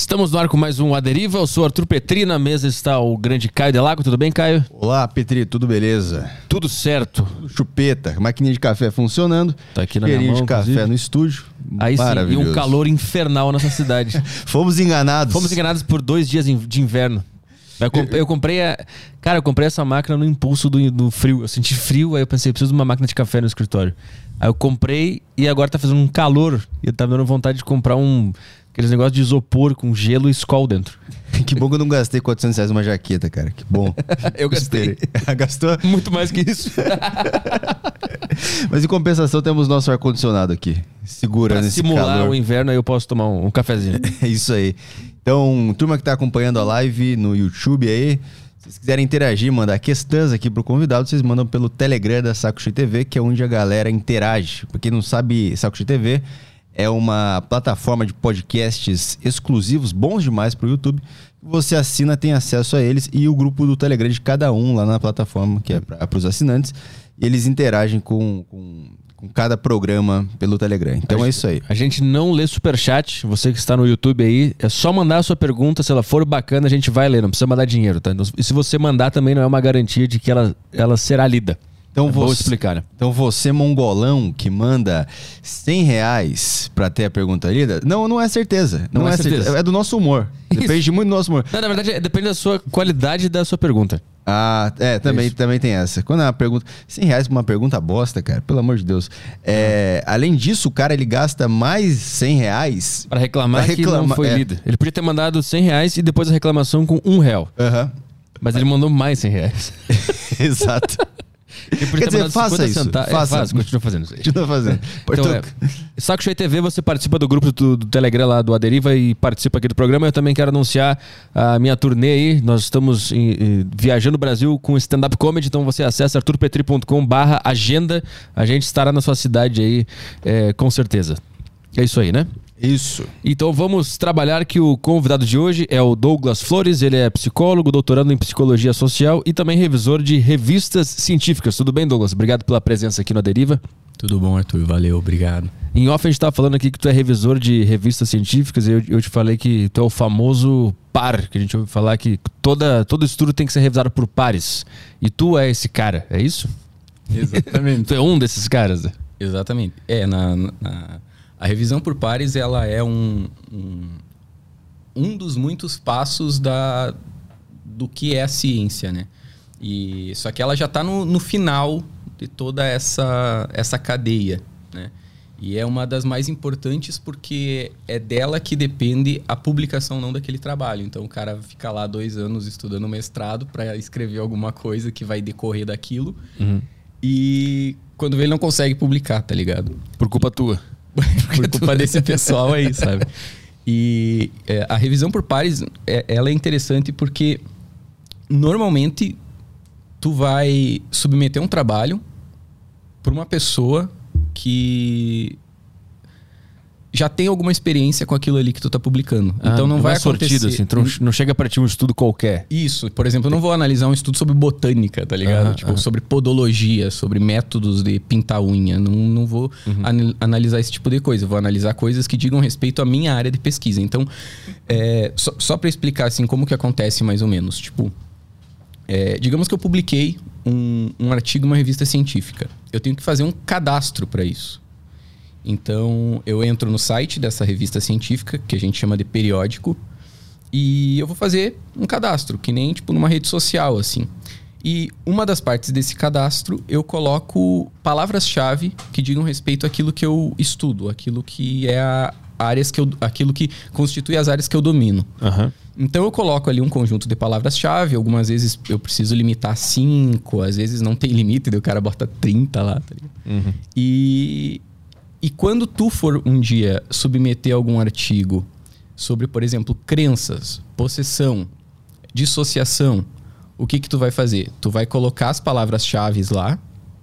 Estamos no ar com mais um A Deriva. Eu sou o Arthur Petri, na mesa está o grande Caio Delago. Tudo bem, Caio? Olá, Petri, tudo beleza? Tudo certo. Chupeta, maquininha de café funcionando. Tá aqui na minha mão, de café inclusive. no estúdio. Aí sim, e um calor infernal nessa cidade. Fomos enganados. Fomos enganados por 2 dias de inverno. Eu comprei Cara, eu comprei essa máquina no impulso do frio. Eu senti frio, aí eu pensei, preciso de uma máquina de café no escritório. Aí eu comprei e agora tá fazendo um calor. E eu tava dando vontade de comprar aqueles negócios de isopor com gelo e Skol dentro. Que bom que eu não gastei R$400 numa jaqueta, cara. Que bom. Eu gastei. Gastou? Muito mais que isso. Mas em compensação temos nosso ar-condicionado aqui. Segura nesse calor. Pra simular o inverno, aí eu posso tomar um cafezinho. É isso aí. Então, turma que tá acompanhando a live no YouTube aí, se vocês quiserem interagir, mandar questões aqui pro convidado, vocês mandam pelo Telegram da Saco Cheio TV, que é onde a galera interage. Pra quem não sabe, Saco Cheio TV é uma plataforma de podcasts exclusivos, bons demais pro YouTube. Você assina, tem acesso a eles e o grupo do Telegram de cada um lá na plataforma, que é para os assinantes. E eles interagem com cada programa pelo Telegram. Então é isso aí. A gente não lê superchat. Você que está no YouTube aí, é só mandar a sua pergunta. Se ela for bacana, a gente vai ler. Não precisa mandar dinheiro, tá? E se você mandar, também não é uma garantia de que ela será lida. Então vou explicar, né? Então você, mongolão, que manda R$100 pra ter a pergunta lida, não é certeza. Não é certeza. É do nosso humor. Depende muito do nosso humor. Não, na verdade, depende da sua qualidade e da sua pergunta. Ah, também tem essa. Quando é uma pergunta... R$100 pra uma pergunta bosta, cara, pelo amor de Deus. Além disso, o cara, ele gasta mais R$100... Pra reclamar que não foi lido. Ele podia ter mandado R$100 e depois a reclamação com R$1. Mas ele mandou mais R$100. Exato. Quer dizer, faça isso. Continua fazendo isso aí. Continua fazendo. Então, Saco Cheio TV, você participa do grupo do Telegram lá do A Deriva e participa aqui do programa. Eu também quero anunciar a minha turnê aí. Nós estamos viajando o Brasil com stand-up comedy, então você acessa arturpetri.com/agenda. A gente estará na sua cidade aí, com certeza. É isso aí, né? Isso. Então vamos trabalhar que o convidado de hoje é o Douglas Flores. Ele é psicólogo, doutorando em psicologia social e também revisor de revistas científicas. Tudo bem, Douglas? Obrigado pela presença aqui no A Deriva. Tudo bom, Arthur. Valeu, obrigado. Em off a gente estava falando aqui que tu é revisor de revistas científicas e eu te falei que tu é o famoso par, que a gente ouve falar que todo estudo tem que ser revisado por pares. E tu é esse cara, é isso? Exatamente. Tu é um desses caras? Exatamente. A revisão por pares, ela é um dos muitos passos do que é a ciência, né? Só que ela já está no final de toda essa cadeia, né? E é uma das mais importantes porque é dela que depende a publicação não daquele trabalho. Então o cara fica lá 2 anos estudando mestrado para escrever alguma coisa que vai decorrer daquilo. E quando vê, ele não consegue publicar, tá ligado? Por culpa tua. Por culpa desse pessoal aí, sabe? E a revisão por pares, ela é interessante porque normalmente tu vai submeter um trabalho para uma pessoa que já tem alguma experiência com aquilo ali que tu tá publicando. Então não vai acontecer... sortido, assim, não chega pra ti um estudo qualquer. Isso. Por exemplo, eu não vou analisar um estudo sobre botânica, tá ligado? Sobre podologia, sobre métodos de pintar unha. Não vou analisar esse tipo de coisa. Eu vou analisar coisas que digam respeito à minha área de pesquisa. Então, só pra explicar assim como que acontece mais ou menos. Tipo, digamos que eu publiquei um artigo em uma revista científica. Eu tenho que fazer um cadastro para isso. Então, eu entro no site dessa revista científica, que a gente chama de periódico, e eu vou fazer um cadastro, que nem tipo numa rede social, assim. E uma das partes desse cadastro, eu coloco palavras-chave que digam respeito àquilo que eu estudo, aquilo que é aquilo que constitui as áreas que eu domino. Então, eu coloco ali um conjunto de palavras-chave. Algumas vezes eu preciso limitar 5, às vezes não tem limite, daí o cara bota 30 lá. Tá ligado? E quando tu for um dia submeter algum artigo sobre, por exemplo, crenças, possessão, dissociação, o que tu vai fazer? Tu vai colocar as palavras-chave lá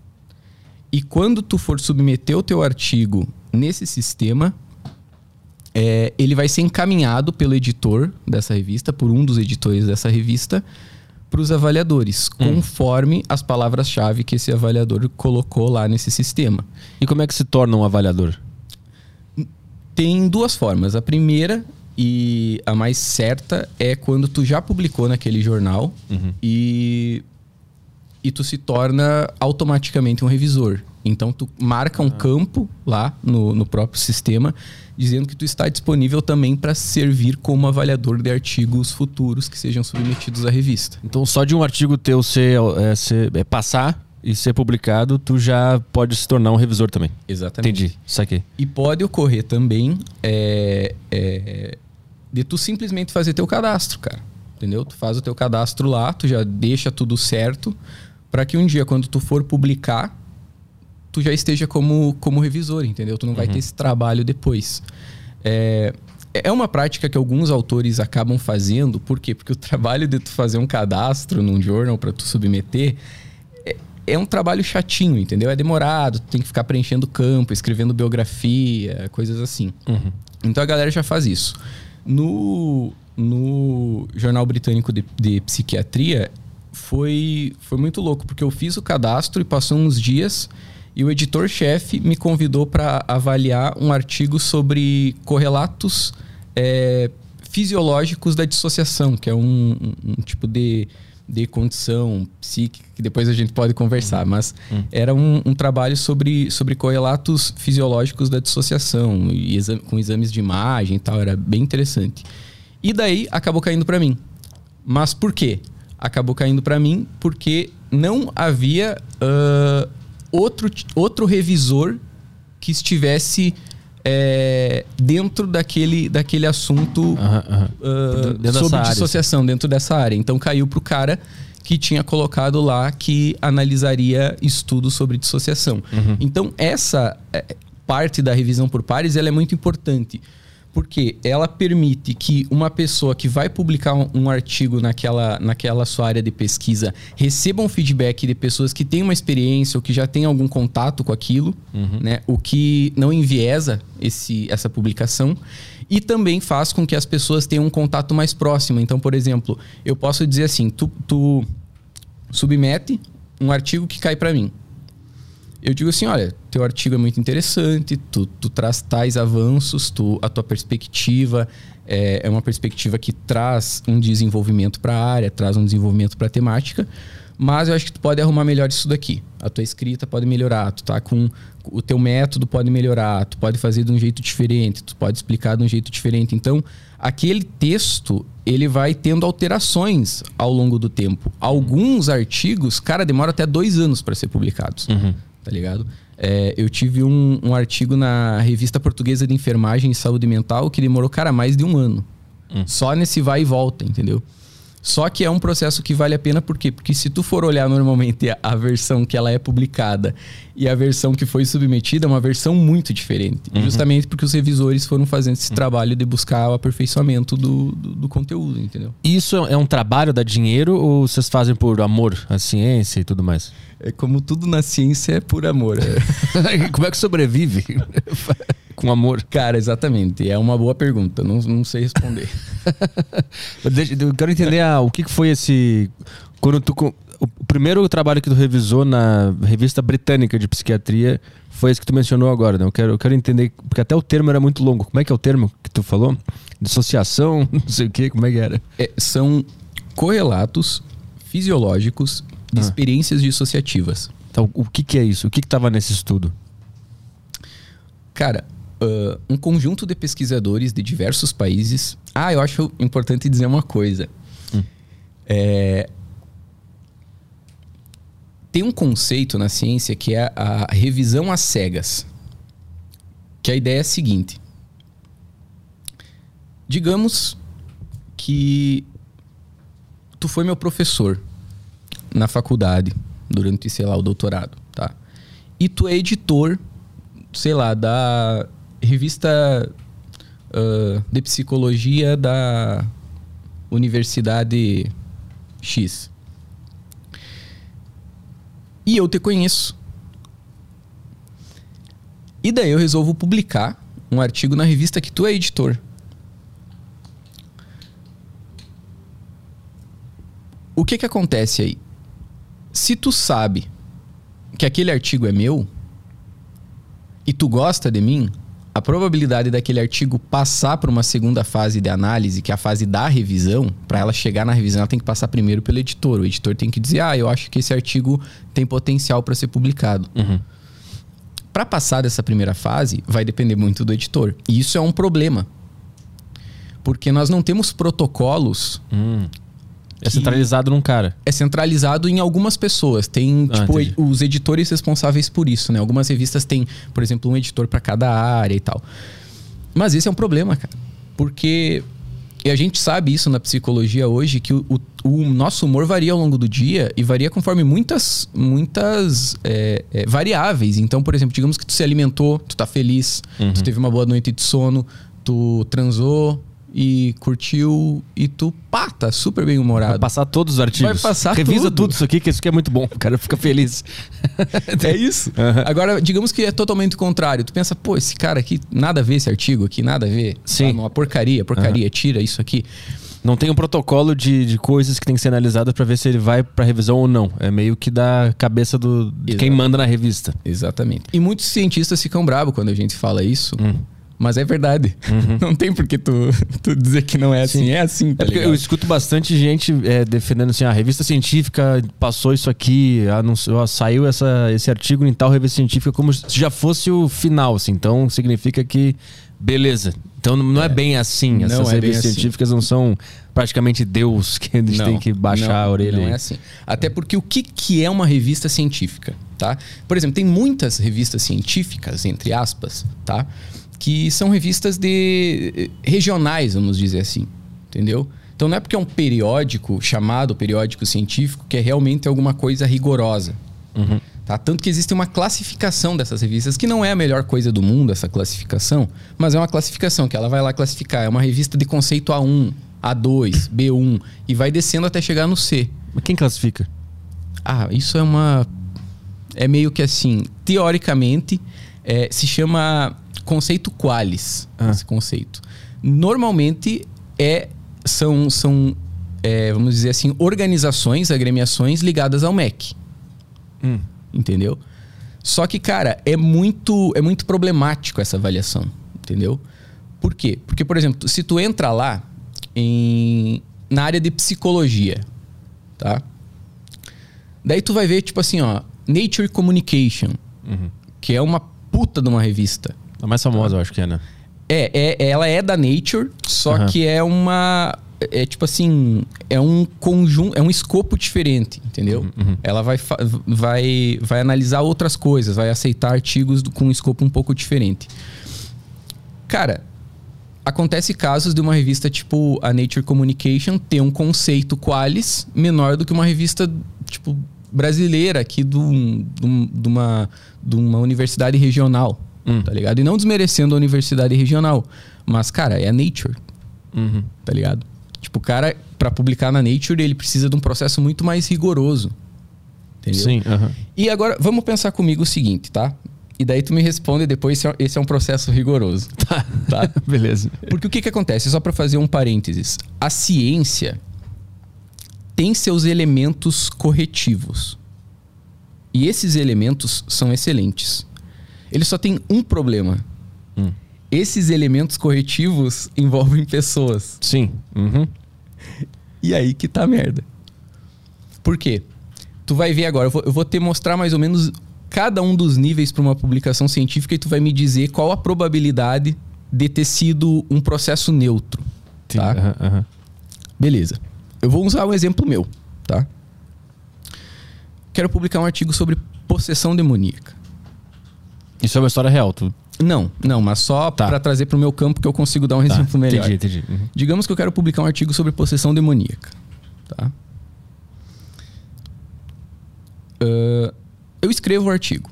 e quando tu for submeter o teu artigo nesse sistema, ele vai ser encaminhado pelo editor dessa revista, por um dos editores dessa revista, para os avaliadores, conforme as palavras-chave que esse avaliador colocou lá nesse sistema. E como é que se torna um avaliador? Tem 2 formas. A primeira e a mais certa é quando tu já publicou naquele jornal e tu se torna automaticamente um revisor. Então, tu marca um campo lá no próprio sistema, dizendo que tu está disponível também para servir como avaliador de artigos futuros que sejam submetidos à revista. Então, só de um artigo teu passar e ser publicado, tu já pode se tornar um revisor também. Exatamente. Entendi, saquei. E pode ocorrer também de tu simplesmente fazer teu cadastro, cara. Entendeu? Tu faz o teu cadastro lá, tu já deixa tudo certo, para que um dia, quando tu for publicar, tu já esteja como revisor, entendeu? Tu não vai ter esse trabalho depois. É uma prática que alguns autores acabam fazendo. Por quê? Porque o trabalho de tu fazer um cadastro num journal para tu submeter é um trabalho chatinho, entendeu? É demorado, tu tem que ficar preenchendo campo, escrevendo biografia, coisas assim. Então a galera já faz isso. No Jornal Britânico de Psiquiatria foi muito louco, porque eu fiz o cadastro e passou uns dias e o editor-chefe me convidou para avaliar um artigo sobre correlatos fisiológicos da dissociação, que é um tipo de condição psíquica, que depois a gente pode conversar, mas era um trabalho sobre correlatos fisiológicos da dissociação, com exames de imagem e tal, era bem interessante. E daí acabou caindo para mim. Mas por quê? Acabou caindo para mim porque não havia outro revisor que estivesse dentro daquele assunto sobre dissociação, área, dentro dessa área. Então caiu pro cara que tinha colocado lá que analisaria estudos sobre dissociação. Então essa parte da revisão por pares, ela é muito importante, porque ela permite que uma pessoa que vai publicar um artigo naquela sua área de pesquisa receba um feedback de pessoas que têm uma experiência ou que já têm algum contato com aquilo, né? O que não enviesa essa publicação. E também faz com que as pessoas tenham um contato mais próximo. Então, por exemplo, eu posso dizer assim, tu submete um artigo que cai para mim. Eu digo assim, olha, teu artigo é muito interessante, tu traz tais avanços, a tua perspectiva é uma perspectiva que traz um desenvolvimento para a área, traz um desenvolvimento para a temática, mas eu acho que tu pode arrumar melhor isso daqui. A tua escrita pode melhorar, tu tá com o teu método pode melhorar, tu pode fazer de um jeito diferente, tu pode explicar de um jeito diferente. Então, aquele texto, ele vai tendo alterações ao longo do tempo. Alguns artigos, cara, demora até 2 anos para ser publicados. Tá ligado? Eu tive um artigo na Revista Portuguesa de Enfermagem e Saúde Mental que demorou, cara, mais de 1 ano. Só nesse vai e volta, entendeu? Só que é um processo que vale a pena, por quê? Porque se tu for olhar normalmente a versão que ela é publicada e a versão que foi submetida, é uma versão muito diferente. Justamente porque os revisores foram fazendo esse trabalho de buscar o aperfeiçoamento do conteúdo, entendeu? Isso é um trabalho, dá dinheiro, ou vocês fazem por amor à ciência e tudo mais? É como tudo na ciência, é por amor. Como é que sobrevive com amor? Cara, exatamente. É uma boa pergunta. Não sei responder. Eu quero entender o que foi esse... O primeiro trabalho que tu revisou na Revista Britânica de Psiquiatria foi esse que tu mencionou agora, né? Eu quero entender, porque até o termo era muito longo. Como é que é o termo que tu falou? Dissociação, não sei o quê, como é que era? São correlatos fisiológicos de experiências dissociativas. Então, o que é isso? O que estava nesse estudo? Cara, um conjunto de pesquisadores de diversos países... eu acho importante dizer uma coisa. Tem um conceito na ciência que é a revisão às cegas. Que a ideia é a seguinte. Digamos que tu foi meu professor na faculdade durante, sei lá, o doutorado, tá? E tu é editor, sei lá, da revista de psicologia da Universidade X. E eu te conheço. E daí eu resolvo publicar um artigo na revista que tu é editor. O que acontece aí? Se tu sabe que aquele artigo é meu e tu gosta de mim, a probabilidade daquele artigo passar para uma segunda fase de análise, que é a fase da revisão, para ela chegar na revisão, ela tem que passar primeiro pelo editor. O editor tem que dizer, eu acho que esse artigo tem potencial para ser publicado. Para passar dessa primeira fase, vai depender muito do editor. E isso é um problema. Porque nós não temos protocolos... É centralizado num cara. É centralizado em algumas pessoas. Tem, os editores responsáveis por isso, né? Algumas revistas têm, por exemplo, um editor para cada área e tal. Mas esse é um problema, cara. Porque... E a gente sabe isso na psicologia hoje, que o nosso humor varia ao longo do dia e varia conforme muitas variáveis. Então, por exemplo, digamos que tu se alimentou, tu tá feliz, tu teve uma boa noite de sono, tu transou e curtiu e tu, tá super bem humorado. Vai passar todos os artigos. Vai passar Revisa tudo isso aqui, que isso aqui é muito bom. O cara fica feliz. É isso. Agora, digamos que é totalmente o contrário. Tu pensa, esse cara aqui, nada a ver esse artigo aqui, nada a ver. Sim. Uma porcaria, tira isso aqui. Não tem um protocolo de coisas que tem que ser analisadas para ver se ele vai para revisão ou não. É meio que da cabeça de quem manda na revista. Exatamente. E muitos cientistas ficam bravos quando a gente fala isso. Mas é verdade. Não tem por que tu dizer que não é assim. Sim. É assim, tá ligado? Eu escuto bastante gente defendendo assim, a revista científica passou isso aqui, saiu esse artigo em tal revista científica como se já fosse o final, assim. Então significa que beleza. Então não é bem assim. Essas revistas científicas não são praticamente Deus que eles têm que baixar a orelha. Não é assim. Até porque o que é uma revista científica, tá? Por exemplo, tem muitas revistas científicas, entre aspas, tá? Que são revistas regionais, vamos dizer assim, entendeu? Então não é porque é um periódico chamado periódico científico que é realmente alguma coisa rigorosa. Tá? Tanto que existe uma classificação dessas revistas, que não é a melhor coisa do mundo, essa classificação, mas é uma classificação que ela vai lá classificar. É uma revista de conceito A1, A2, B1, e vai descendo até chegar no C. Mas quem classifica? Isso é meio que assim, teoricamente, se chama... conceito Qualis, esse conceito. Normalmente são vamos dizer assim, organizações, agremiações ligadas ao MEC. Entendeu? Só que, cara, é muito problemático essa avaliação, entendeu? Por quê? Porque, por exemplo, se tu entra lá na área de psicologia, tá? Daí tu vai ver, tipo assim, Nature Communication, que é uma puta de uma revista. A mais famosa, eu acho que é, né? Ela é da Nature, só que é tipo assim, é um conjunto, é um escopo diferente, entendeu? Ela vai analisar outras coisas, vai aceitar artigos com um escopo um pouco diferente. Cara, acontece casos de uma revista tipo a Nature Communication ter um conceito Qualis menor do que uma revista tipo brasileira aqui de uma universidade regional. Tá ligado? E não desmerecendo a universidade regional. Mas, cara, é a Nature. Tá ligado? Tipo, o cara, pra publicar na Nature, ele precisa de um processo muito mais rigoroso. Entendeu? Sim. E agora, vamos pensar comigo o seguinte, tá? E daí tu me responde depois se esse é um processo rigoroso. Tá? Beleza. Porque o que acontece? Só pra fazer um parênteses. A ciência tem seus elementos corretivos. E esses elementos são excelentes. Ele só tem um problema. Esses elementos corretivos envolvem pessoas. Sim. E aí que tá a merda. Por quê? Tu vai ver agora, eu vou te mostrar mais ou menos cada um dos níveis para uma publicação científica e tu vai me dizer qual a probabilidade de ter sido um processo neutro. Tá? Beleza. Eu vou usar um exemplo meu, tá? Quero publicar um artigo sobre possessão demoníaca. Isso é uma história real, tu... Não, mas só para trazer pro meu campo que eu consigo dar um exemplo melhor. Entendi. Digamos que eu quero publicar um artigo sobre possessão demoníaca, tá? Eu escrevo o artigo.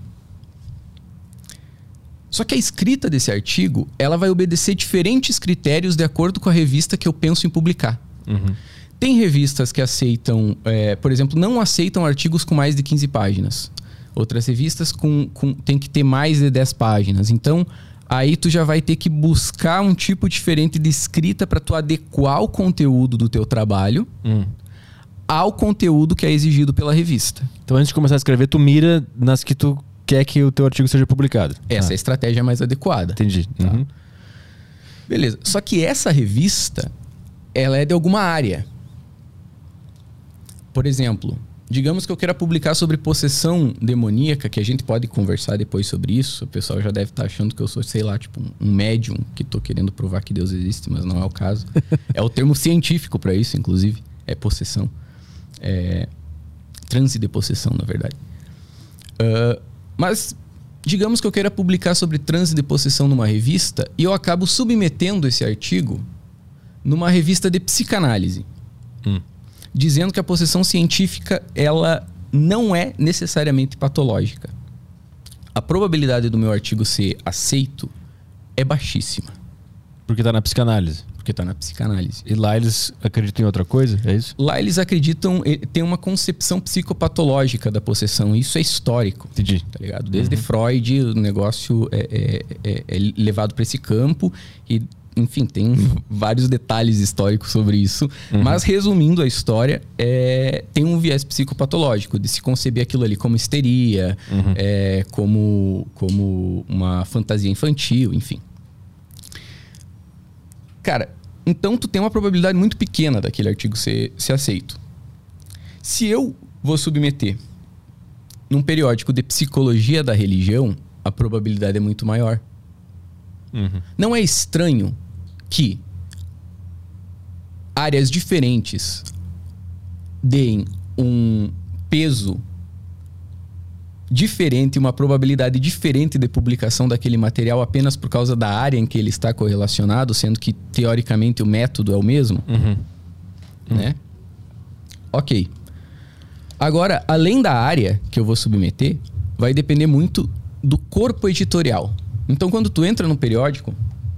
Só que a escrita desse artigo, ela vai obedecer diferentes critérios de acordo com a revista que eu penso em publicar. Tem revistas que aceitam, por exemplo, não aceitam artigos com mais de 15 páginas. Outras revistas tem que ter mais de 10 páginas. Então, aí tu já vai ter que buscar um tipo diferente de escrita para tu adequar o conteúdo do teu trabalho ao conteúdo que é exigido pela revista. Então, antes de começar a escrever, tu mira nas que tu quer que o teu artigo seja publicado. Essa é a estratégia mais adequada. Entendi. Tá? Beleza. Só que essa revista, ela é de alguma área. Por exemplo, digamos que eu queira publicar sobre possessão demoníaca, que a gente pode conversar depois sobre isso. O pessoal já deve estar achando que eu sou, sei lá, tipo um médium que tô querendo provar que Deus existe, mas não é o caso. É o termo científico para isso, inclusive. É possessão. É transe de possessão, na verdade. Mas digamos que eu queira publicar sobre transe de possessão numa revista e eu acabo submetendo esse artigo numa revista de psicanálise. Dizendo que a possessão científica, ela não é necessariamente patológica. A probabilidade do meu artigo ser aceito é baixíssima. Porque tá na psicanálise. Porque tá na psicanálise. E lá eles acreditam em outra coisa? É isso? Lá eles acreditam... Tem uma concepção psicopatológica da possessão. Isso é histórico. Entendi. Tá ligado? Desde Freud, o negócio é levado para esse campo e... Enfim, tem vários detalhes históricos sobre isso. Mas, resumindo a história, tem um viés psicopatológico de se conceber aquilo ali como histeria, como uma fantasia infantil, enfim. Cara, então tu tem uma probabilidade muito pequena daquele artigo ser aceito. Se eu vou submeter num periódico de psicologia da religião, a probabilidade é muito maior. Não é estranho que áreas diferentes deem um peso diferente, uma probabilidade diferente de publicação daquele material apenas por causa da área em que ele está correlacionado, sendo que, teoricamente, o método é o mesmo? Né? Ok. Agora, além da área que eu vou submeter, vai depender muito do corpo editorial. Então, quando tu entra no periódico,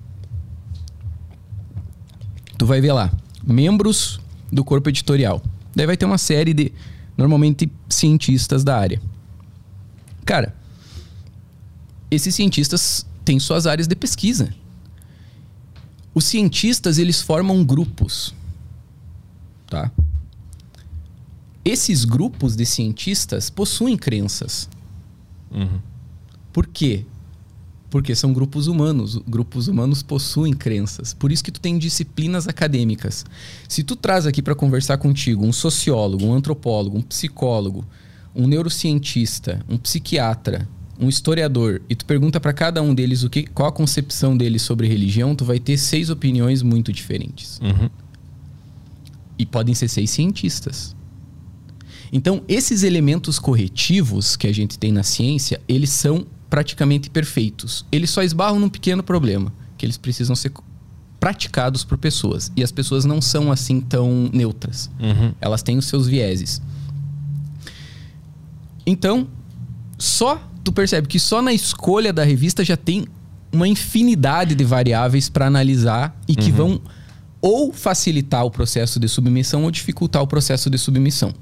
tu vai ver lá, membros do corpo editorial. Daí vai ter uma série de, normalmente, cientistas da área. Cara, esses cientistas têm suas áreas de pesquisa. Os cientistas, eles formam grupos. Tá? Esses grupos de cientistas possuem crenças. Por quê? Porque são grupos humanos. Grupos humanos possuem crenças. Por isso que tu tem disciplinas acadêmicas. Se tu traz aqui para conversar contigo um sociólogo, um antropólogo, um psicólogo, um neurocientista, um psiquiatra, um historiador, e tu pergunta para cada um deles qual a concepção deles sobre religião, tu vai ter 6 opiniões muito diferentes. E podem ser 6 cientistas. Então, esses elementos corretivos que a gente tem na ciência, eles são praticamente perfeitos. Eles só esbarram num pequeno problema, que eles precisam ser praticados por pessoas. E as pessoas não são assim tão neutras. Elas têm os seus vieses. Então, tu percebe que só na escolha da revista já tem uma infinidade de variáveis para analisar e que vão ou facilitar o processo de submissão ou dificultar o processo de submissão.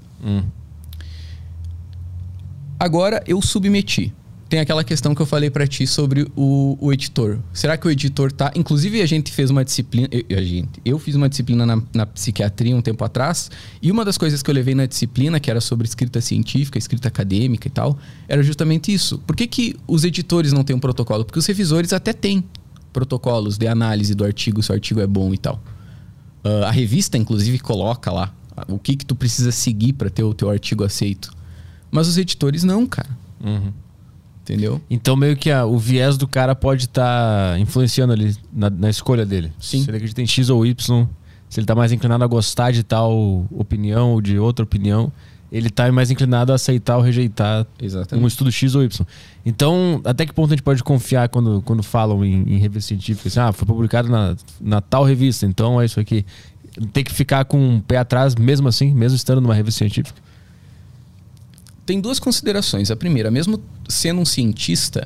Agora, eu submeti. Tem aquela questão que eu falei pra ti sobre o editor. Será que o editor tá... Inclusive, a gente fez uma disciplina... Eu fiz uma disciplina na psiquiatria um tempo atrás. E uma das coisas que eu levei na disciplina, que era sobre escrita científica, escrita acadêmica e tal, era justamente isso. Por que os editores não têm um protocolo? Porque os revisores até têm protocolos de análise do artigo, se o artigo é bom e tal. A revista, inclusive, coloca lá o que tu precisa seguir pra ter o teu artigo aceito. Mas os editores não, cara. Entendeu? Então meio que o viés do cara pode estar influenciando ali na escolha dele. Sim. Se ele acredita em X ou Y, se ele tá mais inclinado a gostar de tal opinião ou de outra opinião, ele tá mais inclinado a aceitar ou rejeitar um estudo X ou Y. Então, até que ponto a gente pode confiar quando falam em revista científica? Assim, foi publicado na tal revista, então é isso aqui. Tem que ficar com o pé atrás mesmo assim, mesmo estando numa revista científica? Tem 2 considerações. A primeira, mesmo sendo um cientista,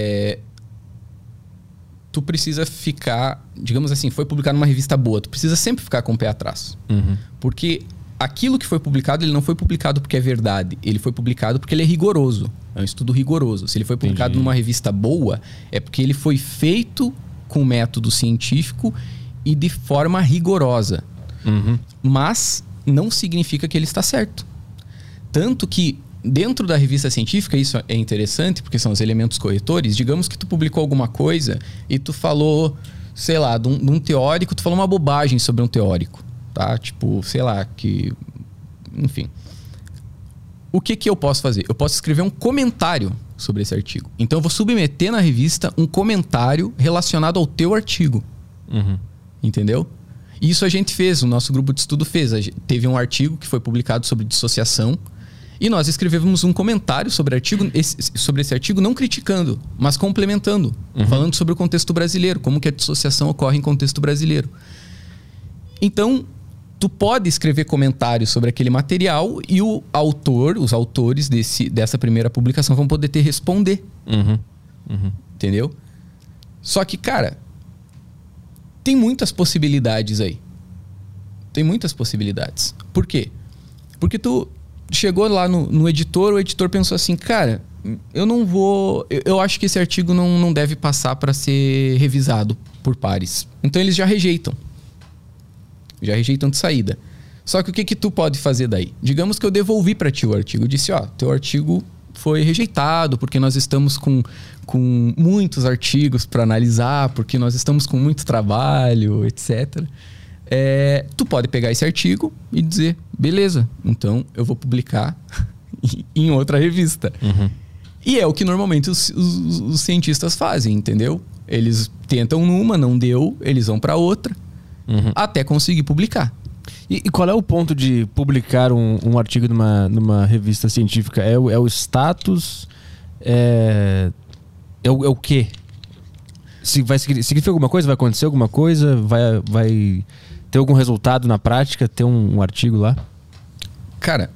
tu precisa ficar... Digamos assim, foi publicado numa revista boa. Tu precisa sempre ficar com o pé atrás. Porque aquilo que foi publicado, ele não foi publicado porque é verdade. Ele foi publicado porque ele é rigoroso. É um estudo rigoroso. Se ele foi publicado numa revista boa, é porque ele foi feito com método científico e de forma rigorosa. Mas não significa que ele está certo. Tanto que dentro da revista científica, isso é interessante, porque são os elementos corretores. Digamos que tu publicou alguma coisa e tu falou, sei lá, de um teórico, tu falou uma bobagem sobre um teórico, tá? Tipo, sei lá, que... Enfim. O que eu posso fazer? Eu posso escrever um comentário sobre esse artigo. Então eu vou submeter na revista um comentário relacionado ao teu artigo. Entendeu? Isso a gente fez, o nosso grupo de estudo fez. Teve um artigo que foi publicado sobre dissociação e nós escrevemos um comentário sobre esse artigo, não criticando, mas complementando, falando sobre o contexto brasileiro, como que a dissociação ocorre em contexto brasileiro. Então, tu pode escrever comentários sobre aquele material e o autor, os autores dessa primeira publicação vão poder te responder. Entendeu? Só que, cara, tem muitas possibilidades aí. Tem muitas possibilidades. Por quê? Porque tu chegou lá no editor, o editor pensou assim, cara, eu não vou... Eu acho que esse artigo não deve passar para ser revisado por pares. Então eles já rejeitam. Já rejeitam de saída. Só que o que tu pode fazer daí? Digamos que eu devolvi para ti o artigo. Eu disse, teu artigo foi rejeitado porque nós estamos com muitos artigos para analisar, porque nós estamos com muito trabalho, etc. Tu pode pegar esse artigo e dizer, beleza, então eu vou publicar em outra revista. E é o que normalmente os cientistas fazem, entendeu? Eles tentam numa, não deu, eles vão para outra. Até conseguir publicar. E qual é o ponto de publicar um artigo numa revista científica? É o status? É o quê? Significa alguma coisa? Vai acontecer alguma coisa? Vai ter algum resultado na prática? Ter um artigo lá? Cara,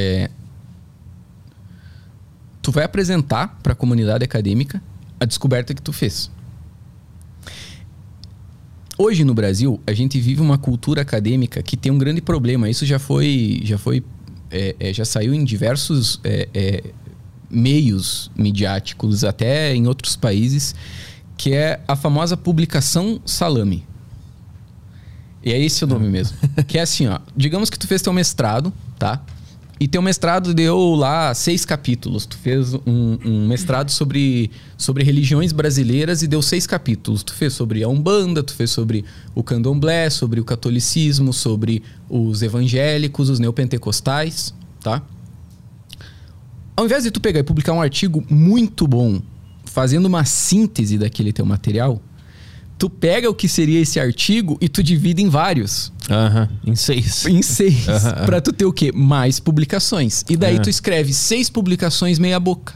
tu vai apresentar para a comunidade acadêmica a descoberta que tu fez. Hoje no Brasil, a gente vive uma cultura acadêmica que tem um grande problema. Isso já saiu em diversos meios midiáticos, até em outros países, que é a famosa publicação salame. E é esse o nome mesmo. Que é assim, digamos que tu fez teu mestrado, tá? E teu mestrado deu lá 6 capítulos. Tu fez um mestrado sobre religiões brasileiras e deu 6 capítulos. Tu fez sobre a Umbanda, tu fez sobre o Candomblé, sobre o catolicismo, sobre os evangélicos, os neopentecostais, tá? Ao invés de tu pegar e publicar um artigo muito bom, fazendo uma síntese daquele teu material, tu pega o que seria esse artigo e tu divide em vários. Em 6. Em 6. Pra tu ter o quê? Mais publicações. E daí tu escreve 6 publicações meia boca.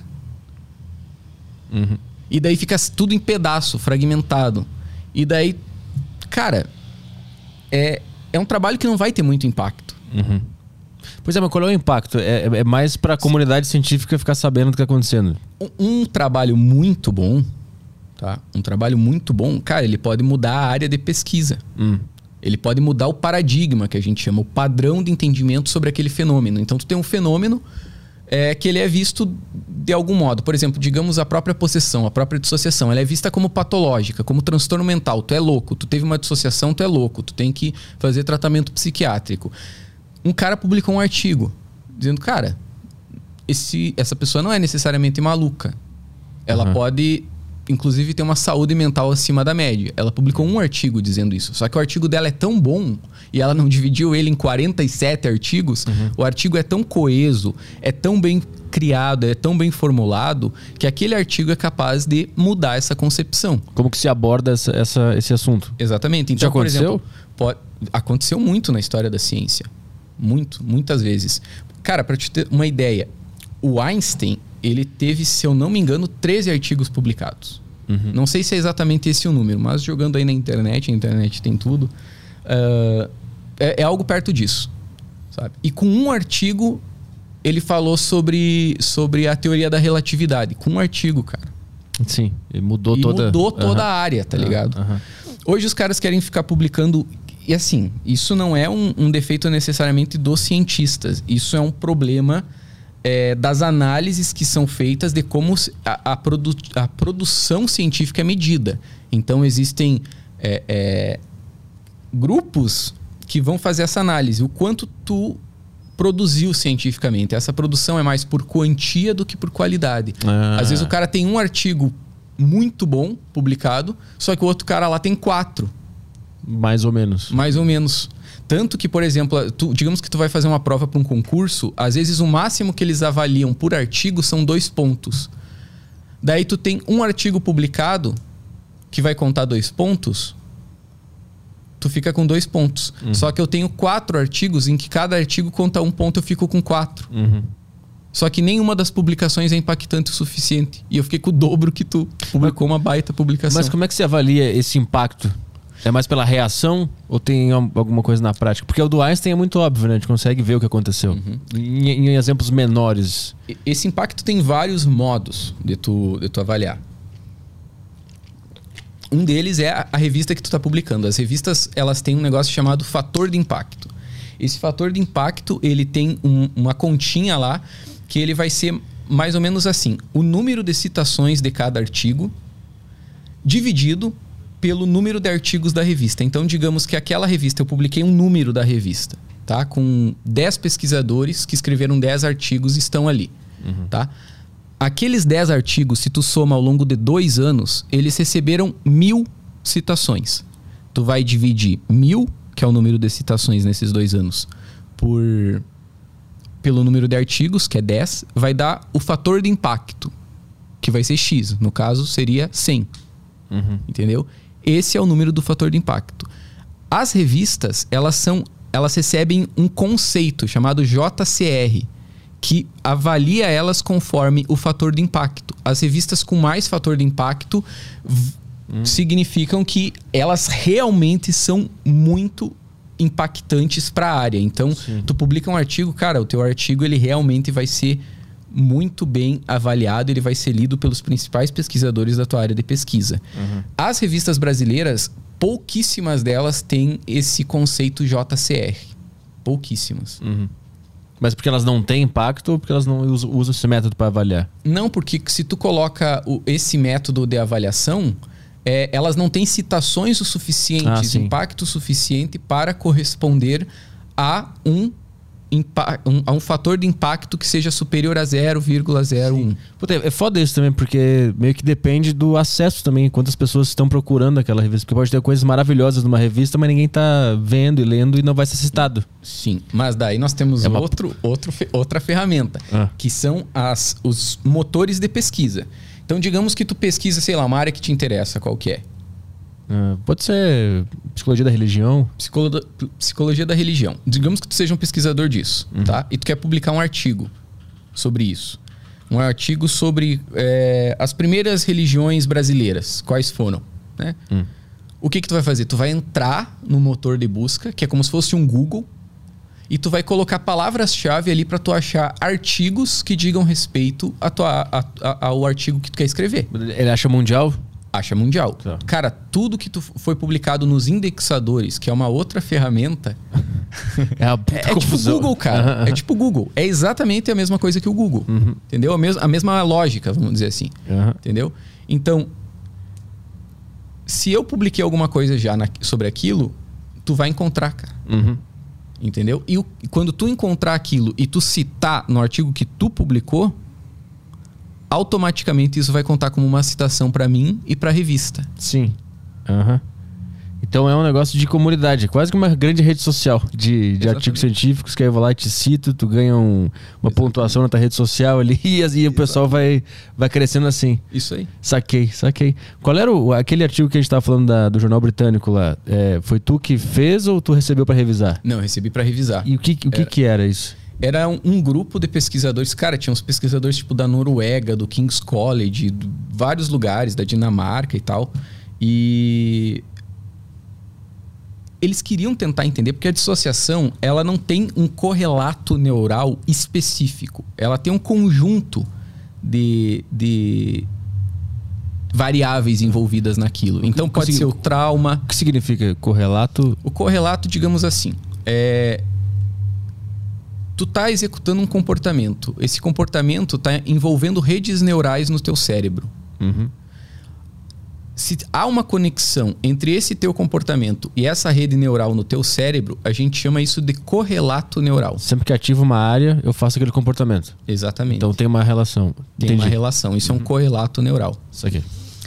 E daí fica tudo em pedaço, fragmentado. E daí, cara, é um trabalho que não vai ter muito impacto. Pois é, mas qual é o impacto? É mais pra comunidade científica ficar sabendo do que está acontecendo. Um trabalho muito bom, tá? Um trabalho muito bom, cara, ele pode mudar a área de pesquisa. Ele pode mudar o paradigma, que a gente chama, o padrão de entendimento sobre aquele fenômeno. Então, tu tem um fenômeno que ele é visto de algum modo. Por exemplo, digamos a própria possessão, a própria dissociação. Ela é vista como patológica, como transtorno mental. Tu é louco, tu teve uma dissociação, tu é louco. Tu tem que fazer tratamento psiquiátrico. Um cara publicou um artigo dizendo, cara, essa pessoa não é necessariamente maluca. Ela pode... inclusive tem uma saúde mental acima da média. Ela publicou um artigo dizendo isso. Só que o artigo dela é tão bom e ela não dividiu ele em 47 artigos. O artigo é tão coeso, é tão bem criado, é tão bem formulado que aquele artigo é capaz de mudar essa concepção. Como que se aborda esse assunto? Exatamente. Então, já aconteceu? Por exemplo, aconteceu muito na história da ciência. Muitas vezes. Cara, para te ter uma ideia, o Einstein, ele teve, se eu não me engano, 13 artigos publicados. Não sei se é exatamente esse o número, mas jogando aí na internet, a internet tem tudo, é algo perto disso, sabe? E com um artigo, ele falou sobre a teoria da relatividade. Com um artigo, cara. Sim, ele mudou toda a área, tá ligado? Hoje os caras querem ficar publicando... E assim, isso não é um defeito necessariamente dos cientistas. Isso é um problema... das análises que são feitas de como a produção científica é medida. Então, existem grupos que vão fazer essa análise. O quanto tu produziu cientificamente. Essa produção é mais por quantia do que por qualidade. Às vezes o cara tem um artigo muito bom publicado, só que o outro cara lá tem 4. Mais ou menos. Mais ou menos. Tanto que, por exemplo, digamos que tu vai fazer uma prova para um concurso, às vezes o máximo que eles avaliam por artigo são 2 pontos. Daí tu tem um artigo publicado que vai contar 2 pontos, tu fica com 2 pontos. Só que eu tenho 4 artigos em que cada artigo conta 1 ponto, eu fico com 4. Só que nenhuma das publicações é impactante o suficiente. E eu fiquei com o dobro que tu publicou uma baita publicação. Mas como é que você avalia esse impacto? É mais pela reação ou tem alguma coisa na prática? Porque o do Einstein é muito óbvio, né? A gente consegue ver o que aconteceu. Em exemplos menores. Esse impacto tem vários modos de tu avaliar. Um deles é a revista que tu está publicando. As revistas, elas têm um negócio chamado fator de impacto. Esse fator de impacto, ele tem uma continha lá que ele vai ser mais ou menos assim. O número de citações de cada artigo dividido pelo número de artigos da revista. Então, digamos que aquela revista, eu publiquei um número da revista, tá? Com 10 pesquisadores que escreveram 10 artigos e estão ali, tá? Aqueles 10 artigos, se tu soma ao longo de 2 anos, eles receberam 1000 citações. Tu vai dividir 1000, que é o número de citações nesses 2 anos, pelo número de artigos, que é 10, vai dar o fator de impacto, que vai ser X. No caso, seria 100. Entendeu? Esse é o número do fator de impacto. As revistas, elas recebem um conceito chamado JCR, que avalia elas conforme o fator de impacto. As revistas com mais fator de impacto significam que elas realmente são muito impactantes para a área. Então, tu publica um artigo, cara, o teu artigo ele realmente vai ser muito bem avaliado, ele vai ser lido pelos principais pesquisadores da tua área de pesquisa. As revistas brasileiras, pouquíssimas delas têm esse conceito JCR. Pouquíssimas. Mas porque elas não têm impacto ou porque elas não usam esse método para avaliar? Não, porque se tu coloca esse método de avaliação, elas não têm citações o suficientes, impacto suficiente para corresponder a um fator de impacto que seja superior a 0,01. Puta, é foda isso também, porque meio que depende do acesso também, quantas pessoas estão procurando aquela revista. Porque pode ter coisas maravilhosas numa revista, mas ninguém tá vendo e lendo e não vai ser citado. Sim, mas daí nós temos outra ferramenta, que são os motores de pesquisa. Então, digamos que tu pesquisa, sei lá, uma área que te interessa, qual que é? Pode ser psicologia da religião. Psicologia da religião. Digamos que tu seja um pesquisador disso, tá? E tu quer publicar um artigo sobre isso. Um artigo sobre as primeiras religiões brasileiras. Quais foram, né? O que tu vai fazer? Tu vai entrar no motor de busca, que é como se fosse um Google, e tu vai colocar palavras-chave ali para tu achar artigos que digam respeito ao artigo que tu quer escrever. Ele acha mundial? Acha mundial. Cara, tudo que foi publicado nos indexadores, que é uma outra ferramenta, é tipo Google, cara. É tipo Google. É exatamente a mesma coisa que o Google. Entendeu? A mesma lógica, vamos dizer assim. Entendeu? Então, se eu publiquei alguma coisa já sobre aquilo, tu vai encontrar, cara. Entendeu? E quando tu encontrar aquilo e tu citar no artigo que tu publicou, automaticamente isso vai contar como uma citação para mim e para a revista. Sim. Então é um negócio de comunidade, quase que uma grande rede social de artigos científicos, que aí eu vou lá e te cito, tu ganha uma pontuação na tua rede social ali e o pessoal vai crescendo assim. Isso aí. Saquei. Qual era aquele artigo que a gente tava falando do Jornal Britânico lá? Foi tu que fez ou tu recebeu para revisar? Não, eu recebi para revisar. E o que era isso? Era um grupo de pesquisadores. Cara, tinha uns pesquisadores tipo da Noruega, do King's College, de vários lugares, da Dinamarca e tal. E eles queriam tentar entender, porque a dissociação, ela não tem um correlato neural específico. Ela tem um conjunto de variáveis envolvidas naquilo. Então pode ser o trauma. O que significa correlato? O correlato, digamos assim, tu tá executando um comportamento. Esse comportamento tá envolvendo redes neurais no teu cérebro. Se há uma conexão entre esse teu comportamento e essa rede neural no teu cérebro, a gente chama isso de correlato neural. Sempre que ativo uma área, eu faço aquele comportamento. Exatamente. Então tem uma relação. Tem uma relação. Isso é um correlato neural. Isso aqui.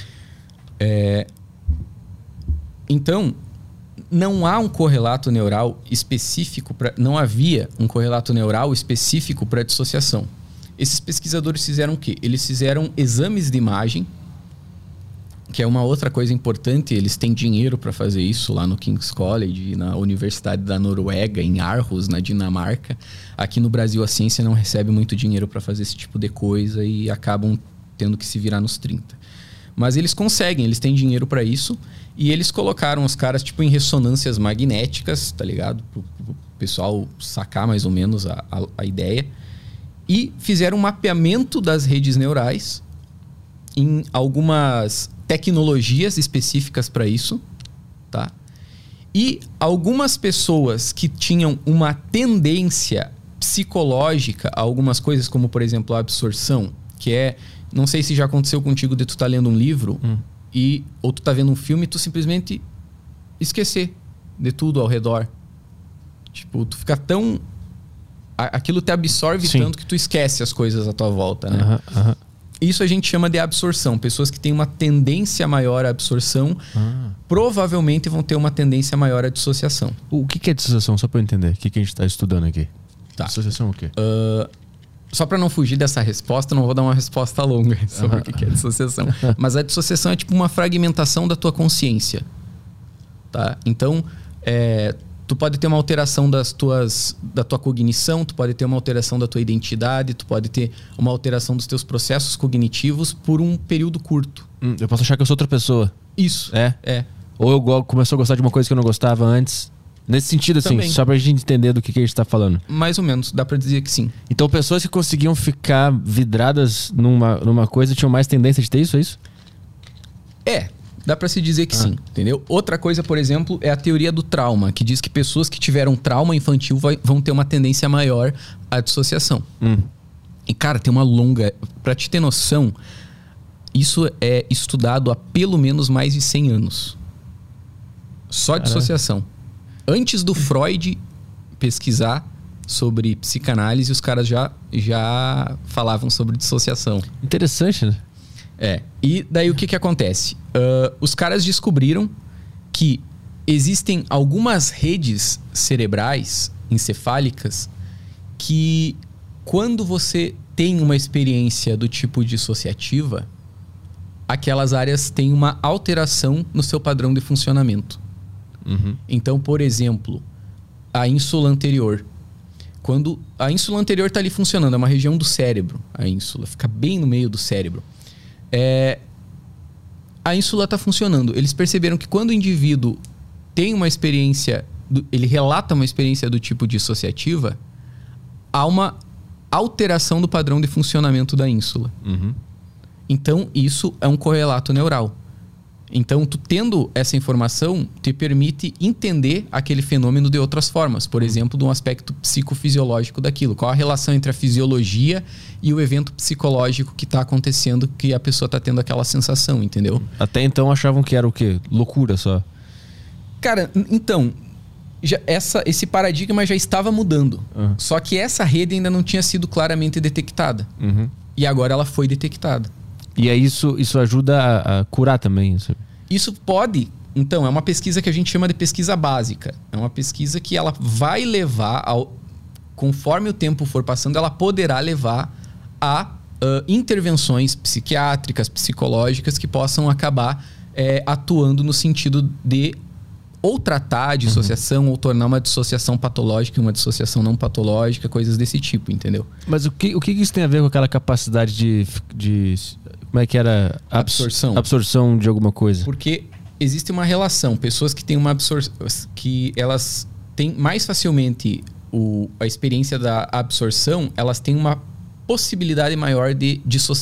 Então, não há um correlato neural específico não havia um correlato neural específico para dissociação. Esses pesquisadores fizeram o quê? Eles fizeram exames de imagem, que é uma outra coisa importante. Eles têm dinheiro para fazer isso lá no King's College, na Universidade da Noruega, em Aarhus, na Dinamarca. Aqui no Brasil, a ciência não recebe muito dinheiro para fazer esse tipo de coisa e acabam tendo que se virar nos 30. Mas eles conseguem, eles têm dinheiro para isso. E eles colocaram os caras tipo em ressonâncias magnéticas, tá ligado? Pro pessoal sacar mais ou menos a ideia. E fizeram um mapeamento das redes neurais em algumas tecnologias específicas para isso, tá? E algumas pessoas que tinham uma tendência psicológica a algumas coisas, como por exemplo a absorção, que é, não sei se já aconteceu contigo de tu tá lendo um livro ou tu tá vendo um filme e tu simplesmente esquecer de tudo ao redor. Tipo, tu fica tão... Aquilo te absorve tanto que tu esquece as coisas à tua volta, né? Isso a gente chama de absorção. Pessoas que têm uma tendência maior à absorção provavelmente vão ter uma tendência maior à dissociação. O que é dissociação? Só para eu entender. O que a gente está estudando aqui? Tá. Dissociação é o quê? Só para não fugir dessa resposta, não vou dar uma resposta longa sobre o que é dissociação. Mas a dissociação é tipo uma fragmentação da tua consciência. Tá? Então, tu pode ter uma alteração da tua cognição, tu pode ter uma alteração da tua identidade, tu pode ter uma alteração dos teus processos cognitivos por um período curto. Eu posso achar que eu sou outra pessoa. Isso. É. Ou eu começo a gostar de uma coisa que eu não gostava antes. Nesse sentido, assim, Também. só pra gente entender do que a gente tá falando. Mais ou menos, dá pra dizer que sim. Então, pessoas que conseguiam ficar vidradas numa coisa tinham mais tendência de ter isso, é isso? Dá pra se dizer que sim, entendeu? Outra coisa, por exemplo, é a teoria do trauma, que diz que pessoas que tiveram trauma infantil vão ter uma tendência maior à dissociação. E, cara, tem uma longa... Pra te ter noção, isso é estudado há pelo menos mais de 100 anos. Só dissociação. Antes do Freud pesquisar sobre psicanálise, os caras já falavam sobre dissociação. Interessante, né? E daí o que acontece? Os caras descobriram que existem algumas redes cerebrais, encefálicas, que quando você tem uma experiência do tipo dissociativa, aquelas áreas têm uma alteração no seu padrão de funcionamento. Então, por exemplo, a ínsula anterior. Quando a ínsula anterior está ali funcionando, é uma região do cérebro, a ínsula, fica bem no meio do cérebro. A ínsula está funcionando. Eles perceberam que quando o indivíduo tem uma experiência, ele relata uma experiência do tipo dissociativa, há uma alteração do padrão de funcionamento da ínsula. Então, isso é um correlato neural. Então, tu tendo essa informação, te permite entender aquele fenômeno de outras formas. Por exemplo, de um aspecto psicofisiológico daquilo. Qual a relação entre a fisiologia e o evento psicológico que está acontecendo, que a pessoa está tendo aquela sensação, entendeu? Até então achavam que era o quê? Loucura só. Cara, então... esse paradigma já estava mudando. Só que essa rede ainda não tinha sido claramente detectada. E agora ela foi detectada. E aí isso ajuda a curar também? Isso pode... Então, é uma pesquisa que a gente chama de pesquisa básica. É uma pesquisa que ela vai levar conforme o tempo for passando, ela poderá levar a intervenções psiquiátricas, psicológicas que possam acabar atuando no sentido de ou tratar a dissociação, ou tornar uma dissociação patológica e uma dissociação não patológica, coisas desse tipo, entendeu? Mas o que isso tem a ver com aquela capacidade de como é que era? Absorção de alguma coisa. Porque existe uma relação. Pessoas que têm uma absorção... que elas têm mais facilmente a experiência da absorção, elas têm uma possibilidade maior de dissociar.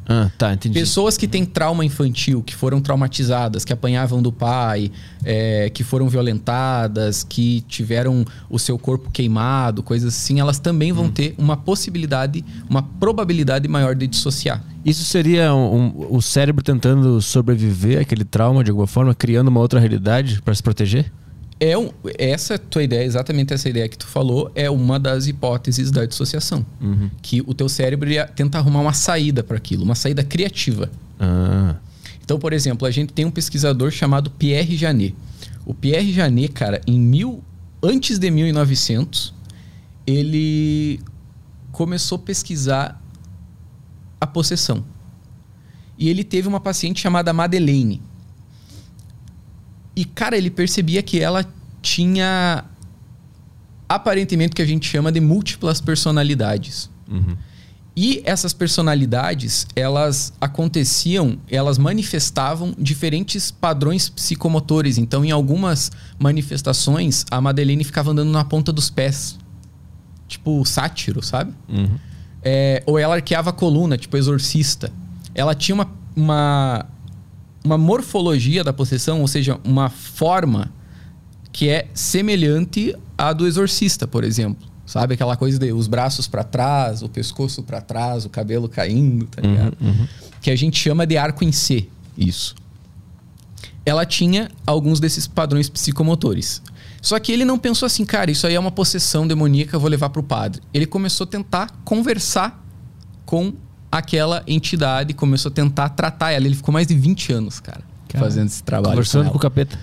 Tá, entendi. Pessoas que têm trauma infantil, que foram traumatizadas, que apanhavam do pai, que foram violentadas, que tiveram o seu corpo queimado, coisas assim, elas também vão ter uma possibilidade, uma probabilidade maior de dissociar. Isso seria o cérebro tentando sobreviver àquele trauma de alguma forma, criando uma outra realidade para se proteger? Essa tua ideia, exatamente essa ideia que tu falou, é uma das hipóteses da dissociação. Que o teu cérebro tenta arrumar uma saída para aquilo, uma saída criativa. Então, por exemplo, a gente tem um pesquisador chamado Pierre Janet. O Pierre Janet, cara, antes de 1900, ele começou a pesquisar a possessão. E ele teve uma paciente chamada Madeleine. E, cara, ele percebia que ela tinha aparentemente o que a gente chama de múltiplas personalidades. E essas personalidades, elas manifestavam diferentes padrões psicomotores. Então, em algumas manifestações, a Madeleine ficava andando na ponta dos pés. Tipo sátiro, sabe? Ou ela arqueava a coluna, tipo exorcista. Ela tinha uma morfologia da possessão, ou seja, uma forma que é semelhante à do exorcista, por exemplo. Sabe? Aquela coisa de os braços para trás, o pescoço para trás, o cabelo caindo, tá ligado? Que a gente chama de arco em C, isso. Ela tinha alguns desses padrões psicomotores. Só que ele não pensou assim, cara, isso aí é uma possessão demoníaca, eu vou levar pro padre. Ele começou a tentar conversar com aquela entidade, começou a tentar tratar ela. Ele ficou mais de 20 anos, cara, fazendo esse trabalho. Conversando com o capeta.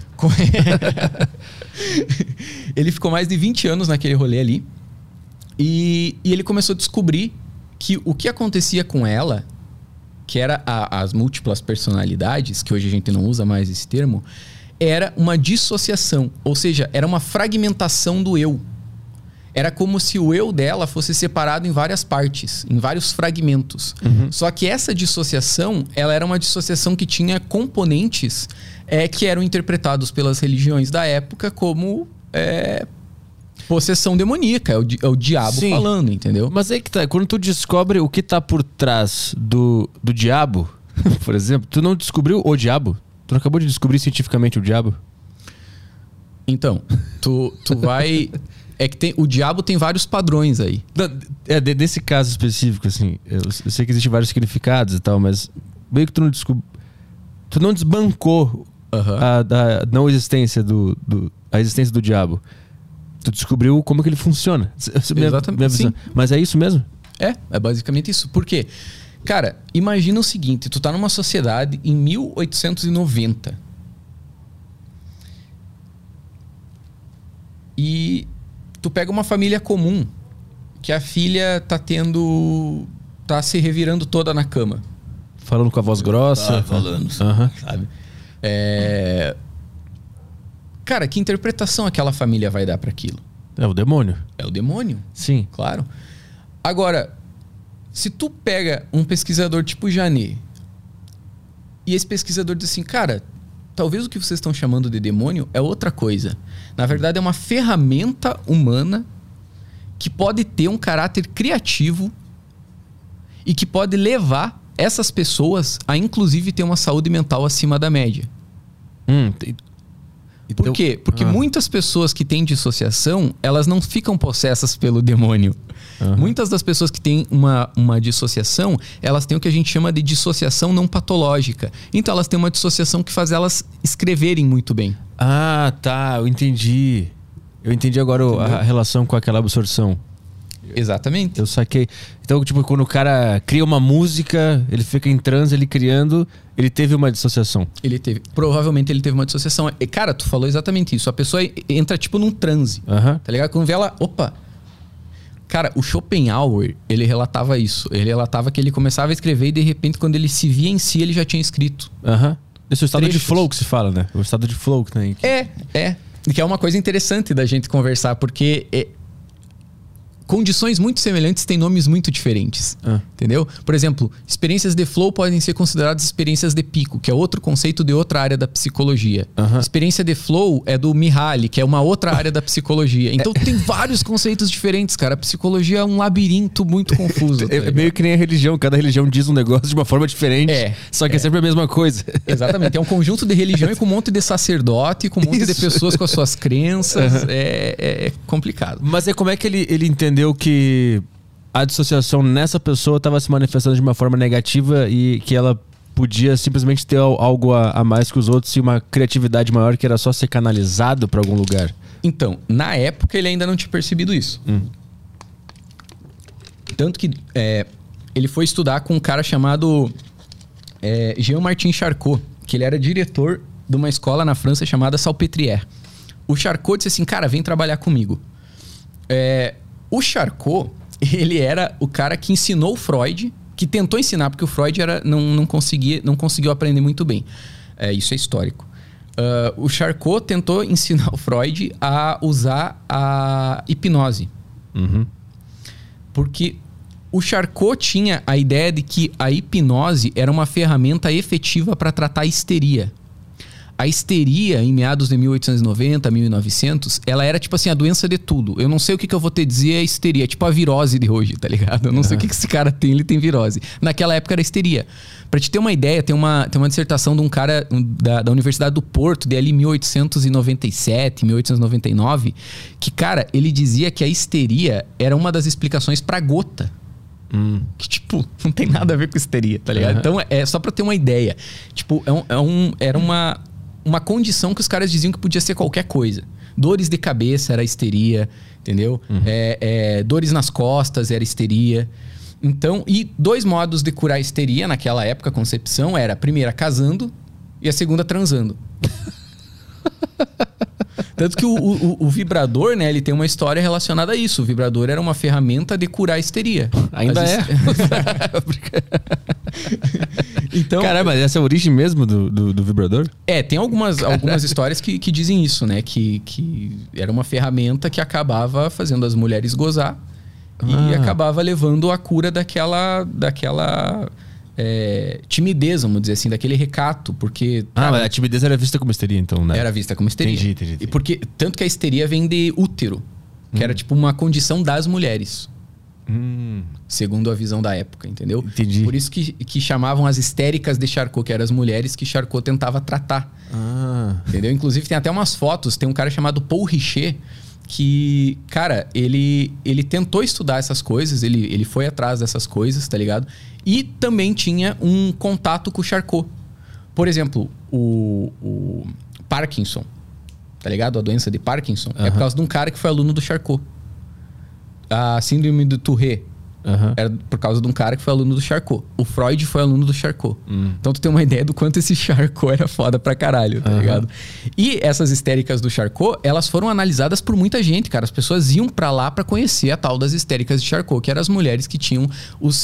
Ele ficou mais de 20 anos naquele rolê ali. E ele começou a descobrir que o que acontecia com ela, que era as múltiplas personalidades, que hoje a gente não usa mais esse termo, era uma dissociação. Ou seja, era uma fragmentação do eu. Era como se o eu dela fosse separado em várias partes, em vários fragmentos. Só que essa dissociação, ela era uma dissociação que tinha componentes que eram interpretados pelas religiões da época como possessão demoníaca. É o diabo falando, entendeu? Mas aí que tá, quando tu descobre o que tá por trás do diabo, por exemplo, tu não descobriu o diabo? Tu não acabou de descobrir cientificamente o diabo? Então, tu vai... É que o diabo tem vários padrões aí. Desse caso específico, assim, eu sei que existem vários significados e tal, mas meio que tu não desbancou a não existência a existência do diabo. Tu descobriu como que ele funciona. Exatamente. Sim. Mas é isso mesmo? É basicamente isso. Por quê? Cara, imagina o seguinte, tu tá numa sociedade em 1890. E tu pega uma família comum, que a filha tá se revirando toda na cama. Falando com a voz grossa. Falando, sabe? Cara, que interpretação aquela família vai dar para aquilo? É o demônio. É o demônio. Sim. Claro. Agora, se tu pega um pesquisador tipo Janet, e esse pesquisador diz assim, cara, talvez o que vocês estão chamando de demônio é outra coisa. Na verdade, é uma ferramenta humana que pode ter um caráter criativo e que pode levar essas pessoas a, inclusive, ter uma saúde mental acima da média. Por quê? Porque muitas pessoas que têm dissociação, elas não ficam possessas pelo demônio. Muitas das pessoas que têm uma dissociação, elas têm o que a gente chama de dissociação não patológica. Então elas têm uma dissociação que faz elas escreverem muito bem. Ah, tá. Eu entendi. Eu entendi agora a relação com aquela absorção. Exatamente. Eu saquei. Então, tipo, quando o cara cria uma música, ele fica em transe, ele criando, ele teve uma dissociação. Provavelmente ele teve uma dissociação. E, cara, tu falou exatamente isso. A pessoa entra, tipo, num transe. Tá ligado? Quando vê ela... Opa! Cara, o Schopenhauer, ele relatava isso. Ele relatava que ele começava a escrever e, de repente, quando ele se via em si, ele já tinha escrito. Esse é o estado de flow que se fala, né? O estado de flow que tem. Que é uma coisa interessante da gente conversar, porque... condições muito semelhantes têm nomes muito diferentes. Entendeu? Por exemplo, experiências de flow podem ser consideradas experiências de pico, que é outro conceito de outra área da psicologia. Experiência de flow é do Mihaly, que é uma outra área da psicologia. Então tem vários conceitos diferentes, cara. A psicologia é um labirinto muito confuso. É meio que nem a religião. Cada religião diz um negócio de uma forma diferente. Só que é sempre a mesma coisa. Exatamente. É um conjunto de religião e com um monte de sacerdote, com um monte de pessoas com as suas crenças. É complicado. Mas como é que ele entendeu que a dissociação nessa pessoa estava se manifestando de uma forma negativa e que ela podia simplesmente ter algo a mais que os outros e uma criatividade maior que era só ser canalizado para algum lugar? Então, na época ele ainda não tinha percebido isso. Tanto que ele foi estudar com um cara chamado Jean-Martin Charcot, que ele era diretor de uma escola na França chamada Salpêtrière. O Charcot disse assim, cara, vem trabalhar comigo. O Charcot, ele era o cara que ensinou o Freud, que tentou ensinar, porque o Freud não conseguiu aprender muito bem. Isso é histórico. O Charcot tentou ensinar o Freud a usar a hipnose. Porque o Charcot tinha a ideia de que a hipnose era uma ferramenta efetiva para tratar a histeria. A histeria, em meados de 1890, 1900, ela era tipo assim, a doença de tudo. Eu não sei o que eu vou te dizer é histeria. É tipo a virose de hoje, tá ligado? Eu não sei o que esse cara tem, ele tem virose. Naquela época era histeria. Pra te ter uma ideia, tem uma dissertação de um cara da Universidade do Porto, de ali 1897, 1899, que, cara, ele dizia que a histeria era uma das explicações pra gota. Que, tipo, não tem nada a ver com histeria, tá ligado? Então, é só pra ter uma ideia. Tipo, era uma condição que os caras diziam que podia ser qualquer coisa. Dores de cabeça era histeria, entendeu? Dores nas costas era histeria. Então, e 2 modos de curar a histeria naquela época, a concepção era a primeira casando e a segunda transando. Tanto que o vibrador, né, ele tem uma história relacionada a isso. O vibrador era uma ferramenta de curar a histeria. Ainda é. Então, caramba, essa é a origem mesmo do vibrador? Tem algumas histórias que dizem isso, né? Que era uma ferramenta que acabava fazendo as mulheres gozar e acabava levando a cura daquela timidez, vamos dizer assim, daquele recato, porque... mas a timidez era vista como histeria, então, né? Era vista como histeria. Entendi. E porque, tanto que a histeria vem de útero, que era tipo uma condição das mulheres. Segundo a visão da época, entendeu? Entendi. Por isso que chamavam as histéricas de Charcot, que eram as mulheres que Charcot tentava tratar. Entendeu? Inclusive tem até umas fotos, tem um cara chamado Paul Richer, que, cara, ele tentou estudar essas coisas, ele foi atrás dessas coisas, tá ligado? E também tinha um contato com o Charcot. Por exemplo, o Parkinson, tá ligado? A doença de Parkinson é por causa de um cara que foi aluno do Charcot. A síndrome do Tourette era por causa de um cara que foi aluno do Charcot. O Freud foi aluno do Charcot. Então tu tem uma ideia do quanto esse Charcot era foda pra caralho, tá ligado? E essas histéricas do Charcot, elas foram analisadas por muita gente, cara. As pessoas iam pra lá pra conhecer a tal das histéricas de Charcot, que eram as mulheres que tinham os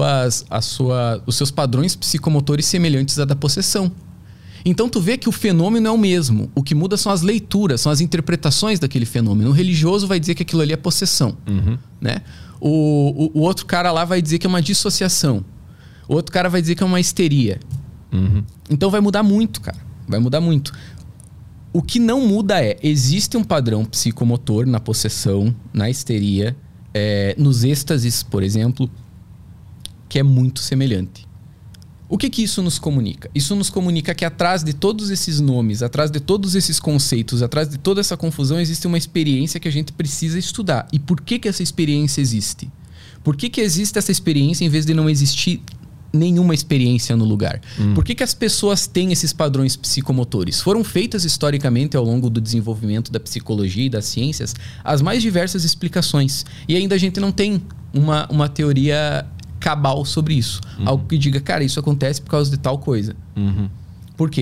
seus padrões psicomotores semelhantes à da possessão. Então tu vê que o fenômeno é o mesmo. O que muda são as leituras, são as interpretações daquele fenômeno. O religioso vai dizer que aquilo ali é possessão, né? O outro cara lá vai dizer que é uma dissociação. O outro cara vai dizer que é uma histeria. Então vai mudar muito, cara. Vai mudar muito. O que não muda existe um padrão psicomotor na possessão, na histeria, nos êxtases, por exemplo, que é muito semelhante. O que isso nos comunica? Isso nos comunica que atrás de todos esses nomes, atrás de todos esses conceitos, atrás de toda essa confusão, existe uma experiência que a gente precisa estudar. E por que essa experiência existe? Por que existe essa experiência em vez de não existir nenhuma experiência no lugar? Por que as pessoas têm esses padrões psicomotores? Foram feitas historicamente ao longo do desenvolvimento da psicologia e das ciências as mais diversas explicações. E ainda a gente não tem uma teoria cabal sobre isso. Algo que diga, cara, isso acontece por causa de tal coisa. Por quê?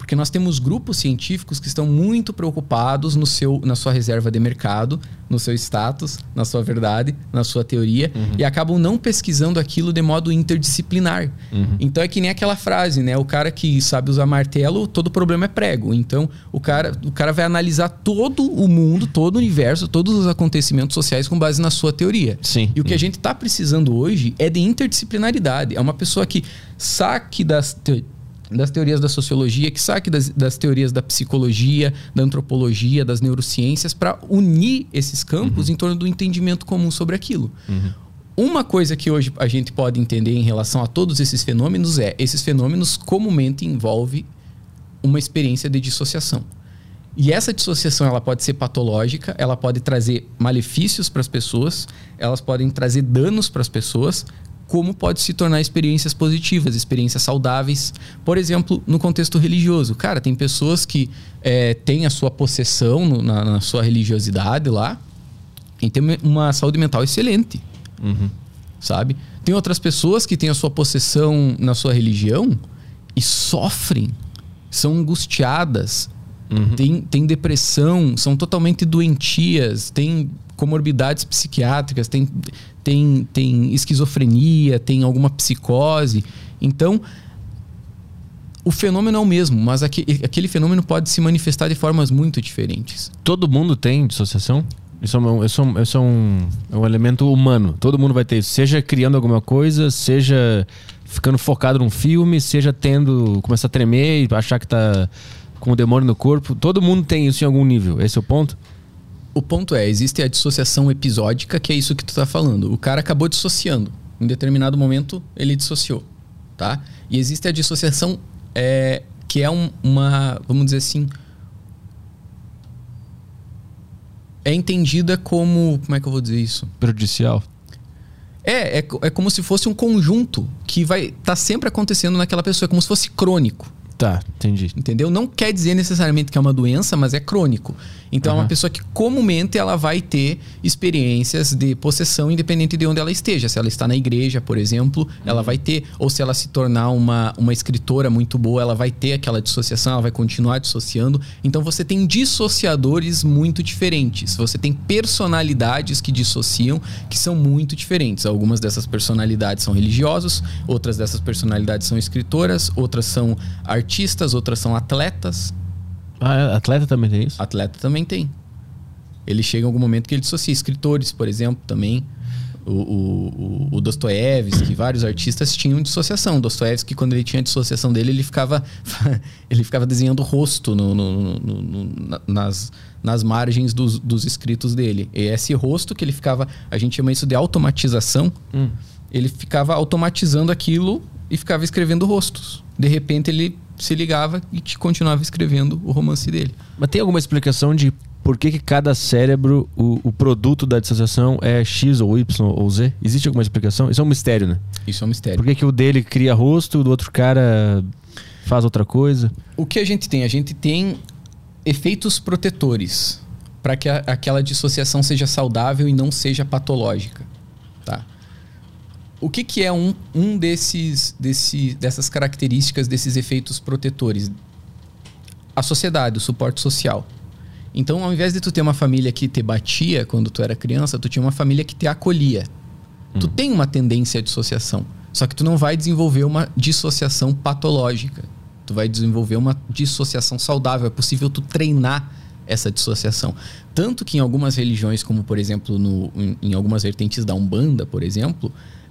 Porque nós temos grupos científicos que estão muito preocupados na sua reserva de mercado, no seu status, na sua verdade, na sua teoria, e acabam não pesquisando aquilo de modo interdisciplinar. Então é que nem aquela frase, né? O cara que sabe usar martelo, todo problema é prego. Então o cara vai analisar todo o mundo, todo o universo, todos os acontecimentos sociais com base na sua teoria. Sim. E o que a gente está precisando hoje é de interdisciplinaridade. É uma pessoa que saque das teorias da sociologia, que saque das teorias da psicologia, da antropologia, das neurociências, para unir esses campos em torno do entendimento comum sobre aquilo. Uma coisa que hoje a gente pode entender em relação a todos esses fenômenos esses fenômenos comumente envolvem uma experiência de dissociação. E essa dissociação ela pode ser patológica, ela pode trazer malefícios para as pessoas, elas podem trazer danos para as pessoas, como pode se tornar experiências positivas, experiências saudáveis. Por exemplo, no contexto religioso. Cara, tem pessoas que têm a sua possessão na sua religiosidade lá e tem uma saúde mental excelente. Sabe? Tem outras pessoas que têm a sua possessão na sua religião e sofrem, são angustiadas, têm depressão, são totalmente doentias, têm comorbidades psiquiátricas, tem esquizofrenia, tem alguma psicose. Então, o fenômeno é o mesmo, mas aquele fenômeno pode se manifestar de formas muito diferentes. Todo mundo tem dissociação? Isso é um elemento humano. Todo mundo vai ter isso. Seja criando alguma coisa, seja ficando focado num filme, seja começar a tremer e achar que tá com o demônio no corpo. Todo mundo tem isso em algum nível. Esse é o ponto? O ponto existe a dissociação episódica, que é isso que tu tá falando. O cara acabou dissociando. Em determinado momento, ele dissociou, tá? E existe a dissociação que é uma, vamos dizer assim, é entendida como é que eu vou dizer isso? Prejudicial. É como se fosse um conjunto que vai estar sempre acontecendo naquela pessoa. É como se fosse crônico. Tá, entendi. Entendeu? Não quer dizer necessariamente que é uma doença, mas é crônico. Então é uma pessoa que comumente ela vai ter experiências de possessão independente de onde ela esteja. Se ela está na igreja, por exemplo, ela vai ter. Ou se ela se tornar uma escritora muito boa, ela vai ter aquela dissociação, ela vai continuar dissociando. Então você tem dissociadores muito diferentes. Você tem personalidades que dissociam, que são muito diferentes. Algumas dessas personalidades são religiosos, outras dessas personalidades são escritoras, outras são artistas, outras são atletas. Atleta também tem isso? Atleta também tem. Ele chega em algum momento que ele dissocia. Escritores, por exemplo, também. O Dostoiévski, vários artistas tinham dissociação. Dostoiévski, quando ele tinha a dissociação dele, ele ficava desenhando o rosto nas margens dos escritos dele. E esse rosto que ele ficava... A gente chama isso de automatização. Ele ficava automatizando aquilo e ficava escrevendo rostos. De repente, ele se ligava e continuava escrevendo o romance dele. Mas tem alguma explicação de por que cada cérebro, o produto da dissociação é X ou Y ou Z? Existe alguma explicação? Isso é um mistério, né? Isso é um mistério. Por que o dele cria rosto, o do outro cara faz outra coisa? O que a gente tem? A gente tem efeitos protetores para que aquela dissociação seja saudável e não seja patológica. Tá? O que é um dessas características, desses efeitos protetores? A sociedade, o suporte social. Então, ao invés de tu ter uma família que te batia quando tu era criança, tu tinha uma família que te acolhia. Tu tem uma tendência à dissociação. Só que tu não vai desenvolver uma dissociação patológica. Tu vai desenvolver uma dissociação saudável. É possível tu treinar essa dissociação. Tanto que em algumas religiões, como por exemplo em algumas vertentes da Umbanda, por exemplo...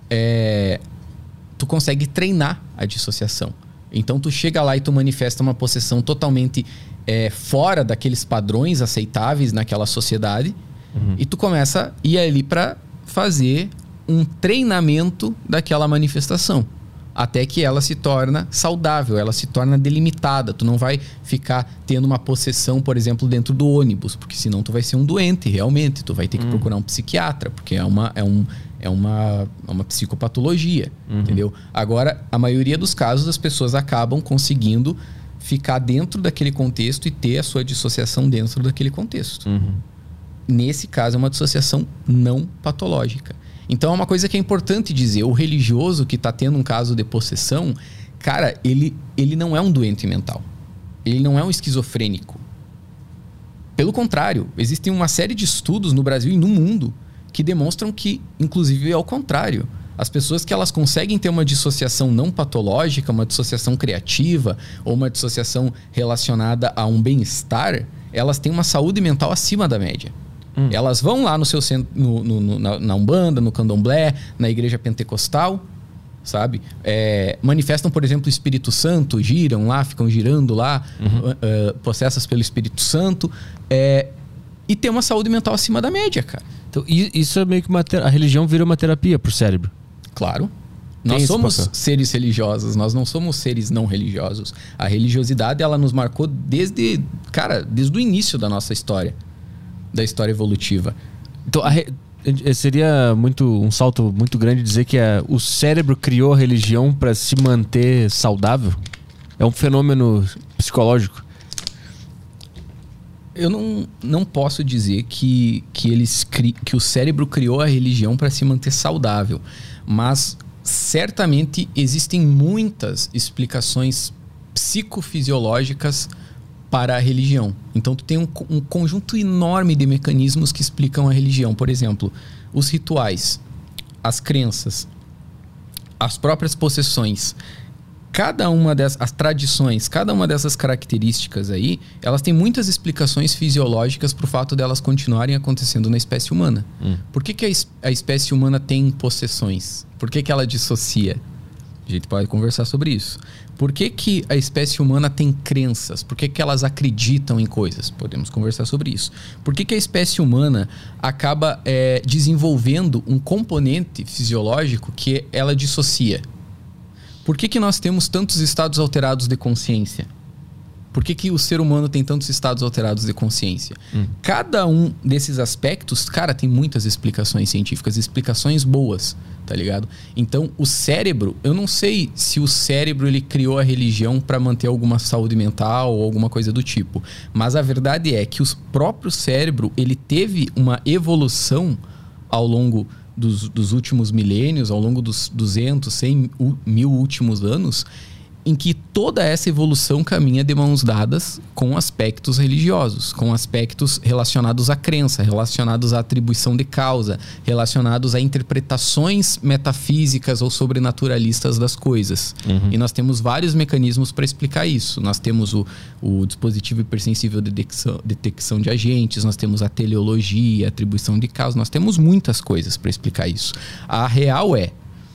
tu consegue treinar a dissociação. Então tu chega lá e tu manifesta uma possessão totalmente fora daqueles padrões aceitáveis naquela sociedade, e tu começa a ir ali para fazer um treinamento daquela manifestação, até que ela se torna saudável, ela se torna delimitada. Tu não vai ficar tendo uma possessão, por exemplo, dentro do ônibus, porque senão tu vai ser um doente realmente. Tu vai ter que procurar um psiquiatra, porque é uma psicopatologia, entendeu? Agora, a maioria dos casos, as pessoas acabam conseguindo ficar dentro daquele contexto e ter a sua dissociação dentro daquele contexto. Nesse caso, é uma dissociação não patológica. Então, é uma coisa que é importante dizer. O religioso que está tendo um caso de possessão, cara, ele não é um doente mental. ele não é um esquizofrênico. Pelo contrário, existem uma série de estudos no Brasil e no mundo que demonstram que, inclusive, é ao contrário. As pessoas que elas conseguem ter uma dissociação não patológica, uma dissociação criativa ou uma dissociação relacionada a um bem-estar, elas têm uma saúde mental acima da média. Elas vão lá no seu centro, na Umbanda, no Candomblé, na igreja pentecostal, sabe? Manifestam, por exemplo, o Espírito Santo, giram lá, ficam girando lá, possessas pelo Espírito Santo, e tem uma saúde mental acima da média, cara. Então, isso é meio que a religião vira uma terapia pro cérebro. Claro. Nós somos seres religiosos, nós não somos seres não religiosos. A religiosidade, ela nos marcou desde o início da nossa história, da história evolutiva. Então, seria um salto muito grande dizer que o cérebro criou a religião para se manter saudável? É um fenômeno psicológico? Eu não posso dizer que o cérebro criou a religião para se manter saudável, mas certamente existem muitas explicações psicofisiológicas para a religião. Então tu tem um conjunto enorme de mecanismos que explicam a religião. Por exemplo, os rituais, as crenças, as próprias possessões, as tradições, cada uma dessas características aí, elas têm muitas explicações fisiológicas para o fato delas continuarem acontecendo na espécie humana. Por que a espécie humana tem possessões? Por que ela dissocia? A gente pode conversar sobre isso. Por que a espécie humana tem crenças? Por que elas acreditam em coisas? Podemos conversar sobre isso. Por que a espécie humana acaba desenvolvendo um componente fisiológico que ela dissocia? Por que nós temos tantos estados alterados de consciência? Por que o ser humano tem tantos estados alterados de consciência? Cada um desses aspectos, cara, tem muitas explicações científicas, explicações boas, tá ligado? Então, o cérebro, eu não sei se o cérebro ele criou a religião para manter alguma saúde mental ou alguma coisa do tipo, mas a verdade é que o próprio cérebro, ele teve uma evolução ao longo dos últimos milênios, ao longo dos 200, 100, 1000 últimos anos, em que toda essa evolução caminha de mãos dadas com aspectos religiosos, com aspectos relacionados à crença, relacionados à atribuição de causa, relacionados a interpretações metafísicas ou sobrenaturalistas das coisas. E nós temos vários mecanismos para explicar isso. Nós temos o dispositivo hipersensível de detecção de agentes, nós temos a teleologia, a atribuição de causa, nós temos muitas coisas para explicar isso. A real é,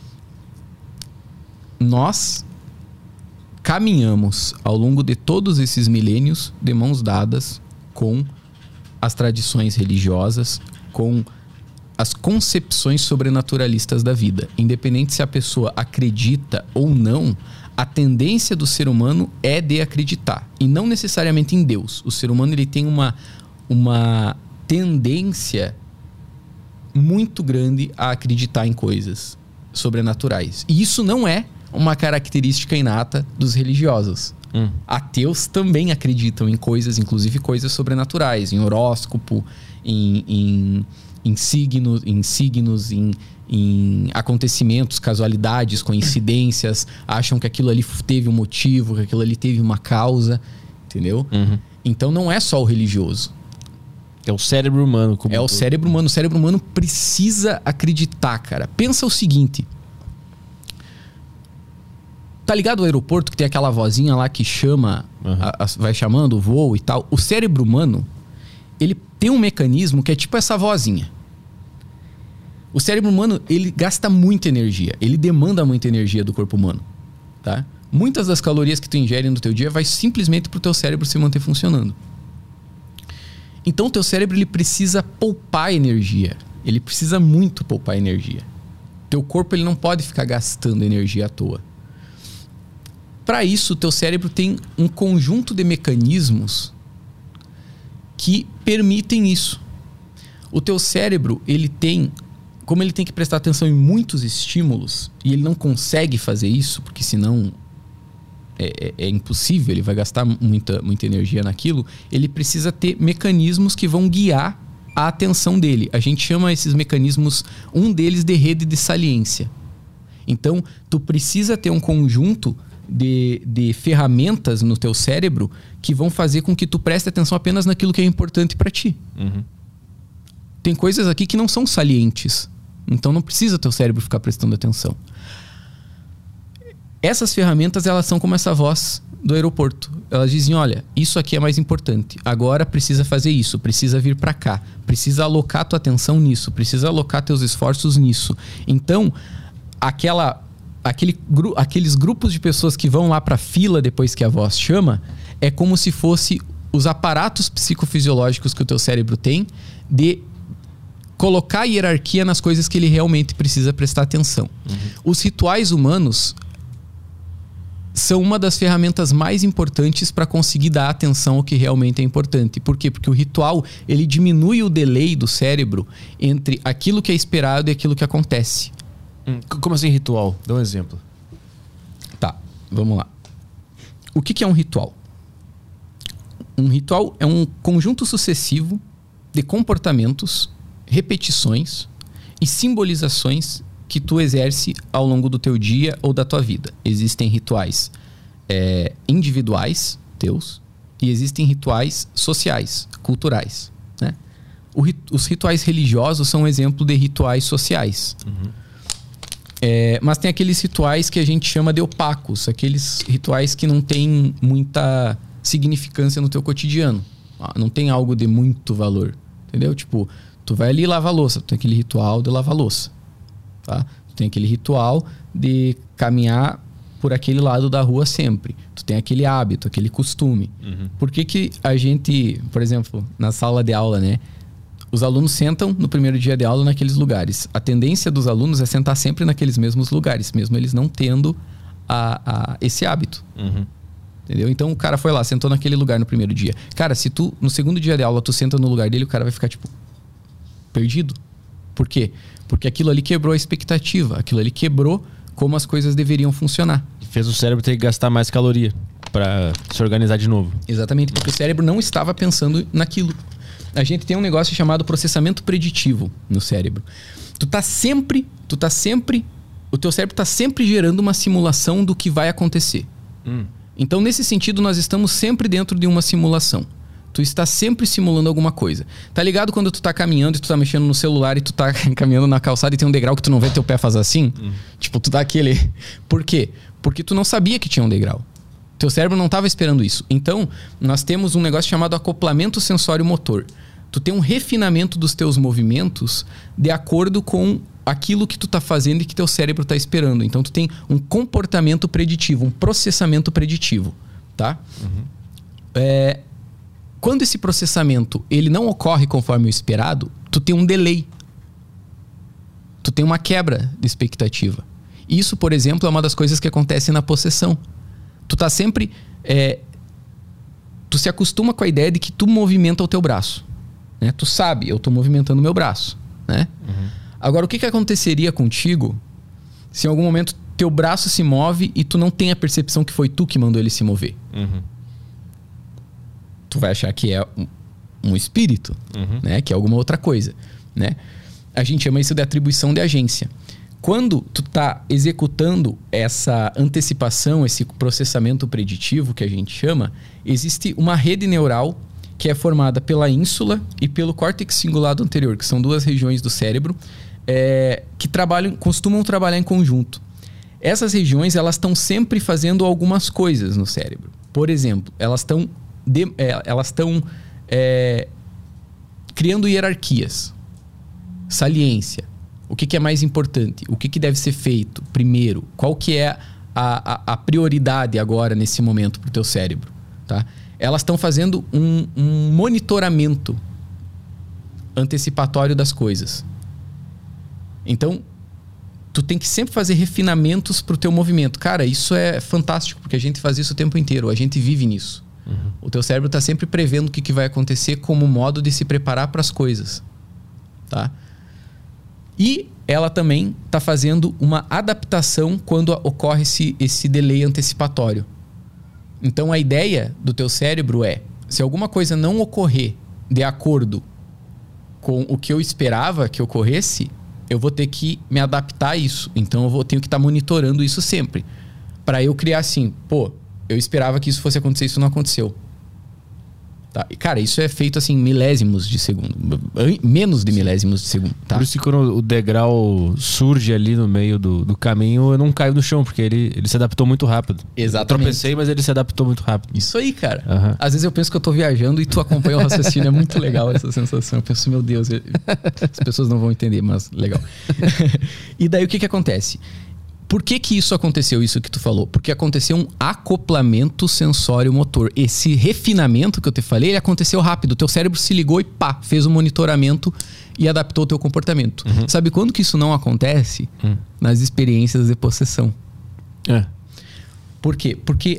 nós caminhamos ao longo de todos esses milênios de mãos dadas com as tradições religiosas, com as concepções sobrenaturalistas da vida. Independente se a pessoa acredita ou não, a tendência do ser humano é de acreditar. E não necessariamente em Deus. O ser humano ele tem uma tendência muito grande a acreditar em coisas sobrenaturais. E isso não é uma característica inata dos religiosos. Ateus também acreditam em coisas, inclusive coisas sobrenaturais, em horóscopo, em signos, em acontecimentos, casualidades, coincidências, acham que aquilo ali teve um motivo, que aquilo ali teve uma causa, entendeu? Então não é só o religioso. É o cérebro humano. O cérebro humano. O cérebro humano precisa acreditar, cara. Pensa o seguinte. Tá ligado o aeroporto que tem aquela vozinha lá que chama, vai chamando o voo e tal? O cérebro humano, ele tem um mecanismo que é tipo essa vozinha. O cérebro humano, ele gasta muita energia. Ele demanda muita energia do corpo humano, tá? Muitas das calorias que tu ingere no teu dia vai simplesmente pro teu cérebro se manter funcionando. Então o teu cérebro, ele precisa poupar energia. Ele precisa muito poupar energia. Teu corpo, ele não pode ficar gastando energia à toa. Para isso, o teu cérebro tem um conjunto de mecanismos que permitem isso. O teu cérebro, como ele tem que prestar atenção em muitos estímulos, e ele não consegue fazer isso, porque senão é impossível, ele vai gastar muita energia naquilo, ele precisa ter mecanismos que vão guiar a atenção dele. A gente chama esses mecanismos, um deles de rede de saliência. Então, tu precisa ter um conjunto de ferramentas no teu cérebro que vão fazer com que tu preste atenção apenas naquilo que é importante para ti. Tem coisas aqui que não são salientes. Então não precisa teu cérebro ficar prestando atenção. Essas ferramentas, elas são como essa voz do aeroporto. Elas dizem, olha, isso aqui é mais importante. Agora precisa fazer isso, precisa vir para cá. Precisa alocar tua atenção nisso, precisa alocar teus esforços nisso. Então, aqueles grupos de pessoas que vão lá para fila depois que a voz chama, é como se fosse os aparatos psicofisiológicos que o teu cérebro tem de colocar hierarquia nas coisas que ele realmente precisa prestar atenção. Os rituais humanos são uma das ferramentas mais importantes para conseguir dar atenção ao que realmente é importante. Por quê? Porque o ritual, ele diminui o delay do cérebro entre aquilo que é esperado e aquilo que acontece. Como assim ritual? Dá um exemplo. Tá, vamos lá. O que é um ritual? Um ritual é um conjunto sucessivo de comportamentos, repetições e simbolizações que tu exerce ao longo do teu dia ou da tua vida. Existem rituais individuais teus e existem rituais sociais, culturais, né? Os rituais religiosos são um exemplo de rituais sociais. Mas tem aqueles rituais que a gente chama de opacos, aqueles rituais que não têm muita significância no teu cotidiano. Não tem algo de muito valor, entendeu? Tipo, tu vai ali lavar louça, tu tem aquele ritual de lavar louça. Tá? Tu tem aquele ritual de caminhar por aquele lado da rua sempre. Tu tem aquele hábito, aquele costume. Por que a gente, por exemplo, na sala de aula, né? Os alunos sentam no primeiro dia de aula naqueles lugares. A tendência dos alunos é sentar sempre naqueles mesmos lugares, mesmo eles não tendo esse hábito. Entendeu? Então o cara foi lá, sentou naquele lugar no primeiro dia. Cara, se tu, no segundo dia de aula, tu senta no lugar dele, o cara vai ficar, tipo, perdido. Por quê? Porque aquilo ali quebrou a expectativa. Aquilo ali quebrou como as coisas deveriam funcionar. Fez o cérebro ter que gastar mais caloria para se organizar de novo. Exatamente, porque o cérebro não estava pensando naquilo. A gente tem um negócio chamado processamento preditivo no cérebro. O teu cérebro está sempre gerando uma simulação do que vai acontecer. Então, nesse sentido, nós estamos sempre dentro de uma simulação. Tu está sempre simulando alguma coisa. Tá ligado quando tu tá caminhando e tu tá mexendo no celular e tu tá caminhando na calçada e tem um degrau que tu não vê teu pé fazer assim? Tipo, tu dá aquele... Por quê? Porque tu não sabia que tinha um degrau. Teu cérebro não estava esperando isso. Então, nós temos um negócio chamado acoplamento sensório-motor. Tu tem um refinamento dos teus movimentos de acordo com aquilo que tu tá fazendo e que teu cérebro tá esperando. Então, tu tem um comportamento preditivo, um processamento preditivo, tá? Quando esse processamento ele não ocorre conforme o esperado, tu tem um delay. Tu tem uma quebra de expectativa. Isso, por exemplo, é uma das coisas que acontece na possessão. Tu tá sempre... tu se acostuma com a ideia de que tu movimenta o teu braço. Né? Tu sabe, eu tô movimentando o meu braço. Né? Agora, o que aconteceria contigo se em algum momento teu braço se move e tu não tem a percepção que foi tu que mandou ele se mover? Tu vai achar que é um espírito, né? Que é alguma outra coisa, né? A gente chama isso de atribuição de agência. Quando tu tá executando essa antecipação, esse processamento preditivo que a gente chama, existe uma rede neural que é formada pela ínsula e pelo córtex cingulado anterior, que são duas regiões do cérebro que costumam trabalhar em conjunto. Essas regiões, elas estão sempre fazendo algumas coisas no cérebro. Por exemplo, elas estão criando hierarquias, saliência. O que é mais importante? O que deve ser feito primeiro? Qual que é a prioridade agora, nesse momento, para o teu cérebro? Tá? Elas estão fazendo um monitoramento antecipatório das coisas. Então, tu tem que sempre fazer refinamentos para o teu movimento. Cara, isso é fantástico, porque a gente faz isso o tempo inteiro. A gente vive nisso. O teu cérebro está sempre prevendo o que vai acontecer como modo de se preparar para as coisas. Tá? E ela também está fazendo uma adaptação quando ocorre esse delay antecipatório. Então, a ideia do teu cérebro é, se alguma coisa não ocorrer de acordo com o que eu esperava que ocorresse, eu vou ter que me adaptar a isso. Então, tenho que estar monitorando isso sempre. Pra eu criar assim, pô, eu esperava que isso fosse acontecer, isso não aconteceu. Tá? E, cara, isso é feito assim, milésimos de segundo. Menos de milésimos de segundo. Tá? Por isso que quando o degrau surge ali no meio do caminho, eu não caio no chão, porque ele se adaptou muito rápido. Exatamente. Eu tropecei, mas ele se adaptou muito rápido. Isso aí, cara. Às vezes eu penso que eu tô viajando e tu acompanha o raciocínio. É muito legal essa sensação. Eu penso, meu Deus, as pessoas não vão entender, mas legal. E daí o que acontece? Por que isso aconteceu, isso que tu falou? Porque aconteceu um acoplamento sensório-motor. Esse refinamento que eu te falei, ele aconteceu rápido. O teu cérebro se ligou e pá, fez um monitoramento e adaptou o teu comportamento. Sabe quando que isso não acontece? Nas experiências de possessão. Por quê? Porque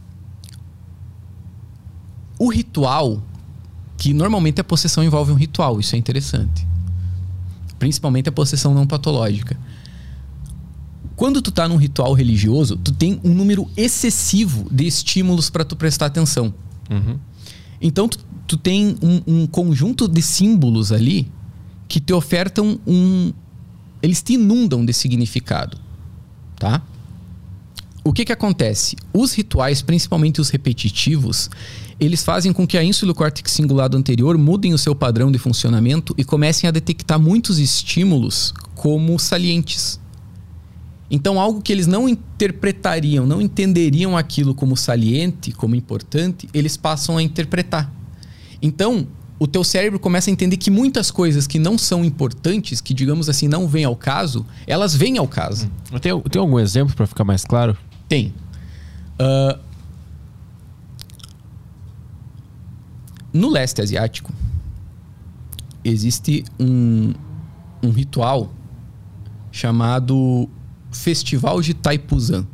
o ritual, que normalmente a possessão envolve um ritual, isso é interessante. Principalmente a possessão não patológica. Quando tu tá num ritual religioso, tu tem um número excessivo de estímulos para tu prestar atenção. Então, tu tem um conjunto de símbolos ali que te ofertam eles te inundam de significado, tá? O que acontece? Os rituais, principalmente os repetitivos, eles fazem com que a ínsula e o córtex cingulado anterior mudem o seu padrão de funcionamento e comecem a detectar muitos estímulos como salientes. Então, algo que eles não interpretariam, não entenderiam aquilo como saliente, como importante, eles passam a interpretar. Então, o teu cérebro começa a entender que muitas coisas que não são importantes, que digamos assim, não vêm ao caso, elas vêm ao caso. Tem algum exemplo para ficar mais claro? Tem. No leste asiático, existe um ritual chamado Festival de Thaipusam.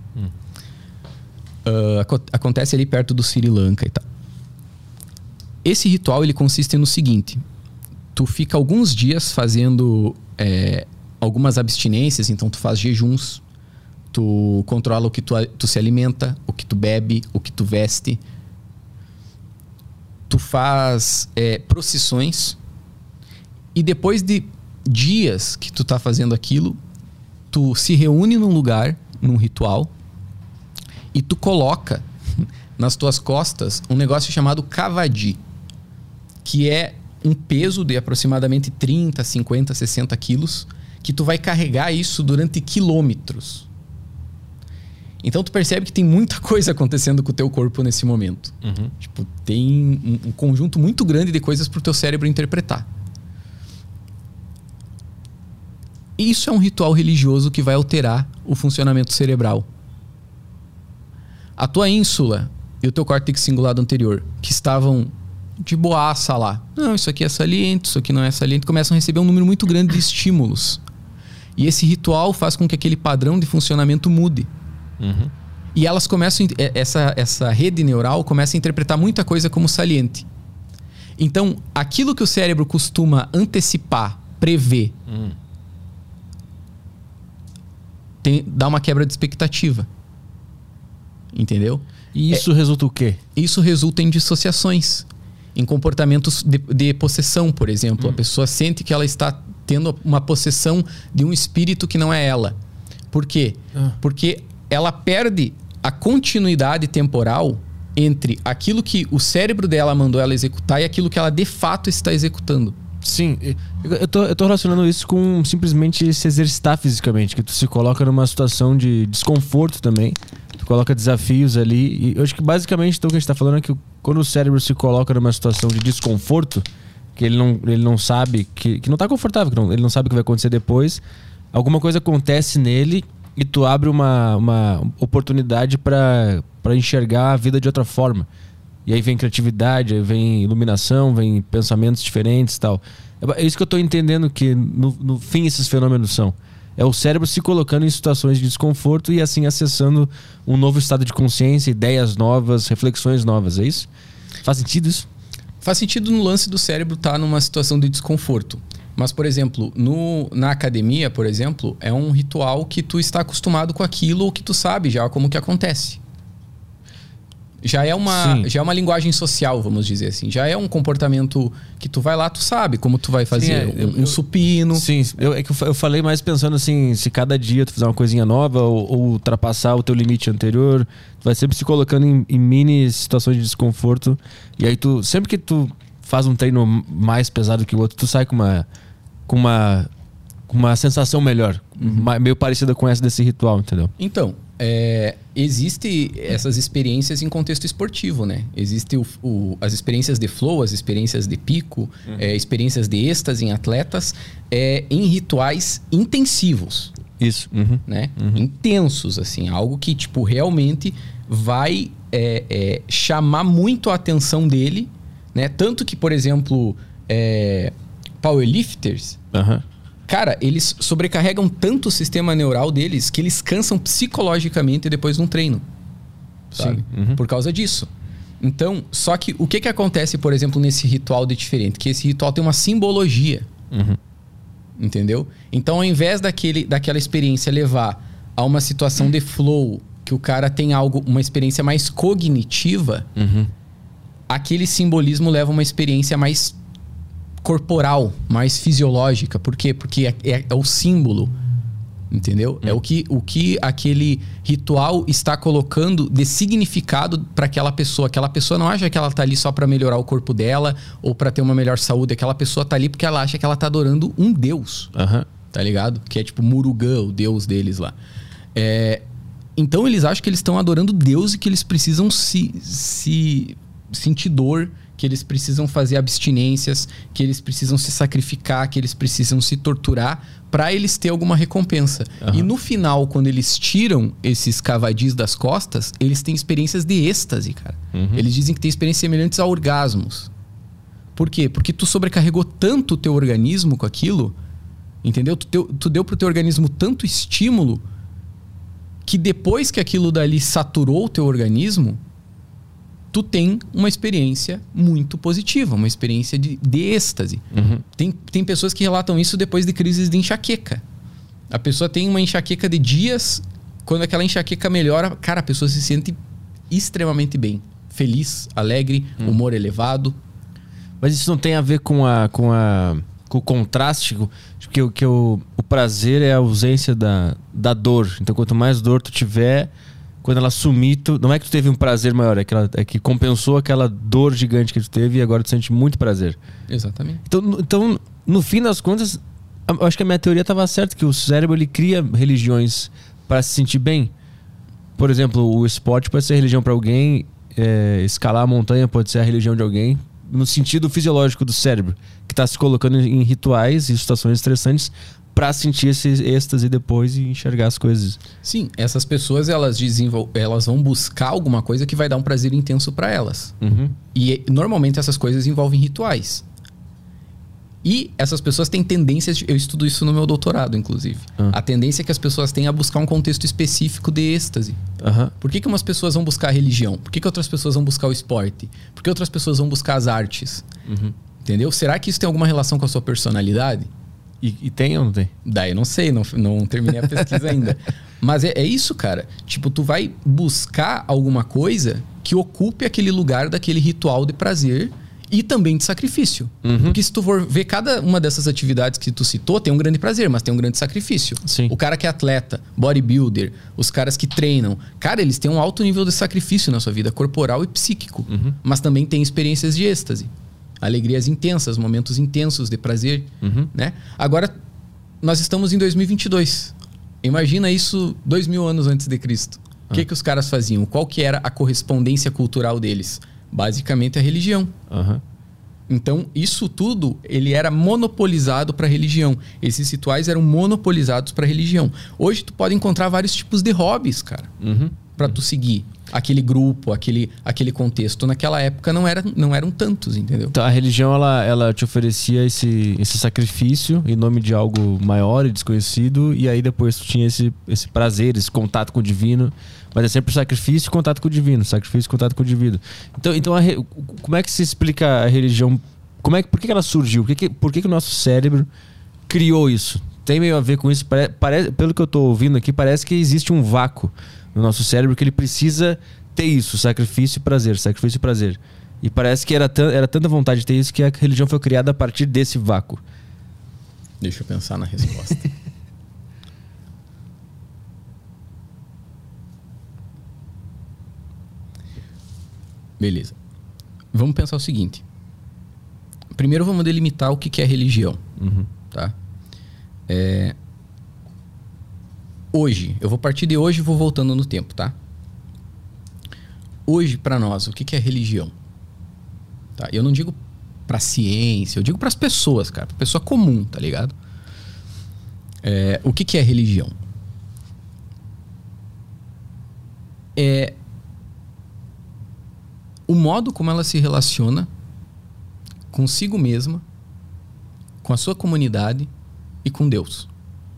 Acontece ali perto do Sri Lanka e tal. Esse ritual, ele consiste no seguinte: tu fica alguns dias fazendo algumas abstinências, então tu faz jejuns, tu controla o que tu se alimenta, o que tu bebe, o que tu veste, tu faz procissões, e depois de dias que tu tá fazendo aquilo, tu se reúne num lugar, num ritual, e tu coloca nas tuas costas um negócio chamado kavadi, que é um peso de aproximadamente 30, 50, 60 quilos, que tu vai carregar isso durante quilômetros. Então tu percebe que tem muita coisa acontecendo com o teu corpo nesse momento. Tipo, tem um conjunto muito grande de coisas pro teu cérebro interpretar. Isso é um ritual religioso que vai alterar o funcionamento cerebral. A tua ínsula e o teu córtex cingulado anterior, que estavam de boaça lá, não, isso aqui é saliente, isso aqui não é saliente, começam a receber um número muito grande de estímulos. E esse ritual faz com que aquele padrão de funcionamento mude. E elas começam, essa rede neural começa a interpretar muita coisa como saliente. Então, aquilo que o cérebro costuma antecipar, prever, dá uma quebra de expectativa. Entendeu? E isso resulta o quê? Isso resulta em dissociações. Em comportamentos de possessão, por exemplo. A pessoa sente que ela está tendo uma possessão de um espírito que não é ela. Por quê? Porque ela perde a continuidade temporal entre aquilo que o cérebro dela mandou ela executar e aquilo que ela de fato está executando. Sim, eu tô relacionando isso com simplesmente se exercitar fisicamente, que tu se coloca numa situação de desconforto também, tu coloca desafios ali, e eu acho que basicamente então, o que a gente tá falando é que quando o cérebro se coloca numa situação de desconforto, que ele não sabe, que não tá confortável, que ele não sabe o que vai acontecer depois, alguma coisa acontece nele e tu abre uma oportunidade para enxergar a vida de outra forma. E aí vem criatividade, aí vem iluminação, vem pensamentos diferentes e tal. É isso que eu tô entendendo que no fim esses fenômenos são. É o cérebro se colocando em situações de desconforto e assim acessando um novo estado de consciência, ideias novas, reflexões novas, é isso? Faz sentido isso? Faz sentido no lance do cérebro estar numa situação de desconforto. Mas, por exemplo, na academia, por exemplo, é um ritual que tu está acostumado com aquilo ou que tu sabe já como que acontece. Já é uma linguagem social, vamos dizer assim. Já é um comportamento que tu vai lá, tu sabe como tu vai fazer um supino. Sim, eu falei mais pensando assim, se cada dia tu fizer uma coisinha nova ou ultrapassar o teu limite anterior, tu vai sempre se colocando em mini situações de desconforto. E aí sempre que tu faz um treino mais pesado que o outro, tu sai com uma sensação melhor, meio parecida com essa desse ritual, entendeu? Então, existe essas experiências em contexto esportivo, né? Existe as experiências de flow, as experiências de pico, experiências de êxtase em atletas, em rituais intensivos. Isso. Né? Intensos, assim. Algo que, tipo, realmente vai chamar muito a atenção dele, né? Tanto que, por exemplo, powerlifters... Cara, eles sobrecarregam tanto o sistema neural deles que eles cansam psicologicamente depois de um treino. Sabe? Por causa disso. Então, só que o que acontece, por exemplo, nesse ritual de diferente? Que esse ritual tem uma simbologia. Entendeu? Então, ao invés daquela experiência levar a uma situação de flow, que o cara tem uma experiência mais cognitiva, aquele simbolismo leva a uma experiência mais corporal, mais fisiológica. Por quê? Porque é o símbolo, entendeu? É o que aquele ritual está colocando de significado para aquela pessoa. Aquela pessoa não acha que ela tá ali só para melhorar o corpo dela ou para ter uma melhor saúde. Aquela pessoa tá ali porque ela acha que ela tá adorando um deus. Tá ligado? Que é tipo Murugan, o deus deles lá. Então eles acham que eles estão adorando Deus e que eles precisam se sentir dor, que eles precisam fazer abstinências, que eles precisam se sacrificar, que eles precisam se torturar para eles ter alguma recompensa. E no final, quando eles tiram esses cavadis das costas, eles têm experiências de êxtase, cara. Eles dizem que tem experiências semelhantes a orgasmos. Por quê? Porque tu sobrecarregou tanto o teu organismo com aquilo, entendeu? Tu deu pro teu organismo tanto estímulo que depois que aquilo dali saturou o teu organismo, tu tem uma experiência muito positiva, uma experiência de êxtase. Tem pessoas que relatam isso depois de crises de enxaqueca. A pessoa tem uma enxaqueca de dias, quando aquela enxaqueca melhora, cara, a pessoa se sente extremamente bem. Feliz, alegre, humor elevado. Mas isso não tem a ver com o contraste? Que o prazer é a ausência da dor. Então, quanto mais dor tu tiver... Quando ela sumir, não é que tu teve um prazer maior, é que compensou aquela dor gigante que tu teve e agora tu sente muito prazer. Exatamente. Então, no fim das contas, eu acho que a minha teoria estava certa, que o cérebro ele cria religiões para se sentir bem. Por exemplo, o esporte pode ser religião para alguém, escalar a montanha pode ser a religião de alguém, no sentido fisiológico do cérebro, que está se colocando em rituais e situações estressantes para sentir esse êxtase depois e enxergar as coisas. Sim, essas pessoas elas vão buscar alguma coisa que vai dar um prazer intenso para elas. E normalmente essas coisas envolvem rituais. E essas pessoas têm tendências... Eu estudo isso no meu doutorado, inclusive. A tendência que as pessoas têm é buscar um contexto específico de êxtase. Por que umas pessoas vão buscar a religião? Por que outras pessoas vão buscar o esporte? Por que outras pessoas vão buscar as artes? Entendeu? Será que isso tem alguma relação com a sua personalidade? E tem ou não tem? Daí eu não sei, não terminei a pesquisa ainda. Mas é isso, cara. Tipo, tu vai buscar alguma coisa que ocupe aquele lugar daquele ritual de prazer e também de sacrifício. Porque se tu for ver cada uma dessas atividades que tu citou, tem um grande prazer, mas tem um grande sacrifício. Sim. O cara que é atleta, bodybuilder, os caras que treinam, cara, eles têm um alto nível de sacrifício na sua vida, corporal e psíquico. Mas também tem experiências de êxtase. Alegrias intensas, momentos intensos de prazer, né? Agora, nós estamos em 2022. Imagina isso 2000 anos antes de Cristo. O que os caras faziam? Qual que era a correspondência cultural deles? Basicamente a religião. Então, isso tudo, ele era monopolizado para a religião. Esses rituais eram monopolizados para a religião. Hoje, tu pode encontrar vários tipos de hobbies, cara, para tu seguir. Aquele grupo, aquele contexto. Naquela época não eram tantos, entendeu? Então, a religião, ela te oferecia esse sacrifício em nome de algo maior e desconhecido, e aí depois tu tinha esse prazer, esse contato com o divino. Mas é sempre sacrifício e contato com o divino, sacrifício e contato com o divino. Então como é que se explica a religião? Por que ela surgiu? Por que o nosso cérebro criou isso? Tem meio a ver com isso? Pelo que eu estou ouvindo aqui, parece que existe um vácuo no nosso cérebro que ele precisa ter isso, sacrifício e prazer, sacrifício e prazer. E parece que era tanta vontade de ter isso que a religião foi criada a partir desse vácuo. Deixa eu pensar na resposta. Beleza. Vamos pensar o seguinte. Primeiro vamos delimitar o que é religião. Tá? Hoje, eu vou partir de hoje e vou voltando no tempo, tá? Hoje, pra nós, o que é religião? Tá? Eu não digo pra ciência, eu digo pras pessoas, cara. Pra pessoa comum, tá ligado? O que é religião? É o modo como ela se relaciona consigo mesma, com a sua comunidade e com Deus.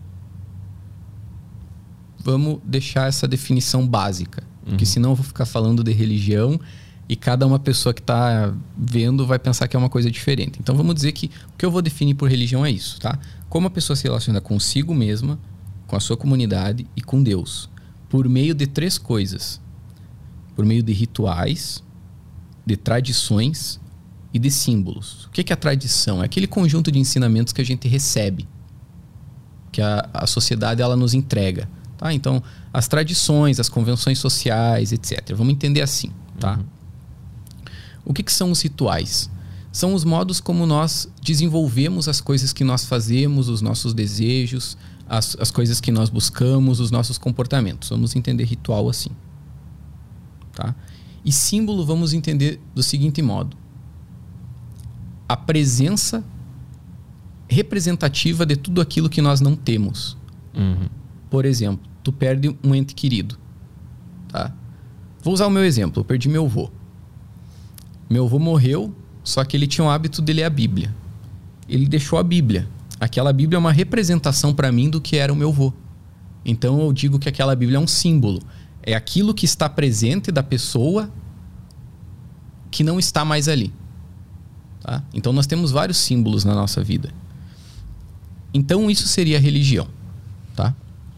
Vamos deixar essa definição básica, porque senão eu vou ficar falando de religião e cada uma pessoa que está vendo vai pensar que é uma coisa diferente. Então vamos dizer que o que eu vou definir por religião é isso, tá? Como a pessoa se relaciona consigo mesma, com a sua comunidade e com Deus, por meio de 3 coisas: por meio de rituais, de tradições e de símbolos. O que é a tradição? É aquele conjunto de ensinamentos que a gente recebe, que a sociedade ela nos entrega, tá? Então, as tradições, as convenções sociais, etc. Vamos entender assim, tá? O que são os rituais? São os modos como nós desenvolvemos as coisas que nós fazemos, os nossos desejos, as coisas que nós buscamos, os nossos comportamentos. Vamos entender ritual assim, tá? E símbolo vamos entender do seguinte modo: a presença representativa de tudo aquilo que nós não temos. Por exemplo, tu perde um ente querido, tá? Vou usar o meu exemplo. Eu perdi meu avô. Meu avô morreu, só que ele tinha o hábito de ler a Bíblia. Ele deixou a Bíblia. Aquela Bíblia é uma representação para mim do que era o meu avô. Então eu digo que aquela Bíblia é um símbolo. É aquilo que está presente da pessoa que não está mais ali. Tá? Então nós temos vários símbolos na nossa vida. Então isso seria religião. Tá?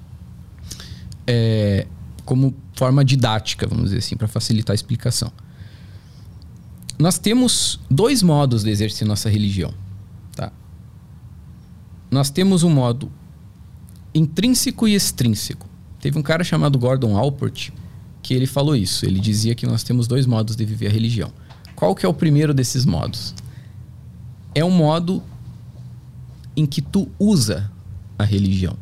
Como forma didática, vamos dizer assim, para facilitar a explicação. Nós temos 2 modos de exercer nossa religião. Tá? Nós temos um modo intrínseco e extrínseco. Teve um cara chamado Gordon Allport que ele falou isso. Ele dizia que nós temos 2 modos de viver a religião. Qual que é o primeiro desses modos? É um modo em que tu usa a religião.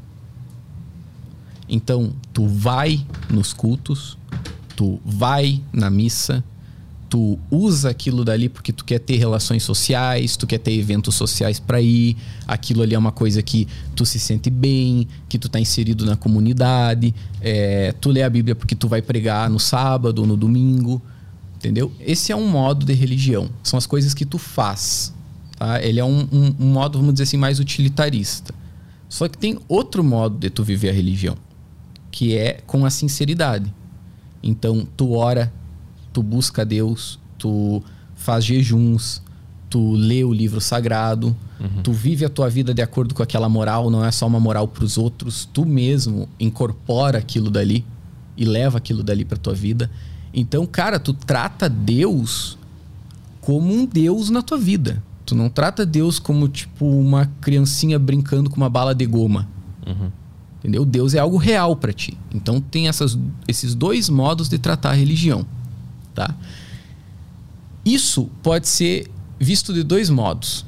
Então, tu vai nos cultos, tu vai na missa, tu usa aquilo dali porque tu quer ter relações sociais, tu quer ter eventos sociais para ir, aquilo ali é uma coisa que tu se sente bem, que tu tá inserido na comunidade, tu lê a Bíblia porque tu vai pregar no sábado ou no domingo, entendeu? Esse é um modo de religião, são as coisas que tu faz, tá? Ele é um modo, vamos dizer assim, mais utilitarista. Só que tem outro modo de tu viver a religião, que é com a sinceridade. Então, tu ora, tu busca Deus, tu faz jejuns, tu lê o livro sagrado, tu vive a tua vida de acordo com aquela moral, não é só uma moral para os outros, tu mesmo incorpora aquilo dali e leva aquilo dali para tua vida. Então, cara, tu trata Deus como um Deus na tua vida. Tu não trata Deus como tipo uma criancinha brincando com uma bala de goma. Entendeu? Deus é algo real para ti. Então tem esses 2 modos de tratar a religião. Tá? Isso pode ser visto de 2 modos.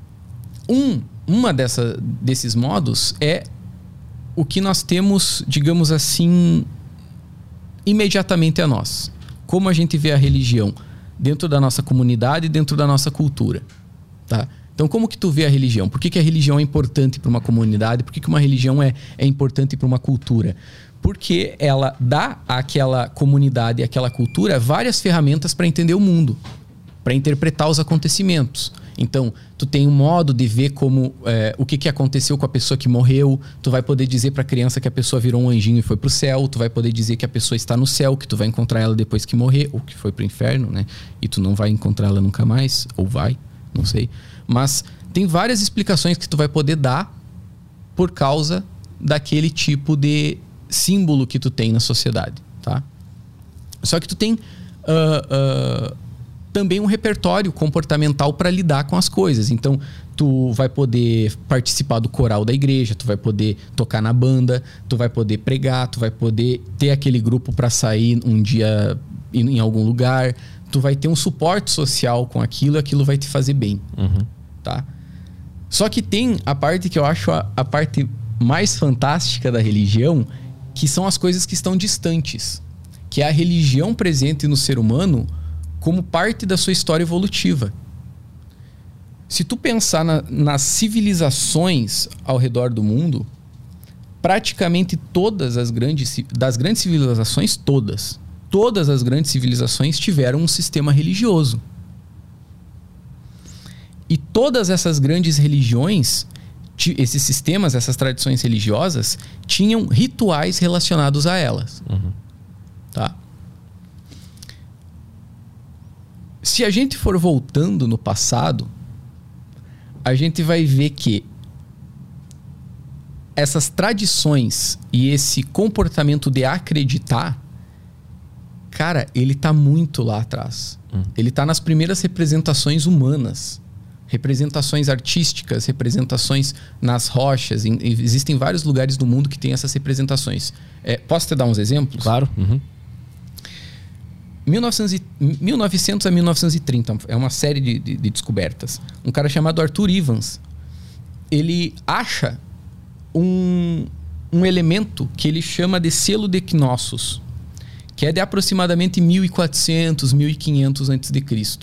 Uma desses modos é o que nós temos, digamos assim, imediatamente a nós. Como a gente vê a religião dentro da nossa comunidade e dentro da nossa cultura. Tá? Então, como que tu vê a religião? Por que a religião é importante para uma comunidade? Por que uma religião é importante para uma cultura? Porque ela dá àquela comunidade e àquela cultura várias ferramentas para entender o mundo, para interpretar os acontecimentos. Então, tu tem um modo de ver como o que aconteceu com a pessoa que morreu. Tu vai poder dizer para a criança que a pessoa virou um anjinho e foi pro céu. Tu vai poder dizer que a pessoa está no céu, que tu vai encontrar ela depois que morrer, ou que foi pro inferno, né? E tu não vai encontrar ela nunca mais, ou vai, não sei. Mas tem várias explicações que tu vai poder dar por causa daquele tipo de símbolo que tu tem na sociedade, tá? Só que tu tem também um repertório comportamental para lidar com as coisas. Então, tu vai poder participar do coral da igreja, tu vai poder tocar na banda, tu vai poder pregar, tu vai poder ter aquele grupo para sair um dia em algum lugar, tu vai ter um suporte social com aquilo, aquilo vai te fazer bem, tá? Só que tem a parte que eu acho a parte mais fantástica da religião, que são as coisas que estão distantes, que é a religião presente no ser humano como parte da sua história evolutiva. Se tu pensar nas civilizações ao redor do mundo, praticamente todas as grandes civilizações, todas as grandes civilizações tiveram um sistema religioso. E todas essas grandes religiões, esses sistemas, essas tradições religiosas, tinham rituais relacionados a elas. Tá? Se a gente for voltando no passado, a gente vai ver que essas tradições e esse comportamento de acreditar, cara, ele tá muito lá atrás. Ele tá nas primeiras representações humanas, representações artísticas, representações nas rochas. Existem vários lugares do mundo que tem essas representações. Posso te dar uns exemplos? Claro. 1900 a 1930 é uma série de descobertas. Um cara chamado Arthur Evans, ele acha um elemento que ele chama de selo de Knossos, que é de aproximadamente 1400, 1500 a.C.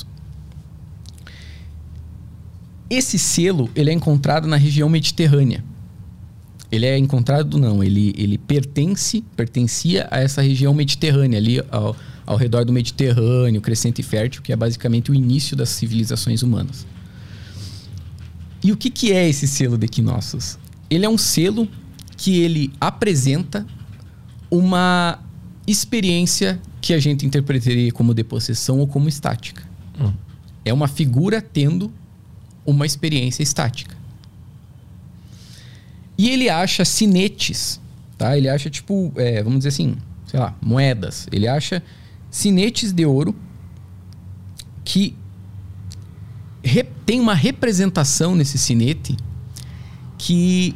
Esse selo, ele é encontrado na região mediterrânea. Ele é encontrado, não, ele pertencia a essa região mediterrânea, ali ao redor do Mediterrâneo, Crescente Fértil, que é basicamente o início das civilizações humanas. E o que é esse selo de Knossos? Ele é um selo que ele apresenta uma experiência que a gente interpretaria como de possessão ou como estática. É uma figura tendo uma experiência estática. E ele acha sinetes, tá? Ele acha, tipo, vamos dizer assim, sei lá, moedas. Ele acha sinetes de ouro que tem uma representação nesse sinete que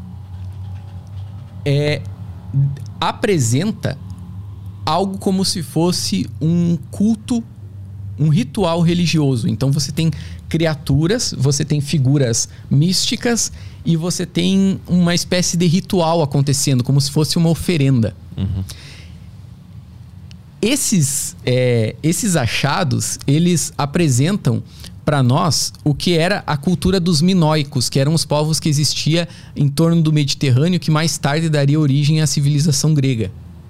apresenta algo como se fosse um culto, um ritual religioso. Então você tem criaturas, você tem figuras místicas e você tem uma espécie de ritual acontecendo, como se fosse uma oferenda. Esses achados, eles apresentam para nós o que era a cultura dos minoicos, que eram os povos que existiam em torno do Mediterrâneo, que mais tarde daria origem à civilização grega.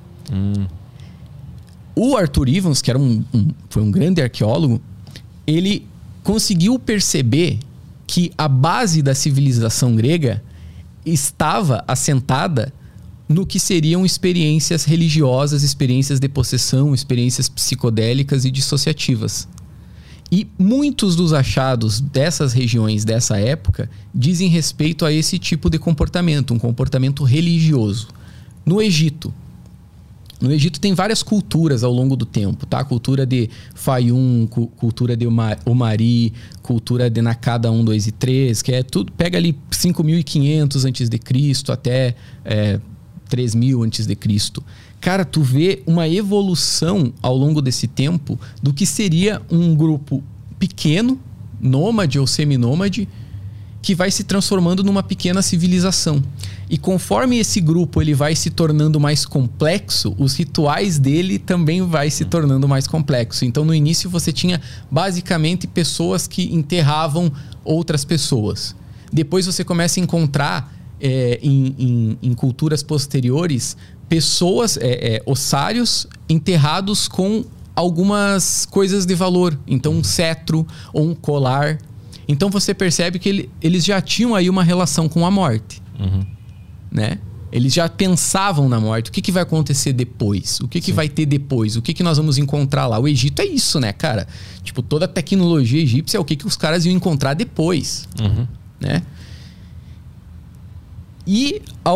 O Arthur Evans, que era foi um grande arqueólogo, ele conseguiu perceber que a base da civilização grega estava assentada no que seriam experiências religiosas, experiências de possessão, experiências psicodélicas e dissociativas. E muitos dos achados dessas regiões dessa época dizem respeito a esse tipo de comportamento, um comportamento religioso. No Egito tem várias culturas ao longo do tempo, tá? Cultura de Fayum, cultura de Omari, cultura de Nakada 1, 2 e 3, que é tudo, pega ali 5.500 a.C. até 3.000 a.C. Cara, tu vê uma evolução ao longo desse tempo do que seria um grupo pequeno, nômade ou seminômade, que vai se transformando numa pequena civilização. E conforme esse grupo ele vai se tornando mais complexo, os rituais dele também vai se tornando mais complexo. Então, no início, você tinha basicamente pessoas que enterravam outras pessoas. Depois você começa a encontrar em culturas posteriores pessoas, ossários enterrados com algumas coisas de valor. Então, um cetro ou um colar. Então você percebe que eles já tinham aí uma relação com a morte. Né? Eles já pensavam na morte. O que vai acontecer depois? O que vai ter depois? O que nós vamos encontrar lá? O Egito é isso, né, cara? Tipo, toda a tecnologia egípcia é o que os caras iam encontrar depois. Né? E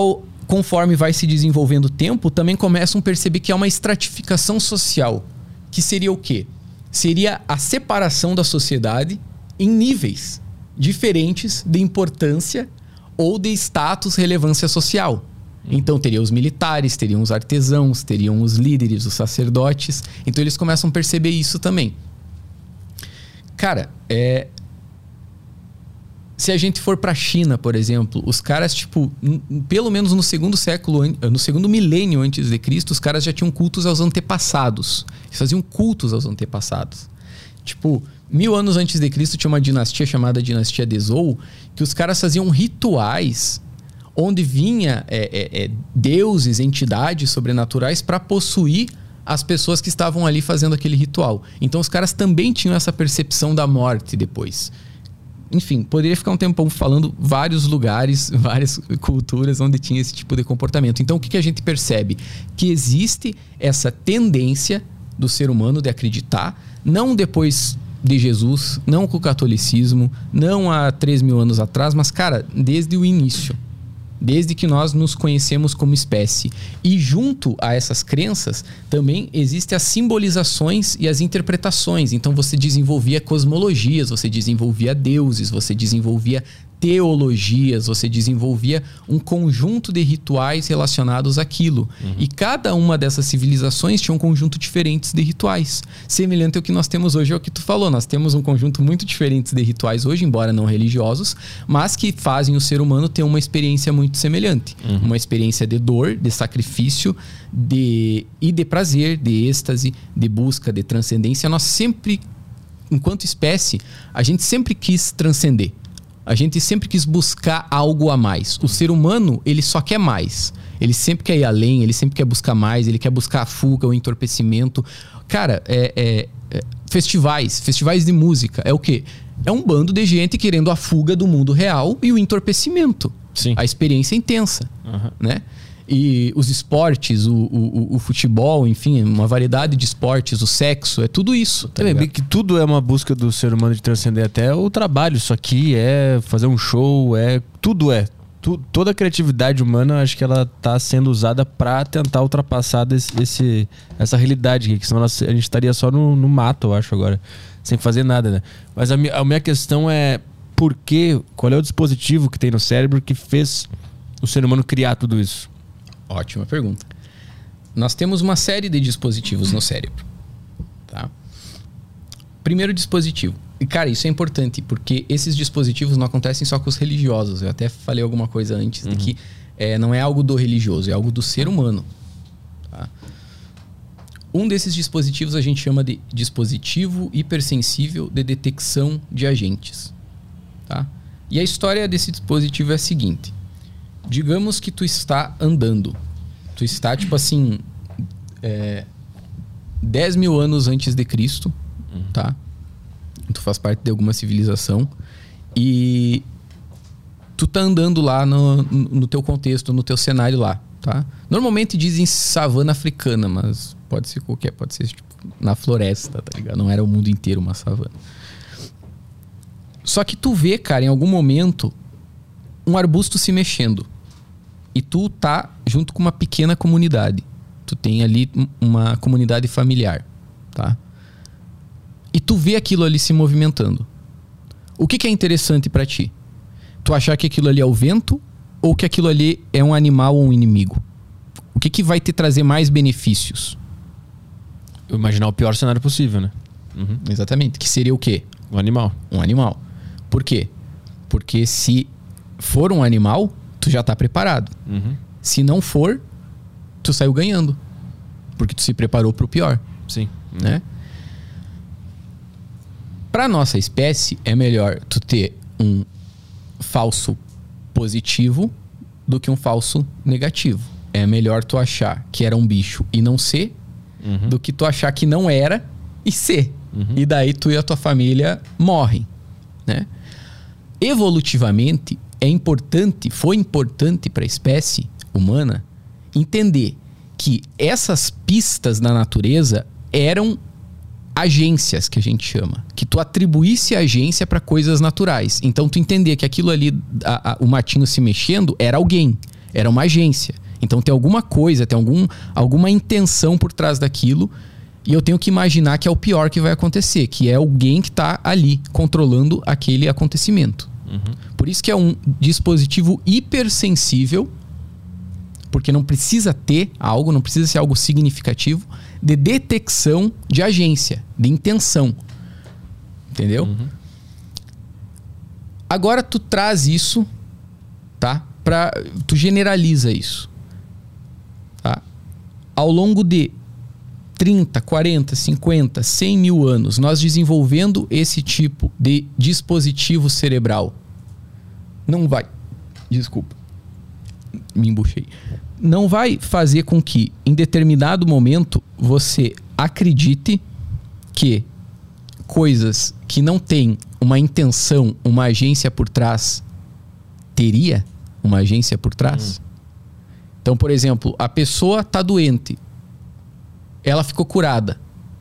conforme vai se desenvolvendo o tempo, também começam a perceber que há uma estratificação social. Que seria o quê? Seria a separação da sociedade em níveis diferentes de importância ou de status, relevância social. Então teriam os militares, teriam os artesãos, teriam os líderes, os sacerdotes. Então eles começam a perceber isso também. Cara, se a gente for pra China, por exemplo, os caras, tipo, pelo menos no segundo século, no segundo milênio antes de Cristo, os caras já tinham cultos aos antepassados. Eles faziam cultos aos antepassados. Tipo, 1000 anos antes de Cristo tinha uma dinastia chamada dinastia de Zhou, que os caras faziam rituais onde vinha deuses, entidades sobrenaturais para possuir as pessoas que estavam ali fazendo aquele ritual. Então os caras também tinham essa percepção da morte depois. Enfim, poderia ficar um tempão falando vários lugares, várias culturas onde tinha esse tipo de comportamento. Então o que a gente percebe? Que existe essa tendência do ser humano de acreditar, não depois de Jesus, não com o catolicismo, não há 3.000 anos atrás, mas, cara, desde o início. Desde que nós nos conhecemos como espécie. E junto a essas crenças, também existem as simbolizações e as interpretações. Então você desenvolvia cosmologias, você desenvolvia deuses, você desenvolvia teologias, você desenvolvia um conjunto de rituais relacionados àquilo. E cada uma dessas civilizações tinha um conjunto diferente de rituais. Semelhante ao que nós temos hoje, é o que tu falou. Nós temos um conjunto muito diferente de rituais hoje, embora não religiosos, mas que fazem o ser humano ter uma experiência muito semelhante. Uma experiência de dor, de sacrifício, e de prazer, de êxtase, de busca, de transcendência. Nós sempre, enquanto espécie, a gente sempre quis transcender. A gente sempre quis buscar algo a mais. O ser humano, ele só quer mais. Ele sempre quer ir além, ele sempre quer buscar mais, ele quer buscar a fuga, o entorpecimento. Cara, festivais de música, é o quê? É um bando de gente querendo a fuga do mundo real e o entorpecimento. Sim. A experiência intensa, né? E os esportes, o futebol, enfim, uma variedade de esportes, o sexo, é tudo isso. Tá ligado? Que tudo é uma busca do ser humano de transcender até o trabalho. Isso aqui é fazer um show, toda a criatividade humana, acho que ela tá sendo usada para tentar ultrapassar essa realidade aqui, que senão a gente estaria só no mato, eu acho, agora, sem fazer nada, né? Mas a minha questão é qual é o dispositivo que tem no cérebro que fez o ser humano criar tudo isso? Ótima pergunta. Nós temos uma série de dispositivos no cérebro, tá? Primeiro dispositivo. E, cara, isso é importante, porque esses dispositivos não acontecem só com os religiosos. Eu até falei alguma coisa antes de que não é algo do religioso, é algo do ser humano. Tá? Um desses dispositivos a gente chama de dispositivo hipersensível de detecção de agentes. Tá? E a história desse dispositivo é a seguinte. Digamos que tu está andando. Tu está, tipo assim, 10.000 anos antes de Cristo, tá? Tu faz parte de alguma civilização e tu tá andando lá no teu contexto, no teu cenário lá, tá? Normalmente dizem savana africana, mas pode ser qualquer, pode ser tipo, na floresta, tá ligado? Não era o mundo inteiro uma savana. Só que tu vê, cara, em algum momento, um arbusto se mexendo. E tu tá junto com uma pequena comunidade. Tu tem ali uma comunidade familiar, tá? E tu vê aquilo ali se movimentando. O que é interessante pra ti? Tu achar que aquilo ali é o vento ou que aquilo ali é um animal ou um inimigo? O que vai te trazer mais benefícios? Eu imaginar o pior cenário possível, né? Exatamente. Que seria o quê? Um animal. Um animal. Por quê? Porque se for um animal, tu já tá preparado. Se não for, tu saiu ganhando. Porque tu se preparou pro pior. Sim. Né? Pra nossa espécie, é melhor tu ter um falso positivo do que um falso negativo. É melhor tu achar que era um bicho e não ser, do que tu achar que não era e ser. E daí tu e a tua família morrem. Né? Evolutivamente, foi importante para a espécie humana entender que essas pistas da natureza eram agências, que a gente chama. Que tu atribuísse agência para coisas naturais. Então tu entender que aquilo ali, o matinho se mexendo, era alguém. Era uma agência. Então tem alguma coisa, tem alguma intenção por trás daquilo. E eu tenho que imaginar que é o pior que vai acontecer, que é alguém que está ali controlando aquele acontecimento. Por isso que é um dispositivo hipersensível, porque não precisa ter algo, não precisa ser algo significativo, de detecção de agência, de intenção. Entendeu? Agora tu traz isso, tá? Tu generaliza isso. Tá? Ao longo de 30, 40, 50, 100 mil anos, nós desenvolvendo esse tipo de dispositivo cerebral, não vai... Desculpa. Me embuchei. Não vai fazer com que, em determinado momento, você acredite que coisas que não têm uma intenção, uma agência por trás, teria uma agência por trás? Então, por exemplo, a pessoa está doente. Ela ficou curada.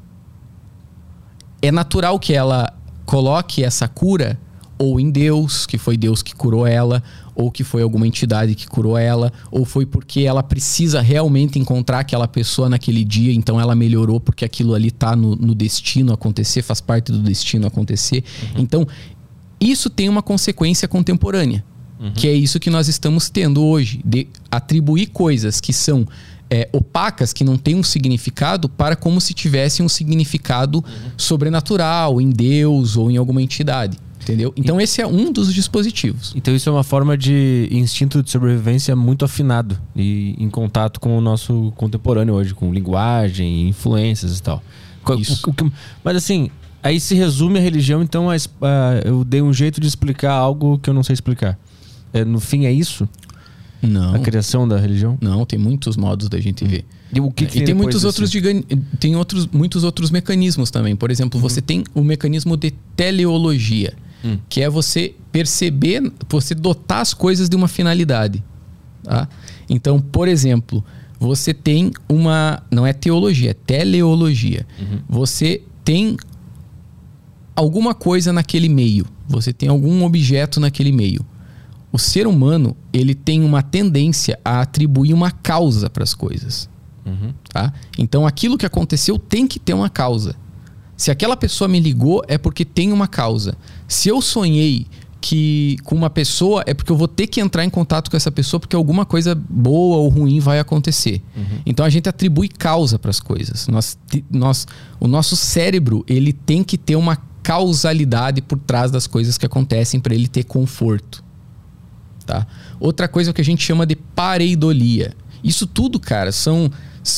É natural que ela coloque essa cura ou em Deus, que foi Deus que curou ela, ou que foi alguma entidade que curou ela, ou foi porque ela precisa realmente encontrar aquela pessoa naquele dia, então ela melhorou porque aquilo ali está no destino acontecer, faz parte do destino acontecer. Então, isso tem uma consequência contemporânea, que é isso que nós estamos tendo hoje, de atribuir coisas que são opacas, que não têm um significado, para como se tivesse um significado sobrenatural, em Deus ou em alguma entidade. Entendeu? Então esse é um dos dispositivos. Então isso é uma forma de instinto de sobrevivência muito afinado e em contato com o nosso contemporâneo hoje, com linguagem, influências e tal. Isso. Mas assim, aí se resume a religião, então eu dei um jeito de explicar algo que eu não sei explicar. No fim é isso? Não. A criação da religião? Não, tem muitos modos da gente ver. E o que tem muitos outros muitos outros mecanismos também. Por exemplo, você tem o mecanismo de teleologia, que é você perceber, você dotar as coisas de uma finalidade. Tá? Então, por exemplo, você tem uma... Não é teologia, é teleologia. Você tem alguma coisa naquele meio. Você tem algum objeto naquele meio. O ser humano, ele tem uma tendência a atribuir uma causa para as coisas. Tá? Então, aquilo que aconteceu tem que ter uma causa. Se aquela pessoa me ligou, é porque tem uma causa. Se eu sonhei com uma pessoa, é porque eu vou ter que entrar em contato com essa pessoa, porque alguma coisa boa ou ruim vai acontecer. Então, a gente atribui causa para as coisas. O nosso cérebro, ele tem que ter uma causalidade por trás das coisas que acontecem para ele ter conforto. Tá? Outra coisa é o que a gente chama de pareidolia. Isso tudo, cara, são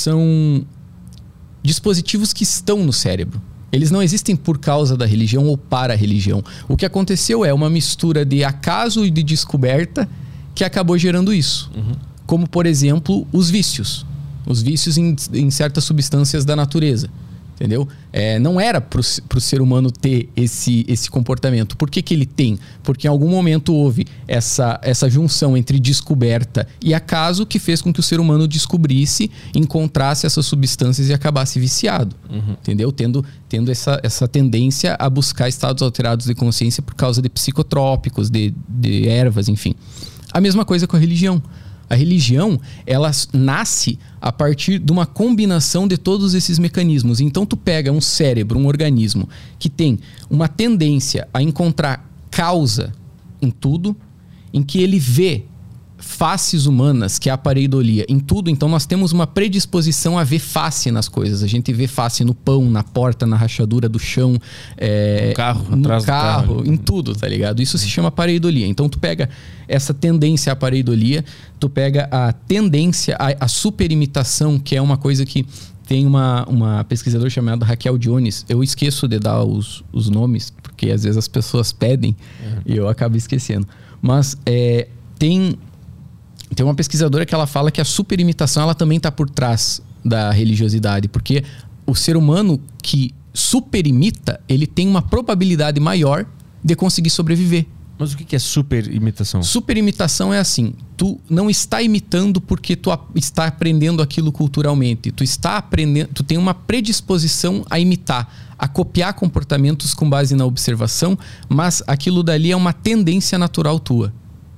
dispositivos que estão no cérebro. Eles não existem por causa da religião ou para a religião. O que aconteceu é uma mistura de acaso e de descoberta que acabou gerando isso. Como, por exemplo, os vícios. Os vícios em certas substâncias da natureza. Entendeu? Não era pro ser humano ter esse comportamento. Por que ele tem? Porque em algum momento houve essa junção entre descoberta e acaso que fez com que o ser humano descobrisse, encontrasse essas substâncias e acabasse viciado. Entendeu? Tendo essa tendência a buscar estados alterados de consciência por causa de psicotrópicos, de ervas, enfim. A mesma coisa com a religião. A religião, ela nasce a partir de uma combinação de todos esses mecanismos. Então, tu pega um cérebro, um organismo, que tem uma tendência a encontrar causa em tudo, em que ele vê faces humanas, que é a pareidolia, em tudo. Então, nós temos uma predisposição a ver face nas coisas. A gente vê face no pão, na porta, na rachadura do chão, no carro, em tudo, tá ligado? Isso se chama pareidolia. Então, tu pega essa tendência à pareidolia, tu pega a tendência à superimitação, que é uma coisa que tem uma pesquisadora chamada Raquel Jones. Eu esqueço de dar os nomes, porque às vezes as pessoas pedem e eu acabo esquecendo. Mas tem uma pesquisadora que ela fala que a superimitação ela também está por trás da religiosidade, porque o ser humano que superimita, ele tem uma probabilidade maior de conseguir sobreviver. Mas o que é superimitação? Superimitação é assim, tu não está imitando porque tu está aprendendo aquilo culturalmente. Tu está aprendendo, tu tem uma predisposição a imitar, a copiar comportamentos com base na observação, mas aquilo dali é uma tendência natural tua.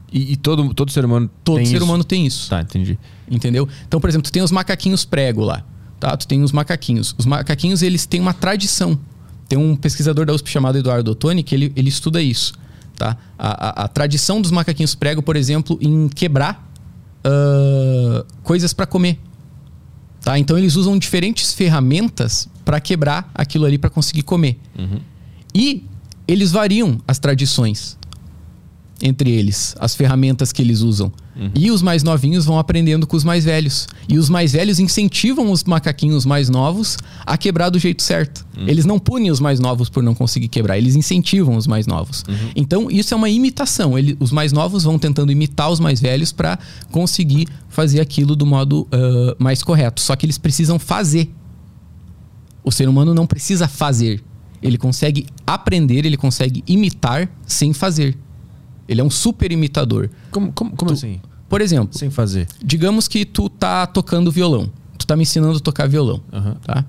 E todo ser humano Todo ser humano tem isso. Tá, entendi. Entendeu? Então, por exemplo, tu tem os macaquinhos prego lá. Tá? Tu tem os macaquinhos. Os macaquinhos, eles têm uma tradição. Tem um pesquisador da USP chamado Eduardo Ottoni que ele estuda isso. Tá? A tradição dos macaquinhos prego, por exemplo, em quebrar coisas para comer. Tá? Então eles usam diferentes ferramentas para quebrar aquilo ali para conseguir comer. E eles variam as tradições entre eles, as ferramentas que eles usam. E os mais novinhos vão aprendendo com os mais velhos. E os mais velhos incentivam os macaquinhos mais novos a quebrar do jeito certo. Eles não punem os mais novos por não conseguir quebrar, eles incentivam os mais novos. Então isso é uma imitação. Os mais novos vão tentando imitar os mais velhos para conseguir fazer aquilo do modo mais correto. Só que eles precisam fazer. O ser humano não precisa fazer. Ele consegue aprender, ele consegue imitar sem fazer. Ele é um super imitador. Como assim? Por exemplo, Sem fazer. digamos que tu tá tocando violão. Tu tá me ensinando a tocar violão. Tá?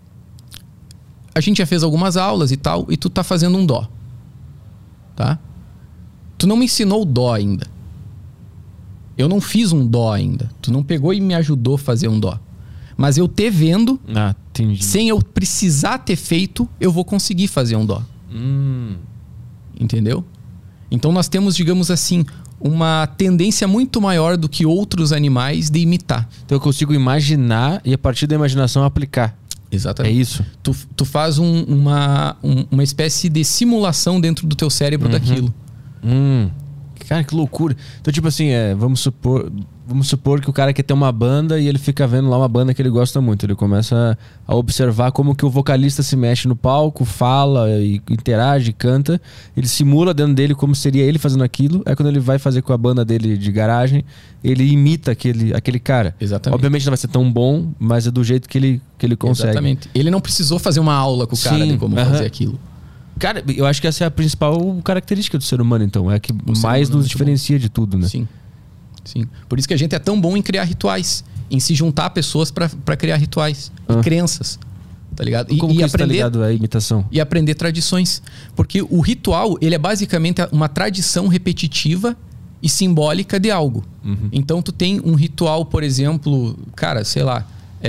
A gente já fez algumas aulas e tal, e tu tá fazendo um dó. Tá? Tu não me ensinou o dó ainda. Eu não fiz um dó ainda. Tu não pegou e me ajudou a fazer um dó. Mas eu te vendo, entendi. sem eu precisar ter feito, eu vou conseguir fazer um dó. Entendeu? Então nós temos, digamos assim, uma tendência muito maior do que outros animais de imitar. Então eu consigo imaginar e a partir da imaginação aplicar. Exatamente. É isso? Tu faz uma espécie de simulação dentro do teu cérebro daquilo. Cara, que loucura. Então, tipo assim, vamos supor que o cara quer ter uma banda e ele fica vendo lá uma banda que ele gosta muito. Ele começa a observar como que o vocalista se mexe no palco, fala e interage, canta. Ele simula dentro dele como seria ele fazendo aquilo. Aí quando ele vai fazer com a banda dele de garagem, ele imita aquele cara. Exatamente. Obviamente não vai ser tão bom, mas é do jeito que ele consegue. Exatamente. Ele não precisou fazer uma aula com o cara de como fazer aquilo. Cara, eu acho que essa é a principal característica do ser humano, então. É a que mais nos diferencia de tudo, né? Sim. Por isso que a gente é tão bom em criar rituais. Em se juntar pessoas pra criar rituais. E crenças. Tá ligado? Como que isso aprender, tá ligado à imitação? E aprender tradições. Porque o ritual, ele é basicamente uma tradição repetitiva e simbólica de algo. Então tu tem um ritual, por exemplo, cara, sei lá,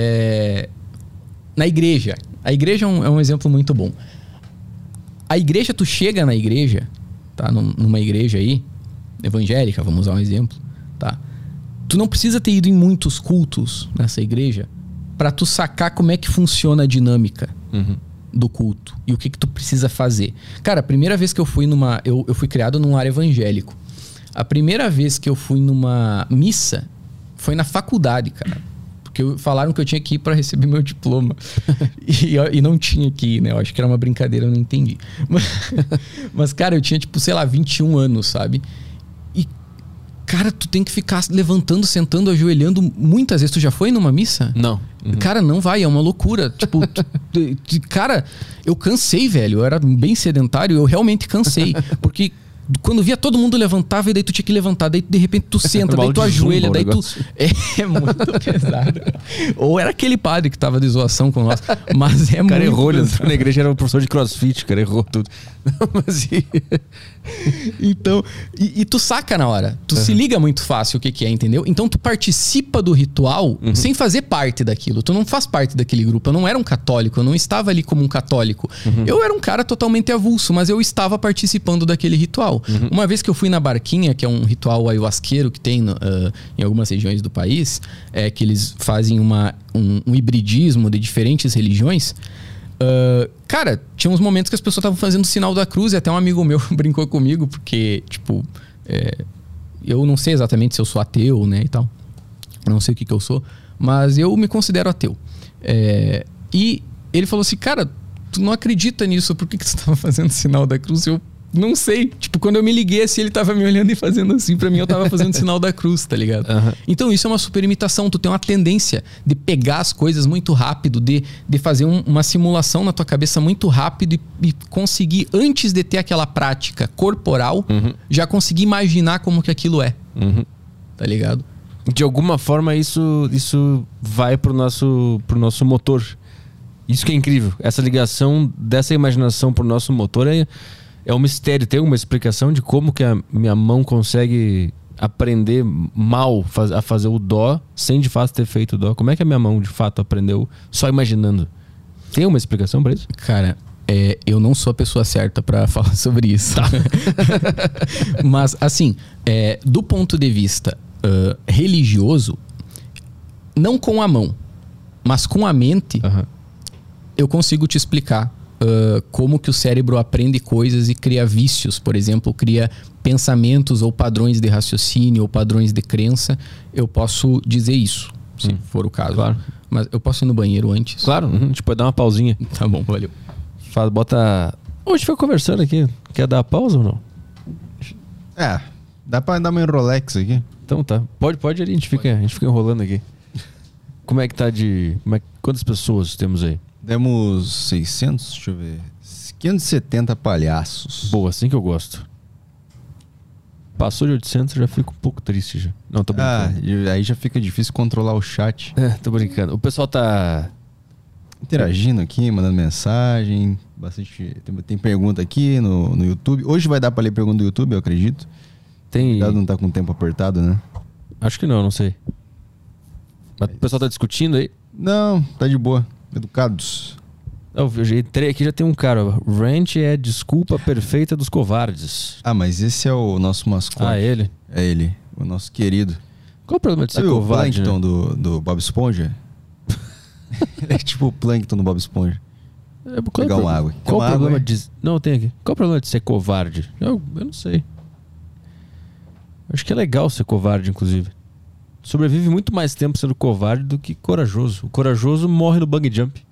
na igreja. A igreja é um exemplo muito bom. A igreja, tu chega na igreja, tá? Numa igreja aí, evangélica, vamos usar um exemplo, tá? Tu não precisa ter ido em muitos cultos nessa igreja pra tu sacar como é que funciona a dinâmica do culto e o que tu precisa fazer. Cara, a primeira vez que eu fui eu fui criado num lar evangélico. A primeira vez que eu fui numa missa foi na faculdade, cara. Porque falaram que eu tinha que ir pra receber meu diploma. e não tinha que ir, né? Eu acho que era uma brincadeira, eu não entendi. Mas, cara, eu tinha, tipo, sei lá, 21 anos, sabe? E, cara, tu tem que ficar levantando, sentando, ajoelhando muitas vezes. Tu já foi numa missa? Não. Cara, não vai, é uma loucura. Tipo, cara, eu cansei, velho. Eu era bem sedentário, eu realmente cansei. Porque quando via todo mundo levantava e daí tu tinha que levantar, daí de repente tu senta, daí tu ajoelha, daí tu... É muito pesado. Ou era aquele padre que tava de zoação com nós, mas é muito... O cara errou, ele entrou na igreja, era um professor de crossfit, cara, errou tudo. Mas então, e tu saca na hora, tu se liga muito fácil o que é, entendeu? Então tu participa do ritual sem fazer parte daquilo, tu não faz parte daquele grupo. Eu não era um católico, eu não estava ali como um católico. Eu era um cara totalmente avulso, mas eu estava participando daquele ritual. Uma vez que eu fui na Barquinha, que é um ritual ayahuasqueiro que tem em algumas regiões do país, que eles fazem um hibridismo de diferentes religiões. Cara, tinha uns momentos que as pessoas estavam fazendo o sinal da cruz, e até um amigo meu brincou comigo, porque, tipo, eu não sei exatamente se eu sou ateu, né, e tal. Eu não sei o que eu sou, mas eu me considero ateu. E ele falou assim, cara, tu não acredita nisso, por que tu estava fazendo o sinal da cruz? Eu não sei. Tipo, quando eu me liguei assim, ele tava me olhando e fazendo assim. Pra mim, eu tava fazendo o sinal da cruz, tá ligado? Então, isso é uma super imitação. Tu tem uma tendência de pegar as coisas muito rápido, de fazer uma simulação na tua cabeça muito rápido e conseguir, antes de ter aquela prática corporal, já conseguir imaginar como que aquilo é. Tá ligado? De alguma forma, isso vai pro nosso motor. Isso que é incrível. Essa ligação dessa imaginação pro nosso motor é um mistério. Tem alguma explicação de como que a minha mão consegue aprender mal a fazer o dó sem de fato ter feito o dó? Como é que a minha mão de fato aprendeu só imaginando? Tem uma explicação pra isso? Cara, eu não sou a pessoa certa pra falar sobre isso. Tá. Mas, assim, do ponto de vista religioso, não com a mão, mas com a mente, eu consigo te explicar como que o cérebro aprende coisas e cria vícios. Por exemplo, cria pensamentos ou padrões de raciocínio ou padrões de crença. Eu posso dizer isso, se for o caso. Claro. Mas eu posso ir no banheiro antes? Claro, a gente pode dar uma pausinha. Tá bom, valeu. Bota... A gente foi conversando aqui. Quer dar pausa ou não? Dá pra dar uma Rolex aqui. Então tá. Pode ali, a gente fica enrolando aqui. Como é que tá de... Quantas pessoas temos aí? Demos 600, deixa eu ver. 570 palhaços. Boa, assim que eu gosto. Passou de 800, eu já fico um pouco triste já. Não, tô brincando. Aí já fica difícil controlar o chat. Tô brincando. O pessoal tá... interagindo aqui, mandando mensagem. Bastante. Tem pergunta aqui no YouTube. Hoje vai dar pra ler pergunta do YouTube, eu acredito. Cuidado, não tá com o tempo apertado, né? Acho que não sei. Mas o pessoal tá discutindo aí? Não, tá de boa. Educados. Eu entrei aqui, já tem um cara. Ranch é desculpa perfeita dos covardes. Mas esse é o nosso mascote. Ele? É ele, o nosso querido. Qual o problema de ser Sabe covarde? O Plankton do Bob Esponja? É tipo o Plankton do Bob Esponja. Pegar uma água. Qual o problema de... Não, tem aqui. Qual o problema de ser covarde? Eu não sei. Acho que é legal ser covarde, inclusive. Sobrevive muito mais tempo sendo covarde do que corajoso. O corajoso morre no bungee jump.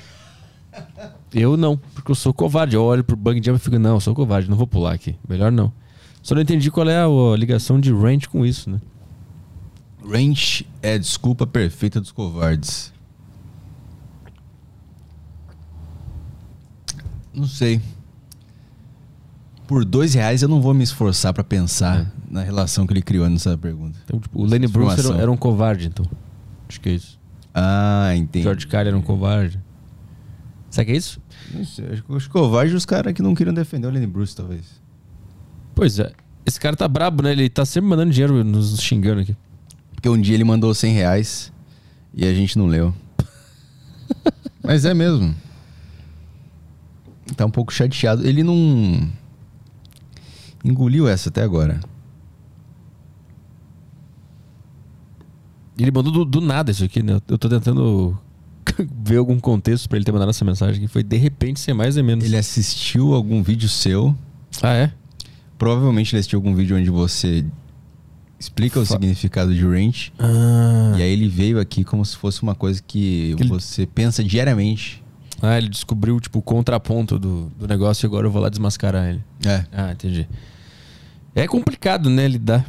Eu não, porque eu sou covarde. Eu olho pro bungee jump e fico, não, eu sou covarde, não vou pular aqui. Melhor não. Só não entendi qual é a ligação de ranch com isso, né? Ranch é a desculpa perfeita dos covardes. Não sei. Por R$2 eu não vou me esforçar pra pensar na relação que ele criou nessa pergunta. Então, tipo, o Lenny Bruce era um covarde, então. Acho que é isso. Entendi. George Carlin era um covarde. Será que é isso? Não sei. Acho que os covardes os caras que não queriam defender o Lenny Bruce, talvez. Pois é. Esse cara tá brabo, né? Ele tá sempre mandando dinheiro, nos xingando aqui. Porque um dia ele mandou R$100 e a gente não leu. Mas é mesmo. Tá um pouco chateado. Ele não engoliu essa até agora. Ele mandou do nada isso aqui, né? Eu tô tentando ver algum contexto pra ele ter mandado essa mensagem que foi de repente, sem mais nem menos. Ele assistiu algum vídeo seu. É? Provavelmente ele assistiu algum vídeo onde você explica o significado de ranch. E aí ele veio aqui como se fosse uma coisa que você pensa diariamente. Ele descobriu, tipo, o contraponto do negócio e agora eu vou lá desmascarar ele. Entendi. É complicado, né, lidar.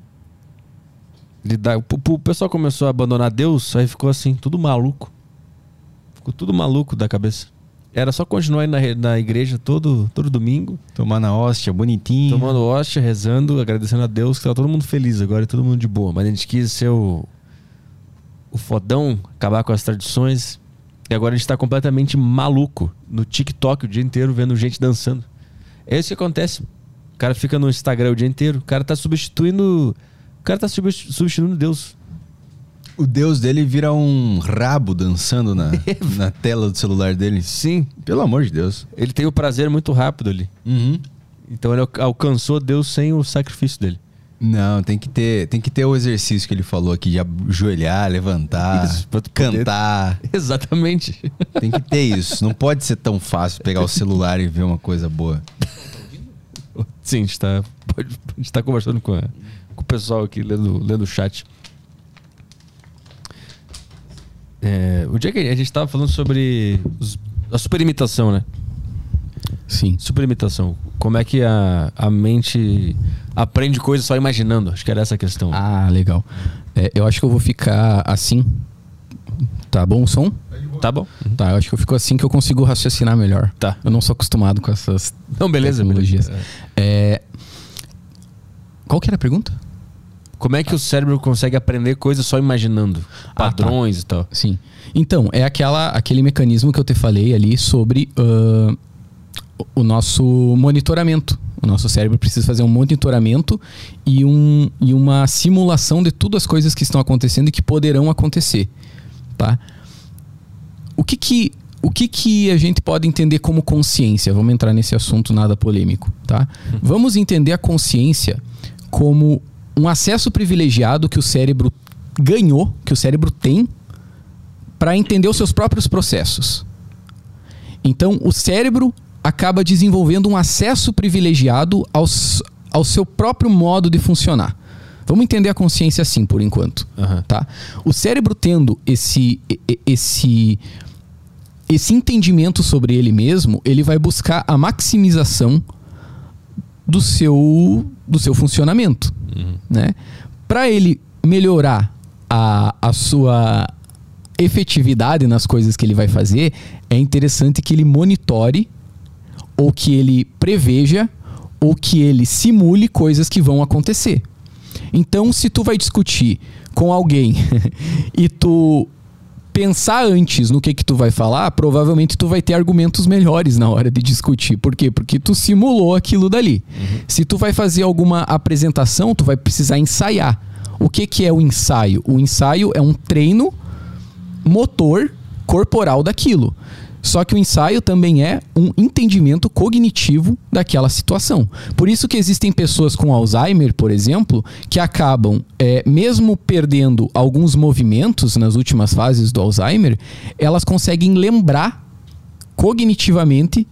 O pessoal começou a abandonar Deus, aí ficou assim, tudo maluco. Ficou tudo maluco da cabeça. Era só continuar indo na igreja todo domingo. Tomar na hóstia, bonitinho. Tomando hóstia, rezando, agradecendo a Deus, que tava todo mundo feliz agora, todo mundo de boa. Mas a gente quis ser o fodão, acabar com as tradições. E agora a gente tá completamente maluco no TikTok o dia inteiro, vendo gente dançando. É isso que acontece. O cara fica no Instagram o dia inteiro. O cara tá substituindo Deus. O Deus dele vira um rabo dançando na tela do celular dele. Sim. Pelo amor de Deus. Ele tem o prazer muito rápido ali. Então ele alcançou Deus sem o sacrifício dele. Não, tem que ter o exercício que ele falou aqui de ajoelhar, levantar, isso, cantar. Exatamente. Tem que ter isso. Não pode ser tão fácil pegar o celular e ver uma coisa boa. Sim, a gente tá conversando com o pessoal aqui, lendo o chat. O dia que a gente tava falando sobre a superimitação, né? Sim. Superimitação. Como é que a mente aprende coisas só imaginando? Acho que era essa a questão. Legal. Eu acho que eu vou ficar assim. Tá bom o som? Tá bom. Tá, eu acho que eu fico assim que eu consigo raciocinar melhor. Tá. Eu não sou acostumado com essas tecnologias. Qual que era a pergunta? Como é que o cérebro consegue aprender coisas só imaginando? Padrões e tal. Sim. Então, é aquele mecanismo que eu te falei ali sobre o nosso monitoramento. O nosso cérebro precisa fazer um monitoramento e uma simulação de todas as coisas que estão acontecendo e que poderão acontecer, tá? O que a gente pode entender como consciência? Vamos entrar nesse assunto nada polêmico, tá? Vamos entender a consciência como um acesso privilegiado que o cérebro ganhou, que o cérebro tem, para entender os seus próprios processos. Então, o cérebro acaba desenvolvendo um acesso privilegiado ao seu próprio modo de funcionar. Vamos entender a consciência assim, por enquanto. Tá? O cérebro tendo esse entendimento sobre ele mesmo, ele vai buscar a maximização do seu funcionamento. Né? Para ele melhorar a sua efetividade nas coisas que ele vai fazer, é interessante que ele monitore ou que ele preveja ou que ele simule coisas que vão acontecer. Então, se tu vai discutir com alguém e tu pensar antes no que tu vai falar, provavelmente tu vai ter argumentos melhores na hora de discutir. Por quê? Porque tu simulou aquilo dali. Se tu vai fazer alguma apresentação, tu vai precisar ensaiar. O que é o ensaio? O ensaio é um treino motor corporal daquilo. Só que o ensaio também é um entendimento cognitivo daquela situação. Por isso que existem pessoas com Alzheimer, por exemplo, que acabam, mesmo perdendo alguns movimentos nas últimas fases do Alzheimer, elas conseguem lembrar cognitivamente,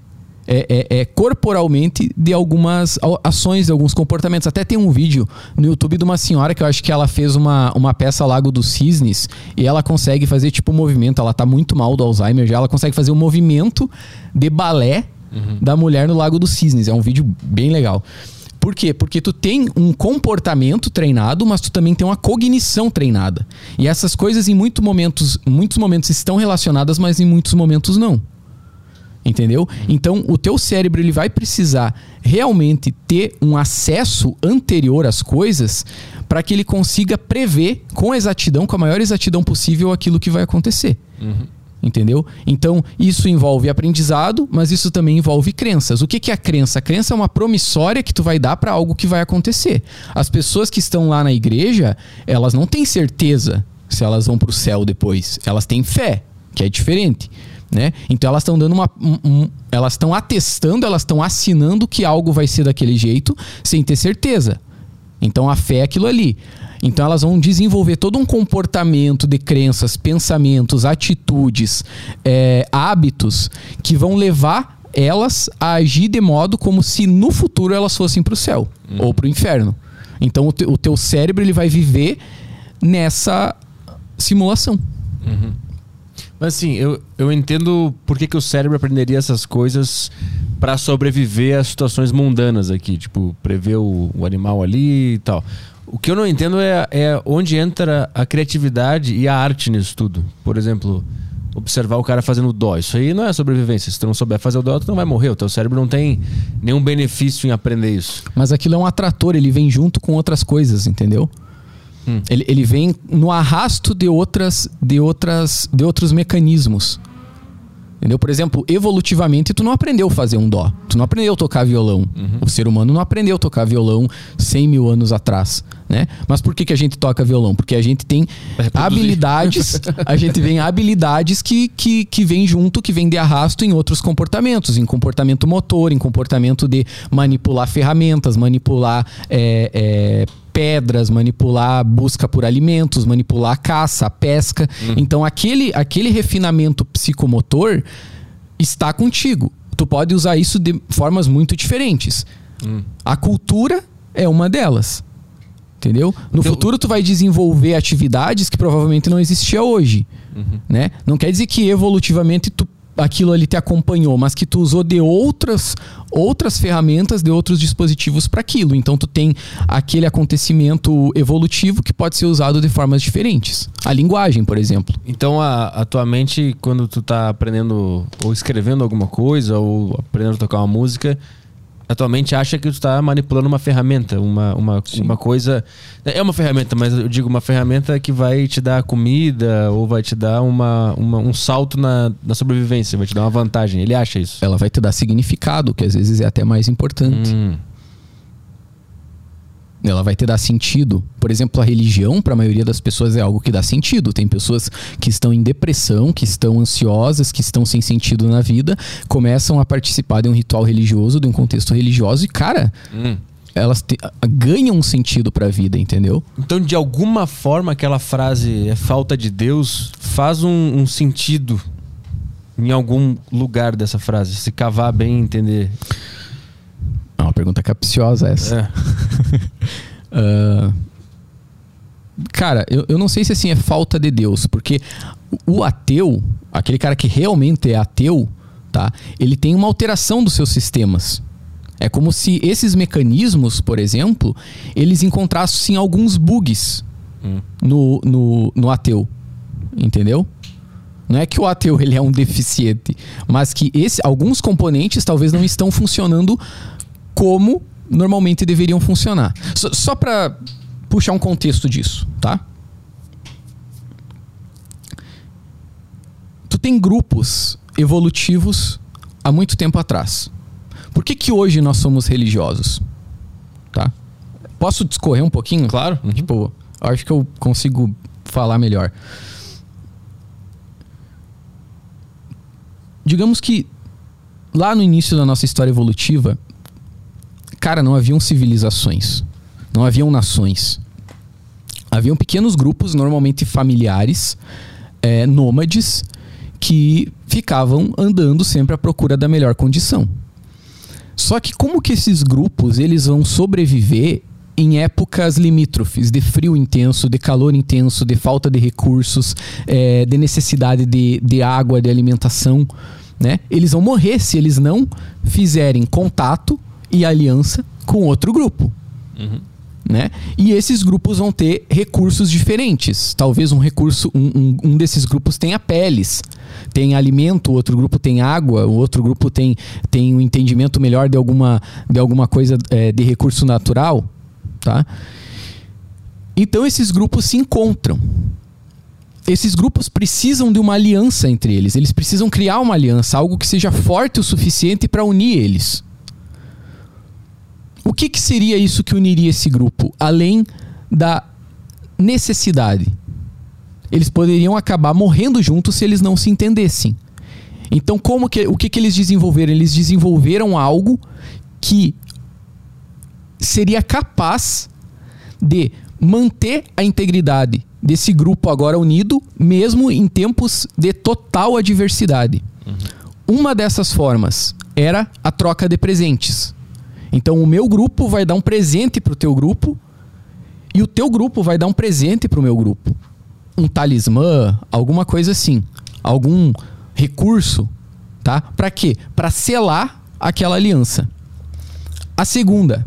corporalmente, de algumas ações, de alguns comportamentos. Até tem um vídeo no YouTube de uma senhora que eu acho que ela fez uma peça Lago dos Cisnes e ela consegue fazer tipo um movimento, ela tá muito mal do Alzheimer já, ela consegue fazer um movimento de balé da mulher no Lago dos Cisnes. É um vídeo bem legal. Por quê? Porque tu tem um comportamento treinado, mas tu também tem uma cognição treinada. E essas coisas em muitos momentos estão relacionadas, mas em muitos momentos não. Entendeu? Então, o teu cérebro ele vai precisar realmente ter um acesso anterior às coisas para que ele consiga prever com exatidão, com a maior exatidão possível, aquilo que vai acontecer. Entendeu? Então, isso envolve aprendizado, mas isso também envolve crenças. O que é a crença? A crença é uma promissória que tu vai dar para algo que vai acontecer. As pessoas que estão lá na igreja, elas não têm certeza se elas vão para o céu depois. Elas têm fé, que é diferente. Né? Então elas estão dando elas estão atestando, elas estão assinando que algo vai ser daquele jeito sem ter certeza. Então a fé é aquilo ali. Então elas vão desenvolver todo um comportamento de crenças, pensamentos, atitudes, hábitos que vão levar elas a agir de modo como se no futuro elas fossem para o céu ou para o inferno. Então o teu cérebro ele vai viver nessa simulação. Mas assim, eu entendo por que o cérebro aprenderia essas coisas para sobreviver a situações mundanas aqui. Tipo, prever o animal ali e tal. O que eu não entendo é onde entra a criatividade e a arte nisso tudo. Por exemplo, observar o cara fazendo dó. Isso aí não é sobrevivência. Se tu não souber fazer o dó, tu não vai morrer. O teu cérebro não tem nenhum benefício em aprender isso. Mas aquilo é um atrator, ele vem junto com outras coisas, entendeu? Ele vem no arrasto de outros mecanismos. Entendeu? Por exemplo, evolutivamente tu não aprendeu a fazer um dó. Tu não aprendeu a tocar violão. O ser humano não aprendeu a tocar violão 100 mil anos atrás, né? Mas por que a gente toca violão? Porque a gente tem habilidades. A gente tem habilidades que vem junto, que vem de arrasto em outros comportamentos. Em comportamento motor, em comportamento de manipular ferramentas, manipular pedras, manipular busca por alimentos, manipular a caça, a pesca. Então aquele refinamento psicomotor está contigo. Tu pode usar isso de formas muito diferentes. A cultura é uma delas. Entendeu? No futuro tu vai desenvolver atividades que provavelmente não existia hoje. Né? Não quer dizer que evolutivamente aquilo ali te acompanhou, mas que tu usou de outras ferramentas, de outros dispositivos para aquilo. Então tu tem aquele acontecimento evolutivo que pode ser usado de formas diferentes. A linguagem, por exemplo. Então a tua mente, quando tu tá aprendendo ou escrevendo alguma coisa ou aprendendo a tocar uma música, a tua mente acha que tu tá manipulando uma ferramenta, uma coisa... É uma ferramenta, mas eu digo uma ferramenta que vai te dar comida ou vai te dar um salto na sobrevivência, vai te dar uma vantagem. Ele acha isso. Ela vai te dar significado, que às vezes é até mais importante. Ela vai te dar sentido. Por exemplo, a religião, para a maioria das pessoas, é algo que dá sentido. Tem pessoas que estão em depressão, que estão ansiosas, que estão sem sentido na vida, começam a participar de um ritual religioso, de um contexto religioso e, cara, elas ganham um sentido para a vida, entendeu? Então, de alguma forma, aquela frase é falta de Deus faz um sentido em algum lugar dessa frase. Se cavar bem e entender. É uma pergunta capciosa essa. Cara, eu não sei se assim é falta de Deus, porque o ateu, aquele cara que realmente é ateu, tá? Ele tem uma alteração dos seus sistemas. É como se esses mecanismos, por exemplo, eles encontrassem alguns bugs no ateu, entendeu? Não é que o ateu ele é um deficiente, mas que alguns componentes talvez não estão funcionando como normalmente deveriam funcionar. Só para puxar um contexto disso, tá? Tu tem grupos evolutivos há muito tempo atrás. Por que hoje nós somos religiosos? Tá? Posso discorrer um pouquinho? Claro. Tipo, acho que eu consigo falar melhor. Digamos que lá no início da nossa história evolutiva, cara, não haviam civilizações, não haviam nações. Haviam pequenos grupos, normalmente familiares, nômades, que ficavam andando sempre à procura da melhor condição. Só que como que esses grupos eles vão sobreviver em épocas limítrofes, de frio intenso, de calor intenso, de falta de recursos, de necessidade de água, de alimentação, né? Eles vão morrer se eles não fizerem contato e aliança com outro grupo. Né? E esses grupos vão ter recursos diferentes. Talvez um desses grupos tenha peles, tem alimento, o outro grupo tem água, o outro grupo tem um entendimento melhor de alguma coisa de recurso natural, tá? Então esses grupos se encontram. Esses grupos precisam de uma aliança entre eles. Eles precisam criar uma aliança, algo que seja forte o suficiente para unir eles. O que seria isso que uniria esse grupo? Além da necessidade. Eles poderiam acabar morrendo juntos se eles não se entendessem. Então, o que eles desenvolveram? Eles desenvolveram algo que seria capaz de manter a integridade desse grupo agora unido, mesmo em tempos de total adversidade. Uma dessas formas era a troca de presentes. Então o meu grupo vai dar um presente pro teu grupo e o teu grupo vai dar um presente pro meu grupo. Um talismã, alguma coisa assim. Algum recurso, tá? Pra quê? Pra selar aquela aliança. A segunda,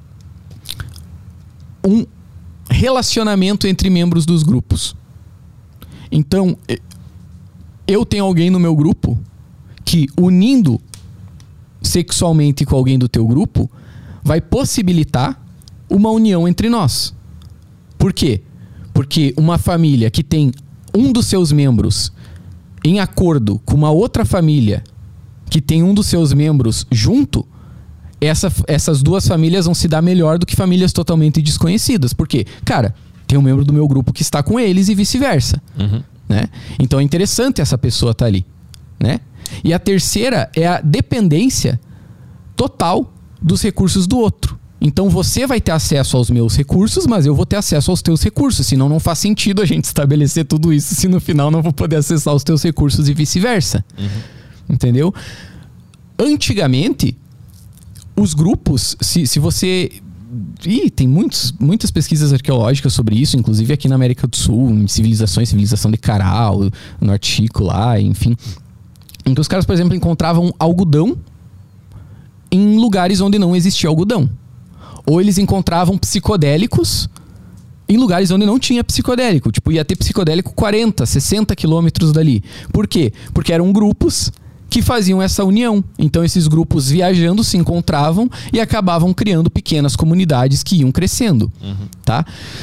um relacionamento entre membros dos grupos. Então, eu tenho alguém no meu grupo que, unindo sexualmente com alguém do teu grupo, vai possibilitar uma união entre nós. Por quê? Porque uma família que tem um dos seus membros em acordo com uma outra família que tem um dos seus membros junto, essas duas famílias vão se dar melhor do que famílias totalmente desconhecidas. Por quê? Cara, tem um membro do meu grupo que está com eles e vice-versa. Né? Então é interessante essa pessoa estar ali, né? E a terceira é a dependência total dos recursos do outro. Então você vai ter acesso aos meus recursos, mas eu vou ter acesso aos teus recursos. Senão não faz sentido a gente estabelecer tudo isso se no final não vou poder acessar os teus recursos e vice-versa. Entendeu? Antigamente, os grupos, se você... tem muitas pesquisas arqueológicas sobre isso, inclusive aqui na América do Sul, em civilização de Caral, no Artigo lá, enfim... em que os caras, por exemplo, encontravam algodão em lugares onde não existia algodão. Ou eles encontravam psicodélicos em lugares onde não tinha psicodélico. Tipo, ia ter psicodélico 40, 60 quilômetros dali. Por quê? Porque eram grupos que faziam essa união. Então, esses grupos viajando se encontravam e acabavam criando pequenas comunidades que iam crescendo. Tá?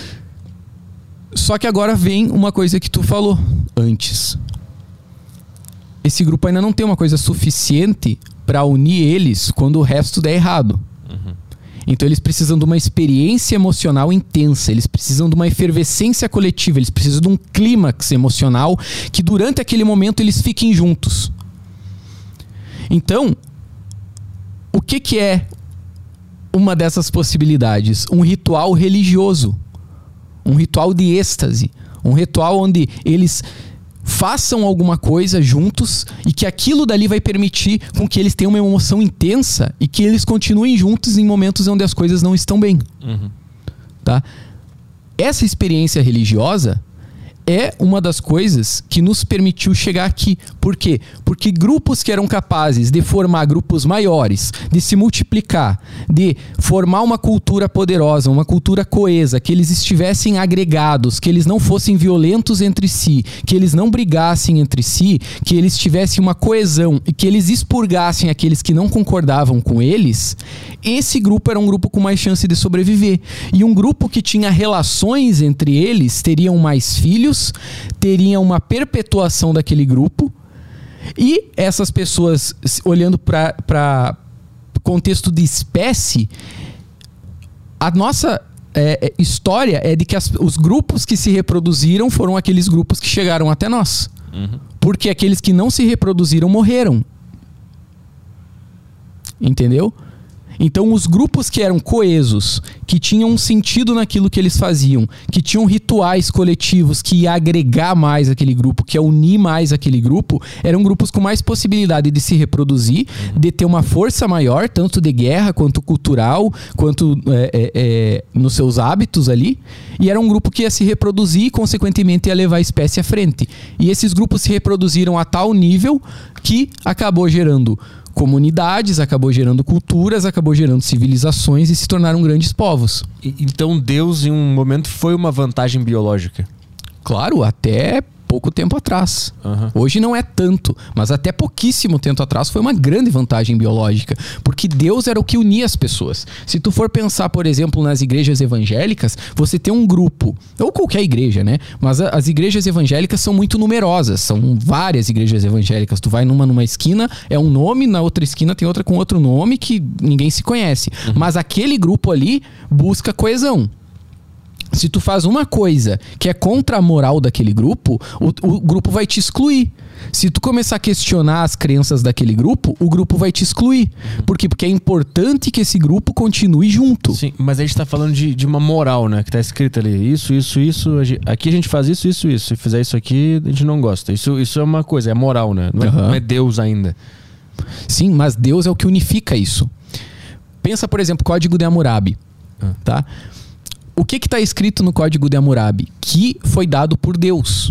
Só que agora vem uma coisa que tu falou antes. Esse grupo ainda não tem uma coisa suficiente para unir eles quando o resto der errado. Então eles precisam de uma experiência emocional intensa, eles precisam de uma efervescência coletiva, eles precisam de um clímax emocional que durante aquele momento eles fiquem juntos. Então, o que é uma dessas possibilidades? Um ritual religioso, um ritual de êxtase, um ritual onde eles façam alguma coisa juntos e que aquilo dali vai permitir com que eles tenham uma emoção intensa e que eles continuem juntos em momentos onde as coisas não estão bem. Tá? Essa experiência religiosa é uma das coisas que nos permitiu chegar aqui. Por quê? Porque grupos que eram capazes de formar grupos maiores, de se multiplicar, de formar uma cultura poderosa, uma cultura coesa, que eles estivessem agregados, que eles não fossem violentos entre si, que eles não brigassem entre si, que eles tivessem uma coesão e que eles expurgassem aqueles que não concordavam com eles, esse grupo era um grupo com mais chance de sobreviver. E um grupo que tinha relações entre eles, teriam mais filhos, teriam uma perpetuação daquele grupo, e essas pessoas, olhando para contexto de espécie, a nossa história é de que os grupos que se reproduziram foram aqueles grupos que chegaram até nós. Porque aqueles que não se reproduziram morreram. Entendeu? Então os grupos que eram coesos, que tinham um sentido naquilo que eles faziam, que tinham rituais coletivos que ia agregar mais aquele grupo, que ia unir mais aquele grupo, eram grupos com mais possibilidade de se reproduzir, de ter uma força maior, tanto de guerra, quanto cultural, quanto nos seus hábitos ali, e era um grupo que ia se reproduzir e consequentemente ia levar a espécie à frente. E esses grupos se reproduziram a tal nível que acabou gerando comunidades, acabou gerando culturas, acabou gerando civilizações e se tornaram grandes povos. Então Deus, em um momento, foi uma vantagem biológica? Claro, até pouco tempo atrás. Hoje não é tanto, mas até pouquíssimo tempo atrás foi uma grande vantagem biológica, porque Deus era o que unia as pessoas. Se tu for pensar, por exemplo, nas igrejas evangélicas, você tem um grupo, ou qualquer igreja, né? Mas as igrejas evangélicas são muito numerosas, são várias igrejas evangélicas. Tu vai numa esquina, é um nome, na outra esquina tem outra com outro nome que ninguém se conhece. Mas aquele grupo ali busca coesão. Se tu faz uma coisa que é contra a moral daquele grupo, o grupo vai te excluir. Se tu começar a questionar as crenças daquele grupo, o grupo vai te excluir. Por quê? Porque é importante que esse grupo continue junto. Sim, mas a gente tá falando de uma moral, né? Que tá escrito ali, isso. Aqui a gente faz isso. Se fizer isso aqui, a gente não gosta. Isso é uma coisa, é moral, né? Não é Deus ainda. Sim, mas Deus é o que unifica isso. Pensa, por exemplo, Código de Hammurabi. Tá? O que está escrito no Código de Hammurabi? Que foi dado por Deus.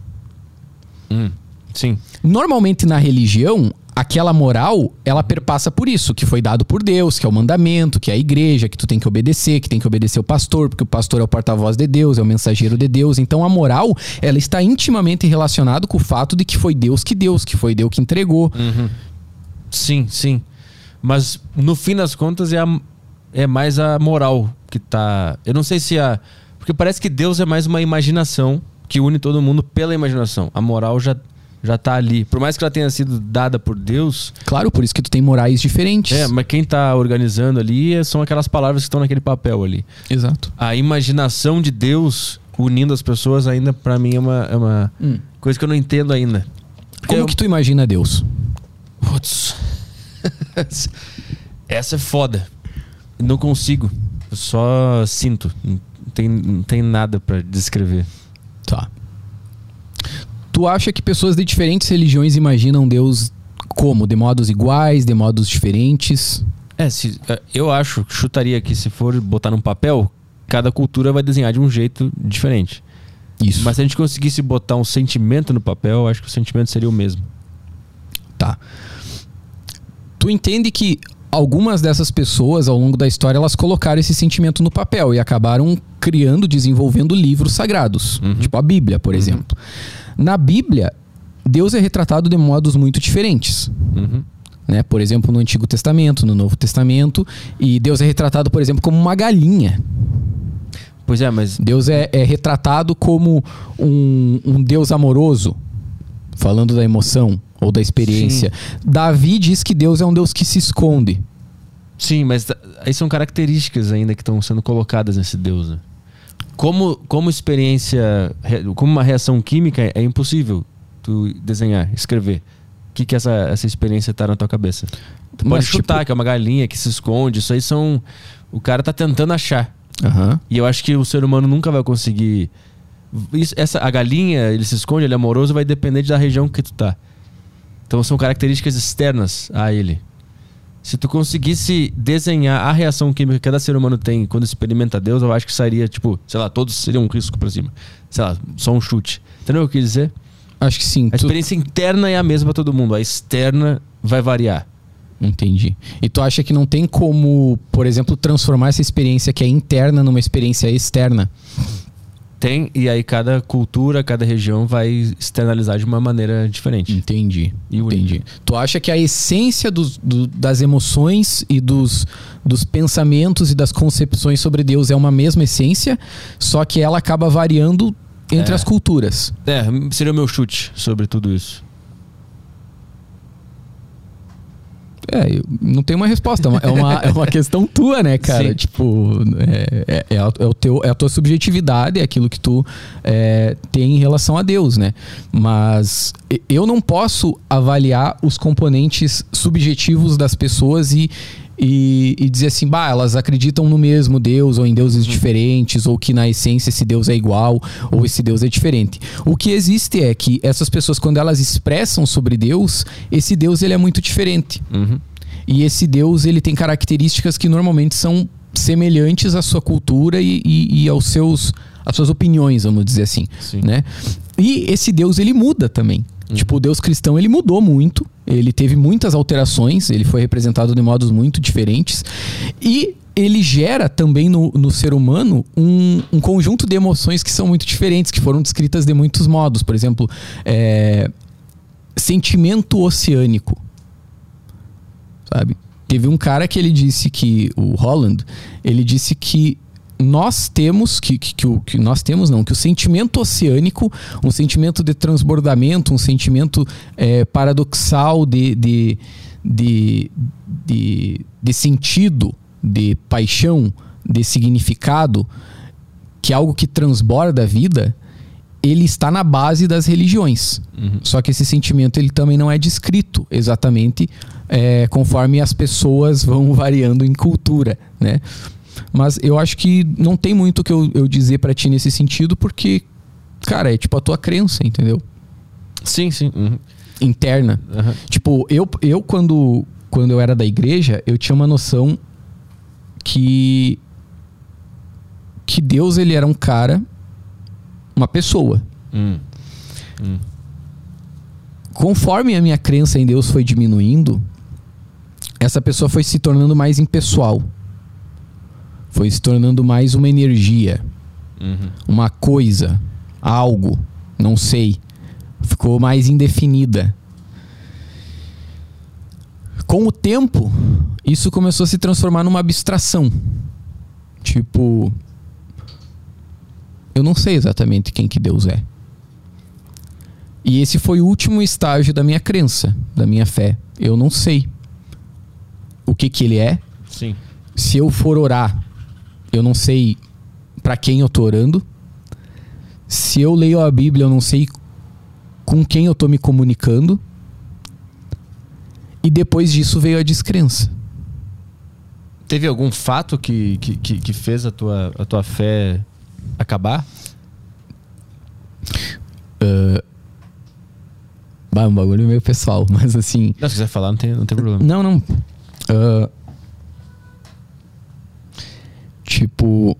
Sim. Normalmente na religião, aquela moral, ela perpassa por isso, que foi dado por Deus, que é o mandamento, que é a igreja, que tu tem que obedecer o pastor, porque o pastor é o porta-voz de Deus, é o mensageiro de Deus. Então a moral, ela está intimamente relacionada com o fato de que foi Deus que foi Deus que entregou. Sim. Mas no fim das contas é mais a moral que tá... Eu não sei se porque parece que Deus é mais uma imaginação que une todo mundo pela imaginação. A moral já tá ali. Por mais que ela tenha sido dada por Deus... Claro, por isso que tu tem morais diferentes. Mas quem tá organizando ali são aquelas palavras que estão naquele papel ali. Exato. A imaginação de Deus unindo as pessoas ainda, pra mim, é uma coisa que eu não entendo ainda. Como que tu imagina Deus? Putz. Essa é foda. Não consigo. Eu só sinto. Não tem nada pra descrever. Tá. Tu acha que pessoas de diferentes religiões imaginam Deus como? De modos iguais, de modos diferentes? Eu chutaria que se for botar num papel, cada cultura vai desenhar de um jeito diferente. Isso. Mas se a gente conseguisse botar um sentimento no papel, eu acho que o sentimento seria o mesmo. Tá. Tu entende que algumas dessas pessoas, ao longo da história, elas colocaram esse sentimento no papel e acabaram desenvolvendo livros sagrados. Tipo a Bíblia, por exemplo. Na Bíblia, Deus é retratado de modos muito diferentes. Né? Por exemplo, no Antigo Testamento, no Novo Testamento. E Deus é retratado, por exemplo, como uma galinha. Pois é, mas... Deus é retratado como um Deus amoroso, falando da emoção ou da experiência. Sim. Davi diz que Deus é um Deus que se esconde. Sim, mas aí são características ainda que estão sendo colocadas nesse Deus, né? Como experiência, como uma reação química, é impossível tu desenhar, escrever. O que essa experiência tá na tua cabeça? Tu pode chutar, que é uma galinha que se esconde. Isso aí são... O cara tá tentando achar. Uhum. E eu acho que o ser humano nunca vai conseguir... a galinha, ele se esconde, ele é amoroso, vai depender da região que tu tá. Então são características externas a ele. Se tu conseguisse desenhar a reação química que cada ser humano tem quando experimenta Deus, eu acho que sairia, tipo, sei lá, todos seriam um risco pra cima. Sei lá, só um chute. Entendeu o que eu quis dizer? Acho que sim. A experiência interna é a mesma pra todo mundo. A externa vai variar. Entendi. E tu acha que não tem como, por exemplo, transformar essa experiência que é interna numa experiência externa? Tem, e aí cada cultura, cada região vai externalizar de uma maneira diferente. Entendi. Entendi. Tu acha que a essência das emoções e dos pensamentos e das concepções sobre Deus é uma mesma essência, só que ela acaba variando entre as culturas? Seria o meu chute sobre tudo isso. Eu não tenho uma resposta. É uma questão tua, né, cara? Sim. Tipo, é a tua subjetividade, é aquilo que tu tem em relação a Deus, né? Mas eu não posso avaliar os componentes subjetivos das pessoas e dizer assim, elas acreditam no mesmo Deus ou em deuses diferentes, ou que na essência esse Deus é igual ou esse Deus é diferente. O que existe é que essas pessoas, quando elas expressam sobre Deus, esse Deus ele é muito diferente. E esse Deus ele tem características que normalmente são semelhantes à sua cultura e às suas opiniões, vamos dizer assim. Né? E esse Deus ele muda também. Tipo, o Deus cristão ele mudou muito, ele teve muitas alterações, ele foi representado de modos muito diferentes e ele gera também no ser humano um conjunto de emoções que são muito diferentes, que foram descritas de muitos modos. Por exemplo, sentimento oceânico, sabe? Teve um cara que ele disse que, o Holland, ele disse que nós temos que o sentimento oceânico, um sentimento de transbordamento, um sentimento paradoxal de sentido, de paixão, de significado, que é algo que transborda a vida, ele está na base das religiões. Só que esse sentimento ele também não é descrito exatamente conforme as pessoas vão variando em cultura, né? Mas eu acho que não tem muito o que eu dizer pra ti nesse sentido, porque, cara, é tipo a tua crença, entendeu? Sim. Interna. Tipo, eu quando eu era da igreja, eu tinha uma noção que Deus, ele era um cara, uma pessoa. Conforme a minha crença em Deus foi diminuindo, essa pessoa foi se tornando mais impessoal. Foi se tornando mais uma energia. Uma coisa. Algo. Não sei. Ficou mais indefinida. Com o tempo, isso começou a se transformar numa abstração. Tipo, eu não sei exatamente quem que Deus é. E esse foi o último estágio da minha crença, da minha fé. Eu não sei o que ele é. Sim. Se eu for orar, eu não sei pra quem eu tô orando. Se eu leio a Bíblia, eu não sei com quem eu tô me comunicando. E depois disso veio a descrença. Teve algum fato que fez a tua fé acabar? Um bagulho meio pessoal, mas assim... Não, se quiser falar, não tem problema. Não. Tipo...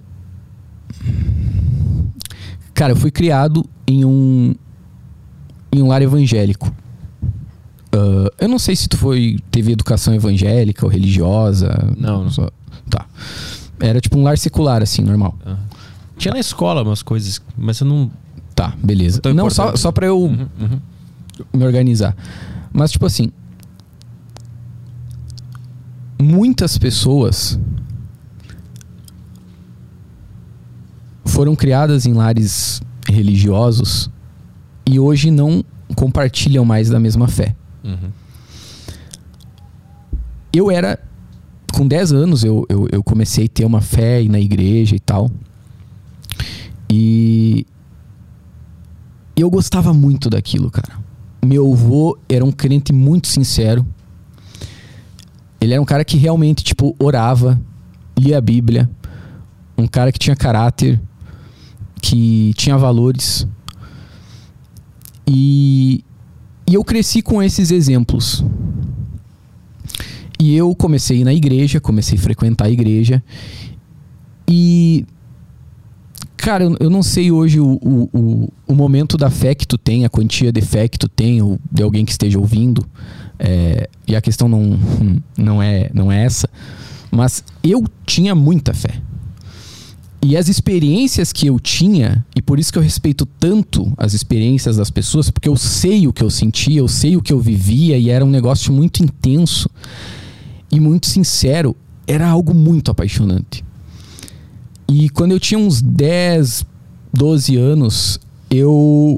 Cara, eu fui criado em um lar evangélico. Eu não sei se tu teve educação evangélica ou religiosa. Não. Tá. Era tipo um lar secular, assim, normal. Tinha na escola umas coisas, mas eu não... Tá, beleza. Não, só pra eu me organizar. Mas, tipo assim... Muitas pessoas foram criadas em lares religiosos e hoje não compartilham mais da mesma fé. Eu era com 10 anos eu comecei a ter uma fé na igreja e tal. E eu gostava muito daquilo, cara. Meu avô era um crente muito sincero. Ele era um cara que realmente, tipo, orava, lia a Bíblia. Um cara que tinha caráter, que tinha valores. E eu cresci com esses exemplos. E eu comecei a ir na igreja, comecei a frequentar a igreja. E, cara, eu não sei hoje o momento da fé que tu tem, a quantia de fé que tu tem, ou de alguém que esteja ouvindo. E a questão não é essa. Mas eu tinha muita fé. E as experiências que eu tinha, e por isso que eu respeito tanto as experiências das pessoas, porque eu sei o que eu sentia, eu sei o que eu vivia, e era um negócio muito intenso e muito sincero. Era algo muito apaixonante. E quando eu tinha uns 10, 12 anos, eu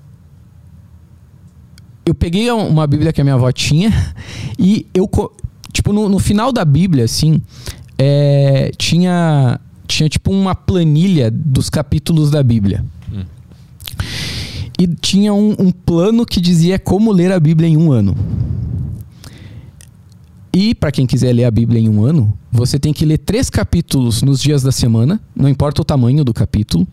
peguei uma Bíblia que a minha avó tinha, e eu, tipo, no final da Bíblia, assim, tinha tipo uma planilha dos capítulos da Bíblia. E tinha um plano que dizia como ler a Bíblia em um ano. E para quem quiser ler a Bíblia em um ano, você tem que ler 3 capítulos nos dias da semana, não importa o tamanho do capítulo,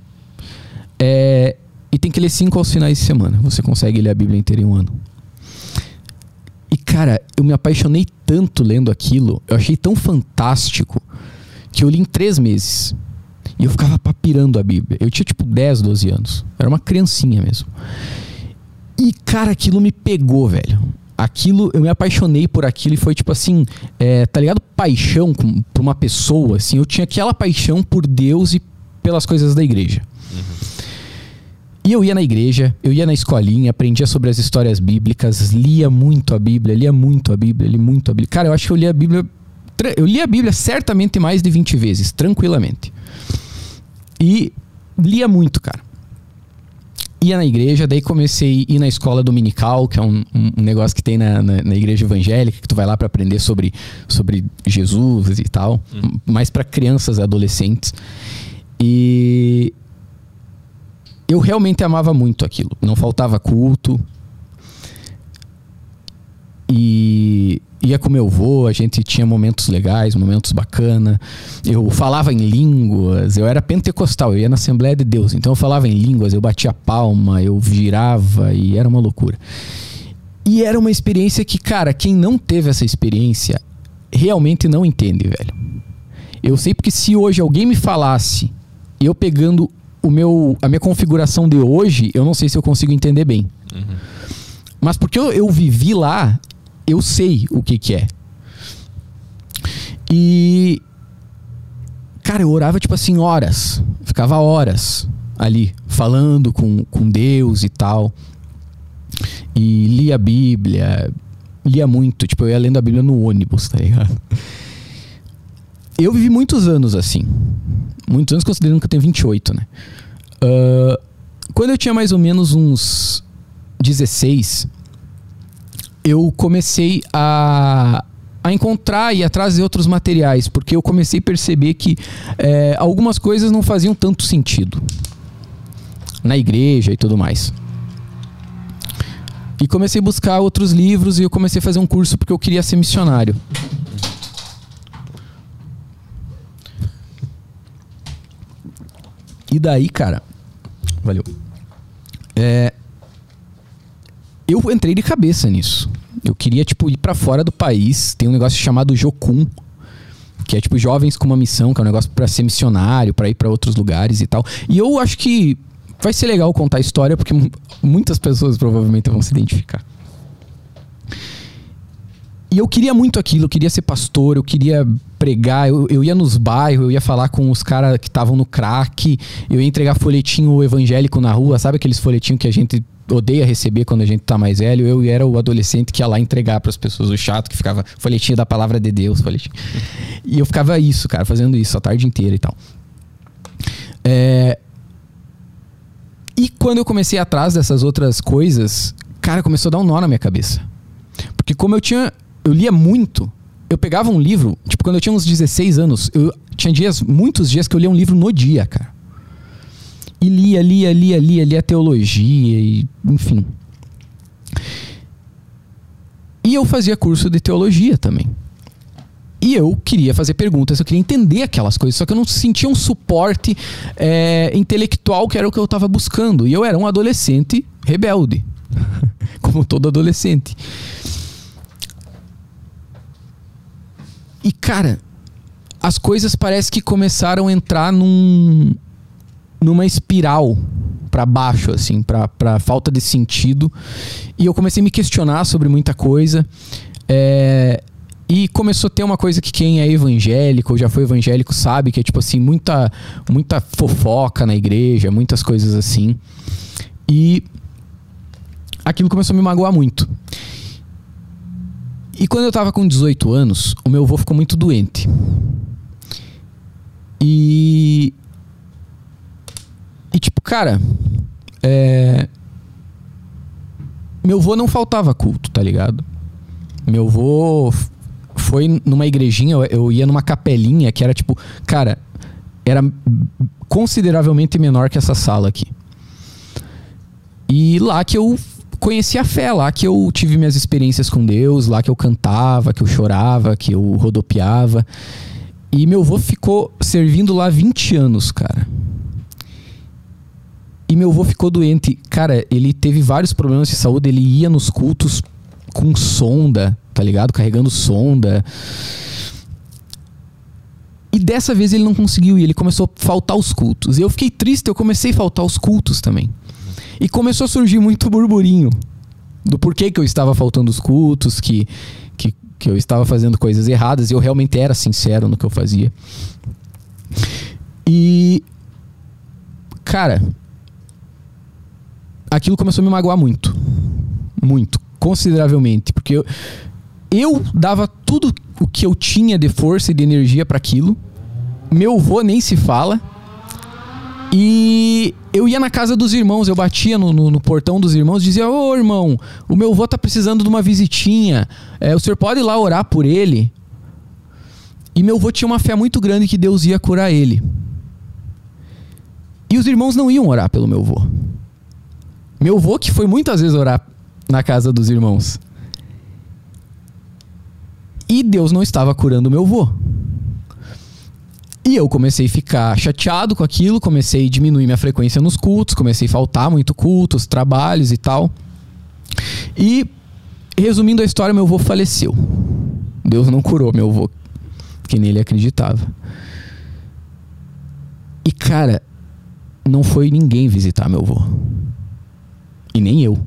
e tem que ler 5 aos finais de semana. Você consegue ler a Bíblia inteira em um ano. E, cara, eu me apaixonei tanto lendo aquilo, eu achei tão fantástico, que eu li em 3 meses. E eu ficava papirando a Bíblia. Eu tinha tipo 10, 12 anos. Era uma criancinha mesmo. E, cara, aquilo me pegou, velho. Aquilo, eu me apaixonei por aquilo. E foi tipo assim, tá ligado? Paixão por uma pessoa, assim. Eu tinha aquela paixão por Deus e pelas coisas da igreja. E eu ia na igreja, eu ia na escolinha, aprendia sobre as histórias bíblicas, lia muito a Bíblia. Cara, eu acho que eu li a Bíblia certamente mais de 20 vezes, tranquilamente. E lia muito, cara. Ia na igreja, daí comecei a ir na escola dominical, que é um negócio que tem na igreja evangélica, que tu vai lá pra aprender sobre Jesus e tal. Mais pra crianças e adolescentes. E eu realmente amava muito aquilo. Não faltava culto. E ia com meu avô, a gente tinha momentos legais, momentos bacanas. Eu falava em línguas, eu era pentecostal, eu ia na Assembleia de Deus, então eu falava em línguas, eu batia palma, eu girava, e era uma loucura. E era uma experiência que, cara, quem não teve essa experiência realmente não entende, velho. Eu sei porque se hoje alguém me falasse, eu pegando a minha configuração de hoje, eu não sei se eu consigo entender bem. Mas porque eu vivi lá, eu sei o que é. E, cara, eu orava tipo assim horas. Ficava horas ali, falando com Deus e tal. E lia a Bíblia. Lia muito. Tipo, eu ia lendo a Bíblia no ônibus, tá ligado? Eu vivi muitos anos assim. Muitos anos, considerando que eu tenho 28, né? Quando eu tinha mais ou menos uns 16... eu comecei a encontrar e a trazer outros materiais, porque eu comecei a perceber que algumas coisas não faziam tanto sentido na igreja e tudo mais. E comecei a buscar outros livros e eu comecei a fazer um curso porque eu queria ser missionário. E daí, cara, valeu. Eu entrei de cabeça nisso. Eu queria, tipo, ir pra fora do país. Tem um negócio chamado Jocum, que é, tipo, jovens com uma missão, que é um negócio pra ser missionário, pra ir pra outros lugares e tal. E eu acho que vai ser legal contar a história, porque muitas pessoas provavelmente vão se identificar. E eu queria muito aquilo, eu queria ser pastor, eu queria pregar, eu ia nos bairros, eu ia falar com os caras que estavam no crack, eu ia entregar folhetinho evangélico na rua, sabe aqueles folhetinhos que a gente odeia receber quando a gente tá mais velho? Eu era o adolescente que ia lá entregar pras pessoas, o chato que ficava folhetinho da palavra de Deus, folhetinho. E eu ficava isso, cara, fazendo isso a tarde inteira e tal. E quando eu comecei atrás dessas outras coisas, cara, começou a dar um nó na minha cabeça. Porque como eu lia muito, eu pegava um livro, tipo, quando eu tinha uns 16 anos, eu tinha muitos dias que eu lia um livro no dia, cara. E lia teologia, e enfim. E eu fazia curso de teologia também. E eu queria fazer perguntas, eu queria entender aquelas coisas, só que eu não sentia um suporte intelectual que era o que eu estava buscando. E eu era um adolescente rebelde, como todo adolescente. E, cara, as coisas parece que começaram a entrar numa espiral pra baixo, assim, pra falta de sentido. E eu comecei a me questionar sobre muita coisa. E começou a ter uma coisa que quem é evangélico ou já foi evangélico sabe, que é tipo assim, muita fofoca na igreja, muitas coisas assim. E aquilo começou a me magoar muito. E quando eu tava com 18 anos, o meu avô ficou muito doente. E tipo, cara, meu avô não faltava culto, tá ligado? Meu avô foi numa igrejinha, eu ia numa capelinha que era tipo, cara, era consideravelmente menor que essa sala aqui. E lá que eu conheci a fé, lá que eu tive minhas experiências com Deus, lá que eu cantava, que eu chorava, que eu rodopiava. E meu avô ficou servindo lá 20 anos, cara. E meu avô ficou doente. Cara, ele teve vários problemas de saúde, ele ia nos cultos com sonda, tá ligado? Carregando sonda. E dessa vez ele não conseguiu e ele começou a faltar os cultos. E eu fiquei triste, eu comecei a faltar os cultos também. E começou a surgir muito burburinho do porquê que eu estava faltando os cultos, que eu estava fazendo coisas erradas. E eu realmente era sincero no que eu fazia. E, cara, aquilo começou a me magoar muito. Muito. Consideravelmente. Porque eu dava tudo o que eu tinha de força e de energia para aquilo. Meu avô nem se fala. E eu ia na casa dos irmãos, eu batia no portão dos irmãos e dizia: ô irmão, o meu avô tá precisando de uma visitinha, o senhor pode ir lá orar por ele? E meu avô tinha uma fé muito grande que Deus ia curar ele. E os irmãos não iam orar pelo meu avô. Meu avô que foi muitas vezes orar na casa dos irmãos. E Deus não estava curando o meu avô. E eu comecei a ficar chateado com aquilo, comecei a diminuir minha frequência nos cultos, comecei a faltar muito cultos, trabalhos e tal. E, resumindo a história, meu avô faleceu. Deus não curou meu avô, que nele acreditava. E, cara, não foi ninguém visitar meu avô. E nem eu.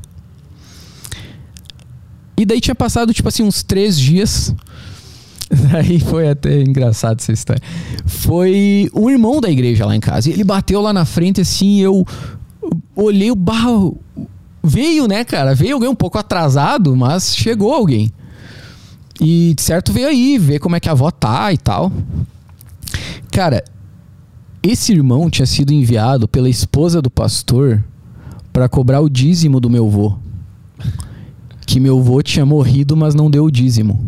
E daí tinha passado, tipo assim, uns 3 dias... Aí foi até engraçado essa história. Foi um irmão da igreja lá em casa. E ele bateu lá na frente assim, eu olhei o barro. Veio, né, cara? Veio alguém um pouco atrasado, mas chegou alguém. E de certo veio aí, ver como é que a avó tá e tal. Cara, esse irmão tinha sido enviado pela esposa do pastor pra cobrar o dízimo do meu avô. Que meu avô tinha morrido, mas não deu o dízimo.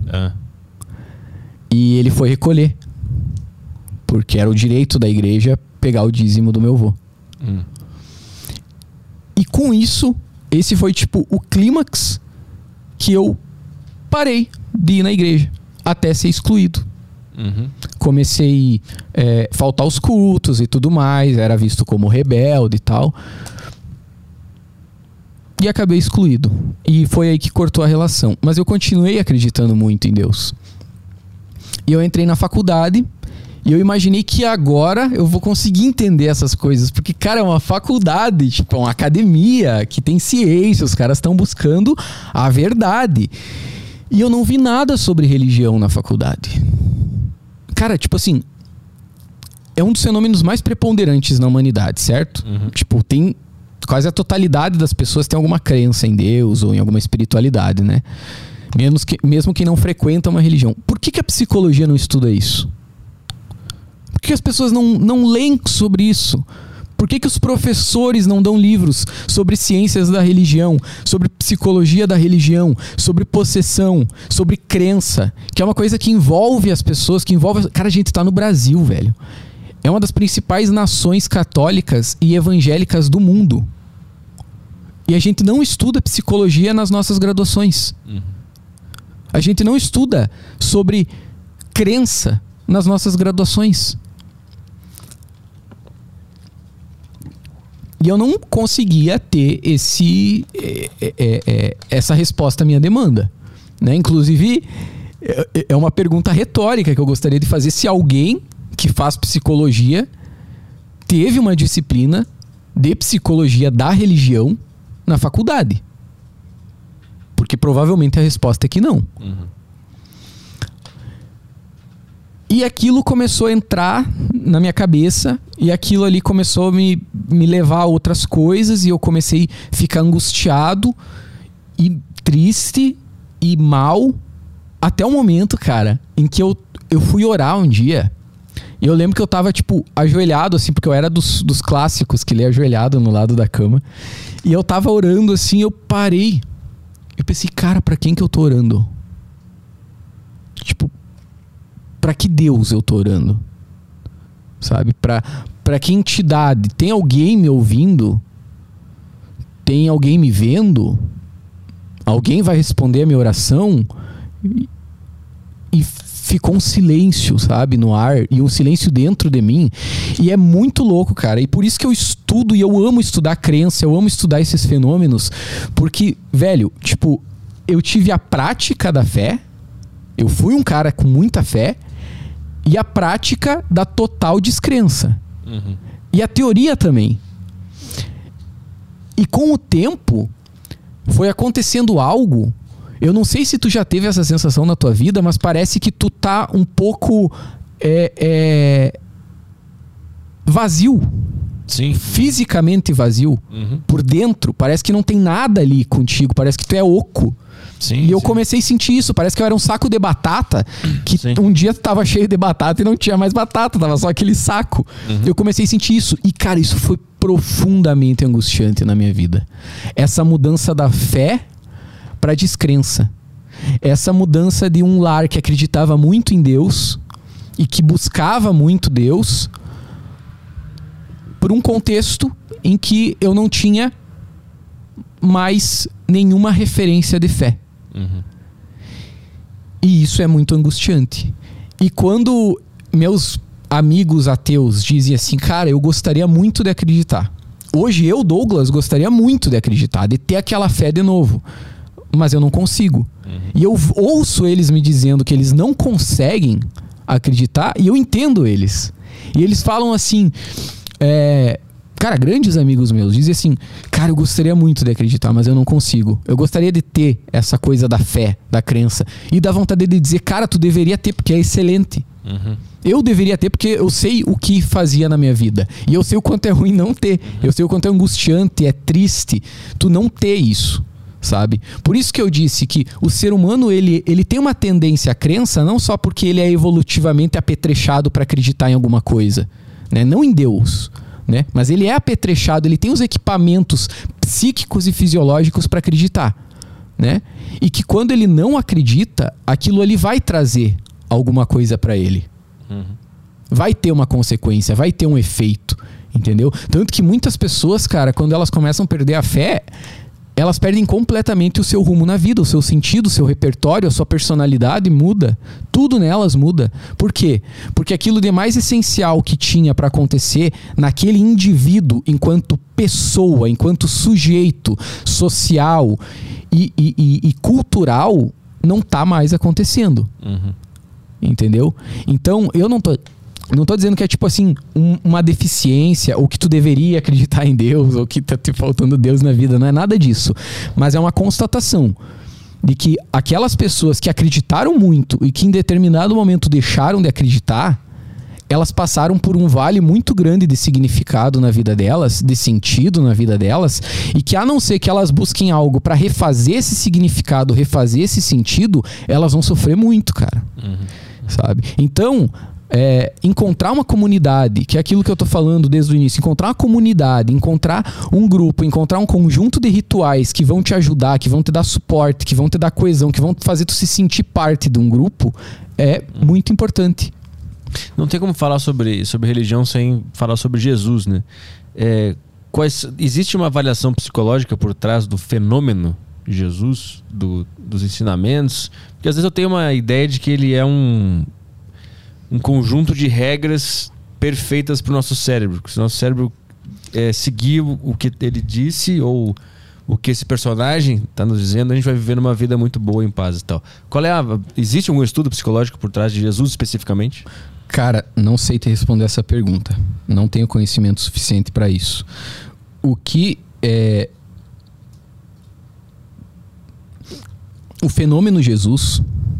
E ele foi recolher. Porque era o direito da igreja pegar o dízimo do meu avô. E com isso, esse foi tipo o clímax que eu parei de ir na igreja. Até ser excluído. Comecei a faltar os cultos e tudo mais. Era visto como rebelde e tal. E acabei excluído. E foi aí que cortou a relação. Mas eu continuei acreditando muito em Deus. E eu entrei na faculdade e eu imaginei que agora eu vou conseguir entender essas coisas. Porque, cara, é uma faculdade, tipo, é uma academia que tem ciência, os caras estão buscando a verdade. E eu não vi nada sobre religião na faculdade. Cara, tipo assim, é um dos fenômenos mais preponderantes na humanidade, certo? Tipo, tem quase a totalidade das pessoas tem alguma crença em Deus ou em alguma espiritualidade, né? Mesmo que não frequenta uma religião. Por que a psicologia não estuda isso? Por que as pessoas não leem sobre isso? Por que os professores não dão livros sobre ciências da religião, sobre psicologia da religião, sobre possessão, sobre crença, que é uma coisa que envolve as pessoas, que envolve... Cara, a gente tá no Brasil, velho. É uma das principais nações católicas e evangélicas do mundo. E a gente não estuda psicologia nas nossas graduações. A gente não estuda sobre crença nas nossas graduações. E eu não conseguia ter essa resposta à minha demanda, né? Inclusive, é uma pergunta retórica que eu gostaria de fazer: se alguém que faz psicologia teve uma disciplina de psicologia da religião na faculdade. Porque provavelmente a resposta é que não. E aquilo começou a entrar na minha cabeça, e aquilo ali começou a me levar a outras coisas, e eu comecei a ficar angustiado e triste e mal, até o momento, cara, em que eu fui orar um dia. E eu lembro que eu tava, tipo, ajoelhado, assim, porque eu era dos clássicos que lê ajoelhado no lado da cama. E eu tava orando, assim, eu parei. Eu pensei, cara, pra quem que eu tô orando? Tipo, pra que Deus eu tô orando? Sabe? Pra que entidade? Tem alguém me ouvindo? Tem alguém me vendo? Alguém vai responder a minha oração? E ficou um silêncio, sabe, no ar, e um silêncio dentro de mim, e é muito louco, cara, e por isso que eu estudo, e eu amo estudar crença, eu amo estudar esses fenômenos, porque, velho, tipo, eu tive a prática da fé, eu fui um cara com muita fé, e a prática da total descrença, e a teoria também. E com o tempo, foi acontecendo algo. Eu não sei se tu já teve essa sensação na tua vida, mas parece que tu tá um pouco vazio. Sim. Fisicamente vazio. Por dentro. Parece que não tem nada ali contigo. Parece que tu é oco. Sim, e eu comecei a sentir isso. Parece que eu era um saco de batata, que um dia tava cheio de batata e não tinha mais batata. Tava só aquele saco. Eu comecei a sentir isso. E, cara, isso foi profundamente angustiante na minha vida. Essa mudança da fé para descrença. Essa mudança de um lar que acreditava muito em Deus e que buscava muito Deus, por um contexto em que eu não tinha mais nenhuma referência de fé. E isso é muito angustiante. E quando meus amigos ateus dizem assim, cara, eu gostaria muito de acreditar. Hoje eu, Douglas, gostaria muito de acreditar, de ter aquela fé de novo. Mas eu não consigo. E eu ouço eles me dizendo que eles não conseguem acreditar, e eu entendo eles. E eles falam assim, cara, grandes amigos meus dizem assim, cara, eu gostaria muito de acreditar, mas eu não consigo. Eu gostaria de ter essa coisa da fé, da crença, e da vontade de dizer, cara, tu deveria ter porque é excelente. Eu deveria ter porque eu sei o que fazia na minha vida, e eu sei o quanto é ruim não ter. Eu sei o quanto é angustiante, é triste tu não ter isso, sabe? Por isso que eu disse que o ser humano, ele tem uma tendência à crença, não só porque ele é evolutivamente apetrechado para acreditar em alguma coisa, né? Não em Deus, né? Mas ele é apetrechado, ele tem os equipamentos psíquicos e fisiológicos para acreditar, né? E que quando ele não acredita, aquilo ali vai trazer alguma coisa para ele. Vai ter uma consequência, vai ter um efeito, entendeu? Tanto que muitas pessoas, cara, quando elas começam a perder a fé, elas perdem completamente o seu rumo na vida, o seu sentido, o seu repertório, a sua personalidade muda. Tudo nelas muda. Por quê? Porque aquilo de mais essencial que tinha para acontecer naquele indivíduo, enquanto pessoa, enquanto sujeito social e cultural, não tá mais acontecendo. Entendeu? Então, eu não tô dizendo que é tipo assim, uma deficiência, ou que tu deveria acreditar em Deus, ou que tá te faltando Deus na vida. Não é nada disso. Mas é uma constatação de que aquelas pessoas que acreditaram muito e que em determinado momento deixaram de acreditar, elas passaram por um vale muito grande de significado na vida delas, de sentido na vida delas, e que a não ser que elas busquem algo para refazer esse significado, refazer esse sentido, elas vão sofrer muito, cara. Sabe? Então, encontrar uma comunidade, que é aquilo que eu tô falando desde o início, encontrar uma comunidade, encontrar um grupo, encontrar um conjunto de rituais que vão te ajudar, que vão te dar suporte, que vão te dar coesão, que vão fazer tu se sentir parte de um grupo, é muito importante. Não tem como falar sobre religião sem falar sobre Jesus, né? Existe uma avaliação psicológica por trás do fenômeno de Jesus, dos ensinamentos? Porque às vezes eu tenho uma ideia de que ele é um conjunto de regras perfeitas para o nosso cérebro. Se o nosso cérebro seguir o que ele disse ou o que esse personagem está nos dizendo, a gente vai viver uma vida muito boa, em paz e tal. Existe algum estudo psicológico por trás de Jesus especificamente? Cara, não sei te responder essa pergunta. Não tenho conhecimento suficiente para isso. O fenômeno Jesus,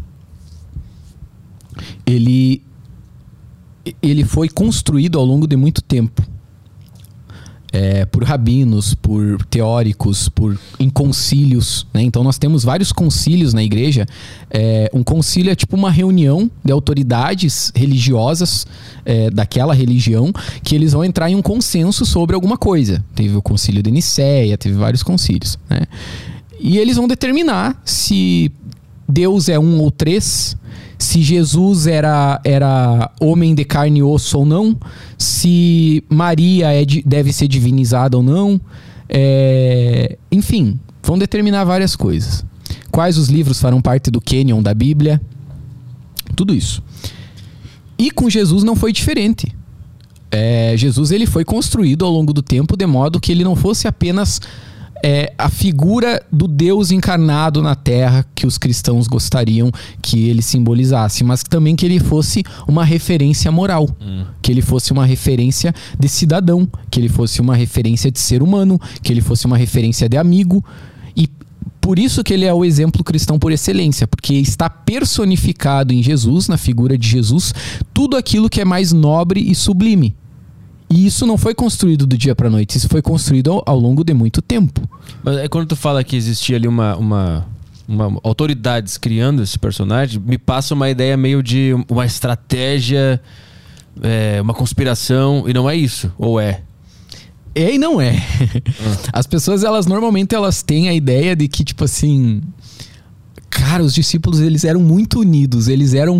ele foi construído ao longo de muito tempo. Por rabinos, por teóricos, em concílios, né? Então nós temos vários concílios na igreja. Um concílio é tipo uma reunião de autoridades religiosas daquela religião, que eles vão entrar em um consenso sobre alguma coisa. Teve o concílio de Nicéia, teve vários concílios, né? E eles vão determinar se Deus é um ou três, se Jesus era homem de carne e osso ou não, se Maria deve ser divinizada ou não, enfim, vão determinar várias coisas. Quais os livros farão parte do cânon da Bíblia, tudo isso. E com Jesus não foi diferente. Jesus ele foi construído ao longo do tempo de modo que ele não fosse apenas a figura do Deus encarnado na Terra que os cristãos gostariam que ele simbolizasse, mas também que ele fosse uma referência moral, que ele fosse uma referência de cidadão, que ele fosse uma referência de ser humano, que ele fosse uma referência de amigo. E por isso que ele é o exemplo cristão por excelência, porque está personificado em Jesus, na figura de Jesus, tudo aquilo que é mais nobre e sublime. E isso não foi construído do dia para noite, isso foi construído ao longo de muito tempo. Mas quando tu fala que existia ali uma autoridades criando esse personagem, me passa uma ideia meio de uma estratégia, uma conspiração, e não é isso, ou é? É e não é. As pessoas, normalmente têm a ideia de que, tipo assim... Cara, os discípulos, eles eram muito unidos, eles eram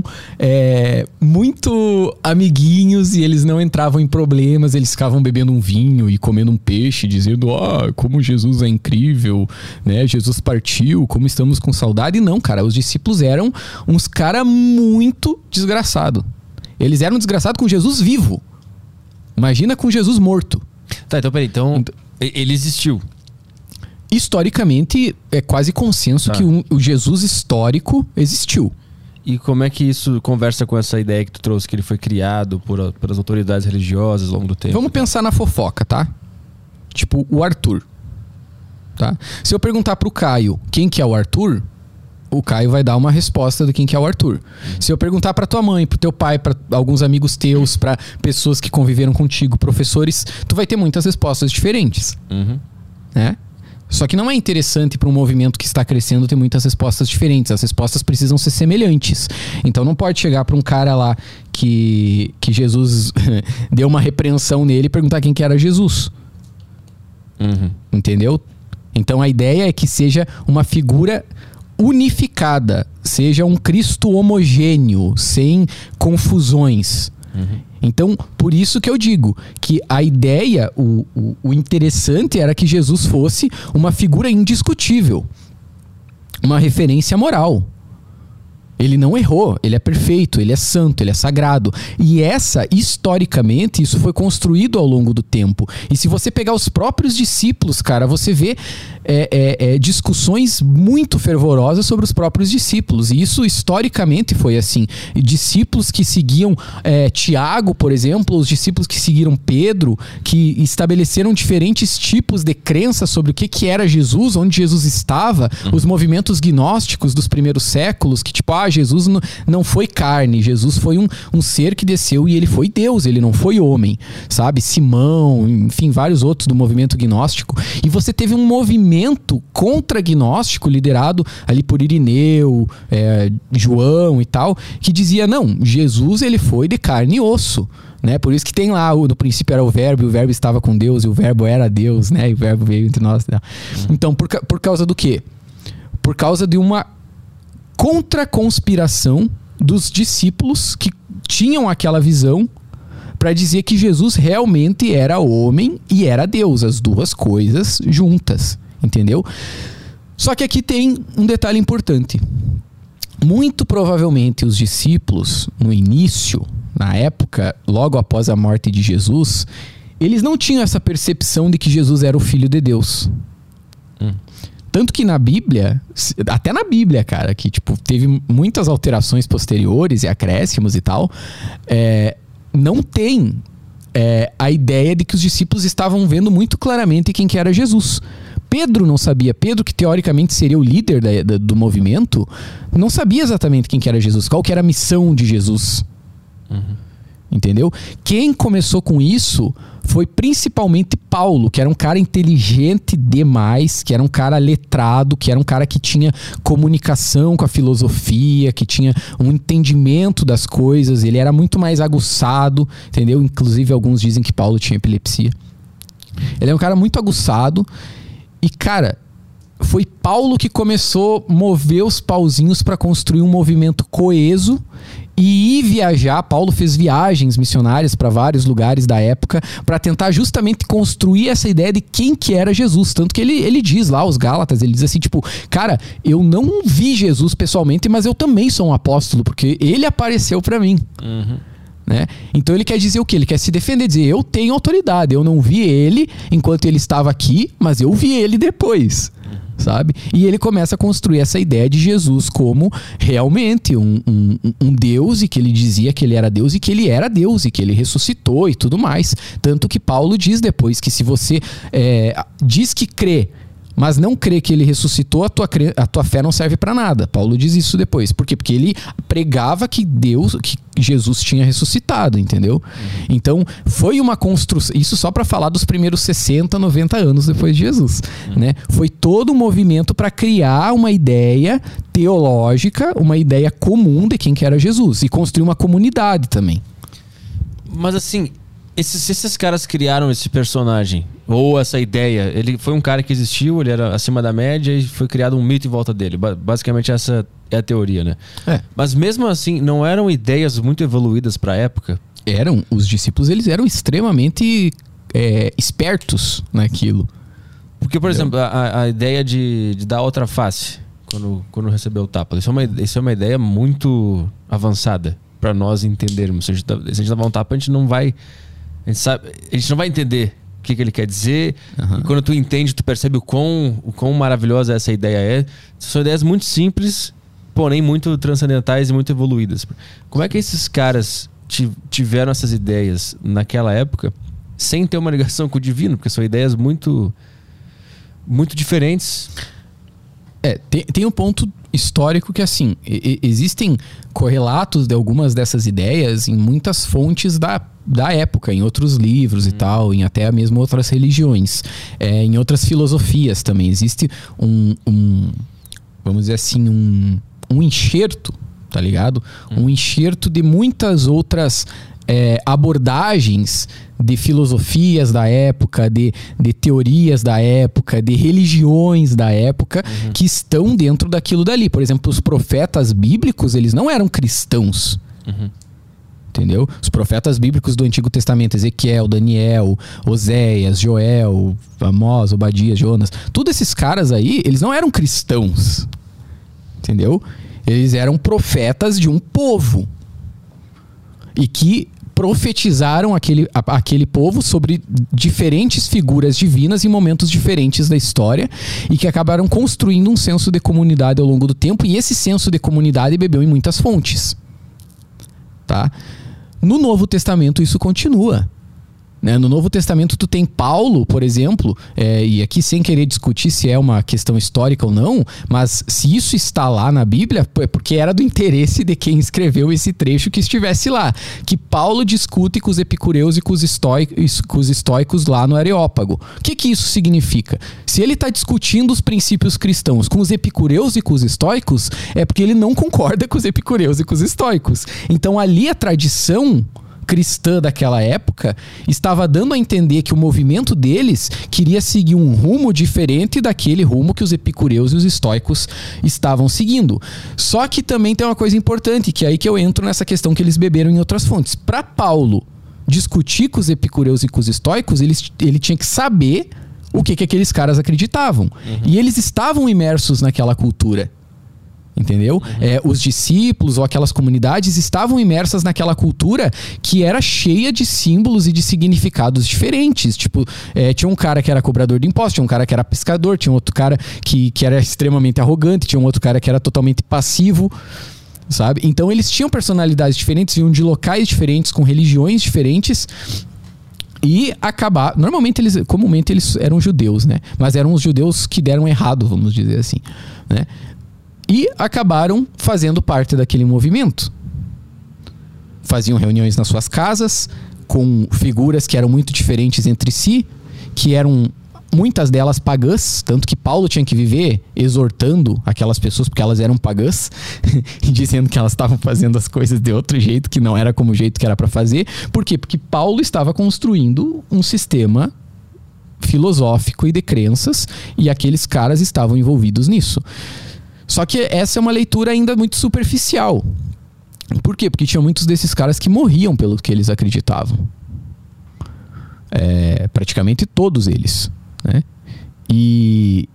muito amiguinhos e eles não entravam em problemas, eles ficavam bebendo um vinho e comendo um peixe, dizendo, como Jesus é incrível, né? Jesus partiu, como estamos com saudade. E não, cara, os discípulos eram uns caras muito desgraçados. Eles eram desgraçados com Jesus vivo. Imagina com Jesus morto. Tá, então peraí, ele existiu. Historicamente, é quase consenso que o Jesus histórico existiu. E como é que isso conversa com essa ideia que tu trouxe, que ele foi criado pelas autoridades religiosas ao longo do tempo? Vamos pensar na fofoca, tá? Tipo, o Arthur. Tá? Se eu perguntar pro Caio quem que é o Arthur, o Caio vai dar uma resposta de quem que é o Arthur. Se eu perguntar pra tua mãe, pro teu pai, pra alguns amigos teus, pra pessoas que conviveram contigo, professores, tu vai ter muitas respostas diferentes. Né? Só que não é interessante para um movimento que está crescendo ter muitas respostas diferentes. As respostas precisam ser semelhantes. Então não pode chegar para um cara lá que Jesus deu uma repreensão nele e perguntar quem que era Jesus. Entendeu? Então a ideia é que seja uma figura unificada, seja um Cristo homogêneo, sem confusões. Então, por isso que eu digo que a ideia, o interessante era que Jesus fosse uma figura indiscutível, uma referência moral. Ele não errou, ele é perfeito, ele é santo, ele é sagrado. E historicamente, isso foi construído ao longo do tempo. E se você pegar os próprios discípulos, cara, você vê discussões muito fervorosas sobre os próprios discípulos. E isso historicamente foi assim. E discípulos que seguiam Tiago, por exemplo, os discípulos que seguiram Pedro, que estabeleceram diferentes tipos de crença sobre o que era Jesus, onde Jesus estava, os movimentos gnósticos dos primeiros séculos, que tipo, Jesus não foi carne, Jesus foi um ser que desceu e ele foi Deus, ele não foi homem, sabe? Simão, enfim, vários outros do movimento gnóstico. E você teve um movimento contra-gnóstico liderado ali por Irineu, João e tal, que dizia, não, Jesus ele foi de carne e osso. Né? Por isso que tem lá, no princípio era o verbo, e o verbo estava com Deus, e o verbo era Deus, né? E o verbo veio entre nós. Né? Então, por causa do quê? Por causa de uma contra-conspiração dos discípulos que tinham aquela visão para dizer que Jesus realmente era homem e era Deus, as duas coisas juntas, entendeu? Só que aqui tem um detalhe importante. Muito provavelmente os discípulos, no início, na época, logo após a morte de Jesus, eles não tinham essa percepção de que Jesus era o Filho de Deus. Tanto que na Bíblia, até na Bíblia, cara, que tipo, teve muitas alterações posteriores e acréscimos e tal, não tem a ideia de que os discípulos estavam vendo muito claramente quem que era Jesus. Pedro não sabia. Pedro, que teoricamente seria o líder do movimento, não sabia exatamente quem que era Jesus, qual que era a missão de Jesus. Entendeu? Quem começou com isso foi principalmente Paulo, que era um cara inteligente demais, que era um cara letrado, que era um cara que tinha comunicação com a filosofia, que tinha um entendimento das coisas, ele era muito mais aguçado, entendeu? Inclusive alguns dizem que Paulo tinha epilepsia. Ele é um cara muito aguçado e, cara, foi Paulo que começou a mover os pauzinhos para construir um movimento coeso e ir viajar. Paulo fez viagens missionárias para vários lugares da época para tentar justamente construir essa ideia de quem que era Jesus. Tanto que ele diz lá, os Gálatas, ele diz assim, tipo, cara, eu não vi Jesus pessoalmente, mas eu também sou um apóstolo, porque ele apareceu para mim. Né? Então ele quer dizer o quê? Ele quer se defender, dizer, eu tenho autoridade, eu não vi ele enquanto ele estava aqui, mas eu vi ele depois. Sabe? E ele começa a construir essa ideia de Jesus como realmente um Deus, e que ele dizia que ele era Deus e que ele era Deus e que ele ressuscitou e tudo mais. Tanto que Paulo diz depois que se você diz que crê, mas não crê que ele ressuscitou, a tua fé não serve para nada. Paulo diz isso depois. Por quê? Porque ele pregava que Jesus tinha ressuscitado, entendeu? Então, foi uma construção... Isso só para falar dos primeiros 60, 90 anos depois de Jesus. Né? Foi todo um movimento para criar uma ideia teológica, uma ideia comum de quem que era Jesus. E construir uma comunidade também. Mas assim... Esses caras criaram esse personagem, ou essa ideia, ele foi um cara que existiu, ele era acima da média e foi criado um mito em volta dele. Basicamente essa é a teoria, né? Mas mesmo assim, não eram ideias muito evoluídas para a época? Os discípulos, eles eram extremamente espertos naquilo. Porque, por exemplo, a ideia de dar outra face, quando recebeu o tapa, isso é uma ideia muito avançada para nós entendermos. Se a gente dar um tapa, a gente não vai... A gente não vai entender o que ele quer dizer. E quando tu entende, tu percebe o quão maravilhosa essa ideia é. São ideias muito simples, porém muito transcendentais e muito evoluídas. Como é que esses caras tiveram essas ideias naquela época sem ter uma ligação com o divino? Porque são ideias muito, muito diferentes. Tem um ponto histórico que, assim, existem correlatos de algumas dessas ideias em muitas fontes da época, em outros livros e tal, em até mesmo outras religiões, em outras filosofias também. Existe vamos dizer assim, um enxerto, tá ligado? Um enxerto de muitas outras abordagens de filosofias da época, de teorias da época, de religiões da época, que estão dentro daquilo dali. Por exemplo, os profetas bíblicos, eles não eram cristãos. Entendeu? Os profetas bíblicos do Antigo Testamento, Ezequiel, Daniel, Oséias, Joel, Amós, Obadias, Jonas, todos esses caras aí, eles não eram cristãos. Entendeu? Eles eram profetas de um povo. E que profetizaram aquele povo sobre diferentes figuras divinas em momentos diferentes da história, e que acabaram construindo um senso de comunidade ao longo do tempo, e esse senso de comunidade bebeu em muitas fontes. Tá? No Novo Testamento isso continua. No Novo Testamento tu tem Paulo, por exemplo, e aqui sem querer discutir se é uma questão histórica ou não, mas se isso está lá na Bíblia, é porque era do interesse de quem escreveu esse trecho que estivesse lá. Que Paulo discute com os epicureus e com os estoicos lá no Areópago. O que isso significa? Se ele está discutindo os princípios cristãos com os epicureus e com os estoicos, é porque ele não concorda com os epicureus e com os estoicos. Então ali a tradição cristã daquela época estava dando a entender que o movimento deles queria seguir um rumo diferente daquele rumo que os epicureus e os estoicos estavam seguindo. Só que também tem uma coisa importante, que é aí que eu entro nessa questão que eles beberam em outras fontes. Para Paulo discutir com os epicureus e com os estoicos, ele tinha que saber o que aqueles caras acreditavam. E eles estavam imersos naquela cultura. Entendeu? Os discípulos ou aquelas comunidades estavam imersas naquela cultura que era cheia de símbolos e de significados diferentes. Tipo, tinha um cara que era cobrador de impostos, tinha um cara que era pescador, tinha um outro cara que era extremamente arrogante, tinha um outro cara que era totalmente passivo, sabe? Então eles tinham personalidades diferentes, vinham de locais diferentes, com religiões diferentes. E comumente eles eram judeus, né? Mas eram os judeus que deram errado, vamos dizer assim, né? E acabaram fazendo parte daquele movimento. Faziam reuniões nas suas casas, com figuras que eram muito diferentes entre si, que eram muitas delas pagãs, tanto que Paulo tinha que viver exortando aquelas pessoas, porque elas eram pagãs, e dizendo que elas estavam fazendo as coisas de outro jeito, que não era como o jeito que era para fazer. Por quê? Porque Paulo estava construindo um sistema filosófico e de crenças, e aqueles caras estavam envolvidos nisso. Só que essa é uma leitura ainda muito superficial. Por quê? Porque tinha muitos desses caras que morriam pelo que eles acreditavam. Praticamente todos eles, né? E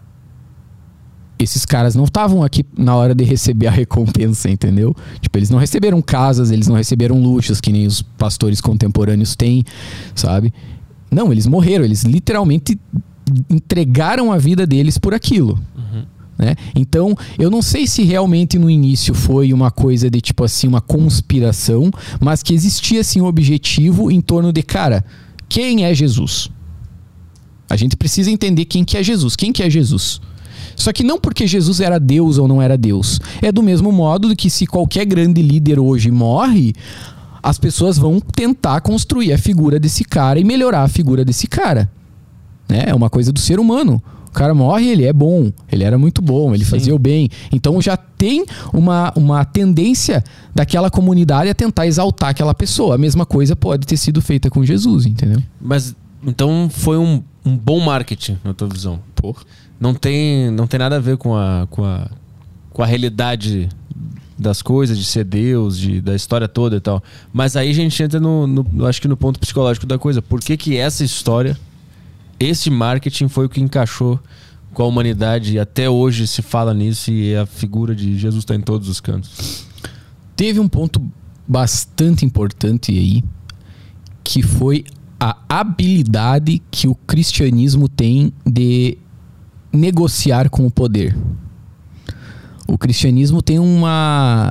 esses caras não estavam aqui na hora de receber a recompensa, entendeu? Tipo, eles não receberam casas, eles não receberam luxos que nem os pastores contemporâneos têm, sabe? Não, eles morreram, eles literalmente entregaram a vida deles por aquilo. Né? Então, eu não sei se realmente no início foi uma coisa de tipo assim, uma conspiração, mas que existia assim um objetivo em torno de, cara, quem é Jesus? A gente precisa entender quem que é Jesus. Quem que é Jesus? Só que não porque Jesus era Deus ou não era Deus. É do mesmo modo que se qualquer grande líder hoje morre, as pessoas vão tentar construir a figura desse cara e melhorar a figura desse cara. Né? É uma coisa do ser humano. O cara morre, ele é bom, ele era muito bom, ele fazia o bem. Então já tem uma tendência daquela comunidade a tentar exaltar aquela pessoa. A mesma coisa pode ter sido feita com Jesus, entendeu? Mas então foi um bom marketing, na tua visão. Porra. Não tem nada a ver com a realidade das coisas, de ser Deus, da história toda e tal. Mas aí a gente entra acho que no ponto psicológico da coisa. Por que essa história, esse marketing foi o que encaixou com a humanidade e até hoje se fala nisso e a figura de Jesus está em todos os cantos? Teve um ponto bastante importante aí, que foi a habilidade que o cristianismo tem de negociar com o poder. O cristianismo tem uma,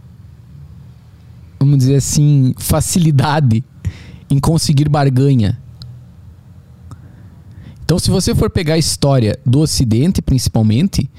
vamos dizer assim, facilidade em conseguir barganha. Então, se você for pegar a história do Ocidente, principalmente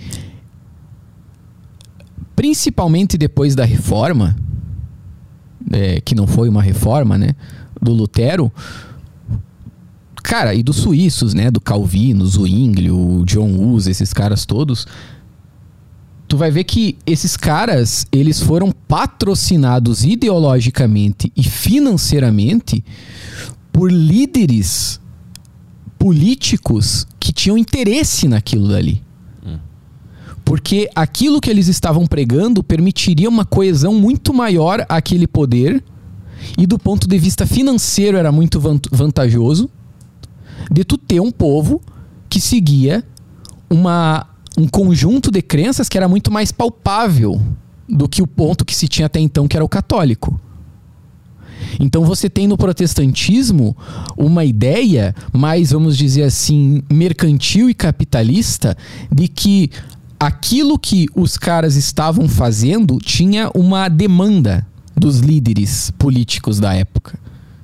depois da Reforma, que não foi uma reforma, né, do Lutero, cara, e dos suíços, né, do Calvino, Zwingli, o John Hus, esses caras todos, tu vai ver que esses caras, eles foram patrocinados ideologicamente e financeiramente por líderes políticos que tinham interesse naquilo dali. Porque aquilo que eles estavam pregando permitiria uma coesão muito maior àquele poder, e do ponto de vista financeiro era muito vantajoso de tu ter um povo que seguia um conjunto de crenças que era muito mais palpável do que o ponto que se tinha até então, que era o católico. Então você tem no protestantismo uma ideia mais, vamos dizer assim, mercantil e capitalista, de que aquilo que os caras estavam fazendo tinha uma demanda dos líderes políticos da época.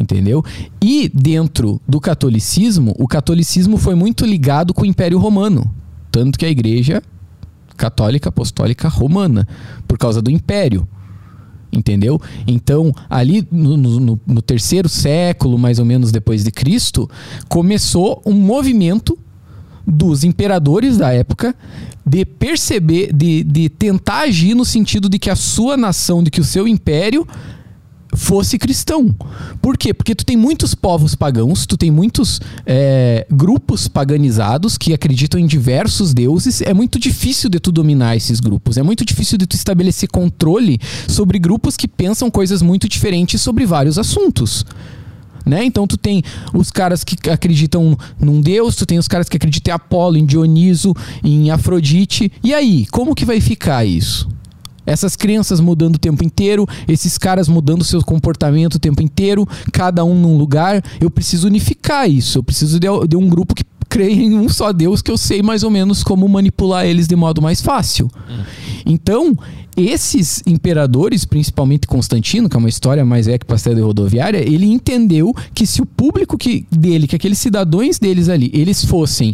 Entendeu? E dentro do catolicismo, o catolicismo foi muito ligado com o Império Romano. Tanto que a Igreja Católica Apostólica Romana, por causa do Império. Entendeu? Então, ali no 3º século, mais ou menos depois de Cristo, começou um movimento dos imperadores da época de perceber, de tentar agir no sentido de que a sua nação, de que o seu império fosse cristão. Por quê? Porque tu tem muitos povos pagãos, tu tem muitos grupos paganizados que acreditam em diversos deuses. É muito difícil de tu dominar esses grupos. É muito difícil de tu estabelecer controle sobre grupos que pensam coisas muito diferentes sobre vários assuntos. Né? Então tu tem os caras que acreditam num deus, tu tem os caras que acreditam em Apolo, em Dioniso, em Afrodite. E aí, como que vai ficar isso? Essas crenças mudando o tempo inteiro, esses caras mudando o seu comportamento o tempo inteiro, cada um num lugar. Eu preciso unificar isso. Eu preciso de um grupo que crê em um só Deus, que eu sei mais ou menos como manipular eles de modo mais fácil. Então, esses imperadores, principalmente Constantino, que é uma história mais velha que pastel de rodoviária, ele entendeu que se o público dele, que aqueles cidadãos deles ali, eles fossem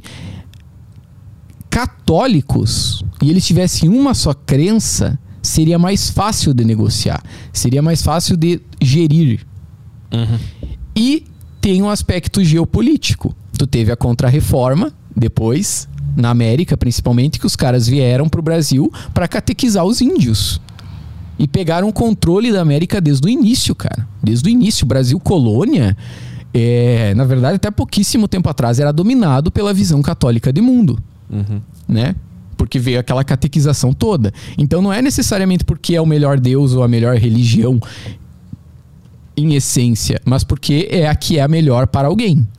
católicos e eles tivessem uma só crença, seria mais fácil de negociar, seria mais fácil de gerir. E tem um aspecto geopolítico. Tu teve a Contra-Reforma, depois, na América principalmente, que os caras vieram pro Brasil para catequizar os índios. E pegaram o controle da América desde o início, cara. Desde o início. O Brasil colônia, na verdade, até pouquíssimo tempo atrás, era dominado pela visão católica de mundo. Né? Porque veio aquela catequização toda. Então não é necessariamente porque é o melhor Deus ou a melhor religião em essência, mas porque é a que é a melhor para alguém.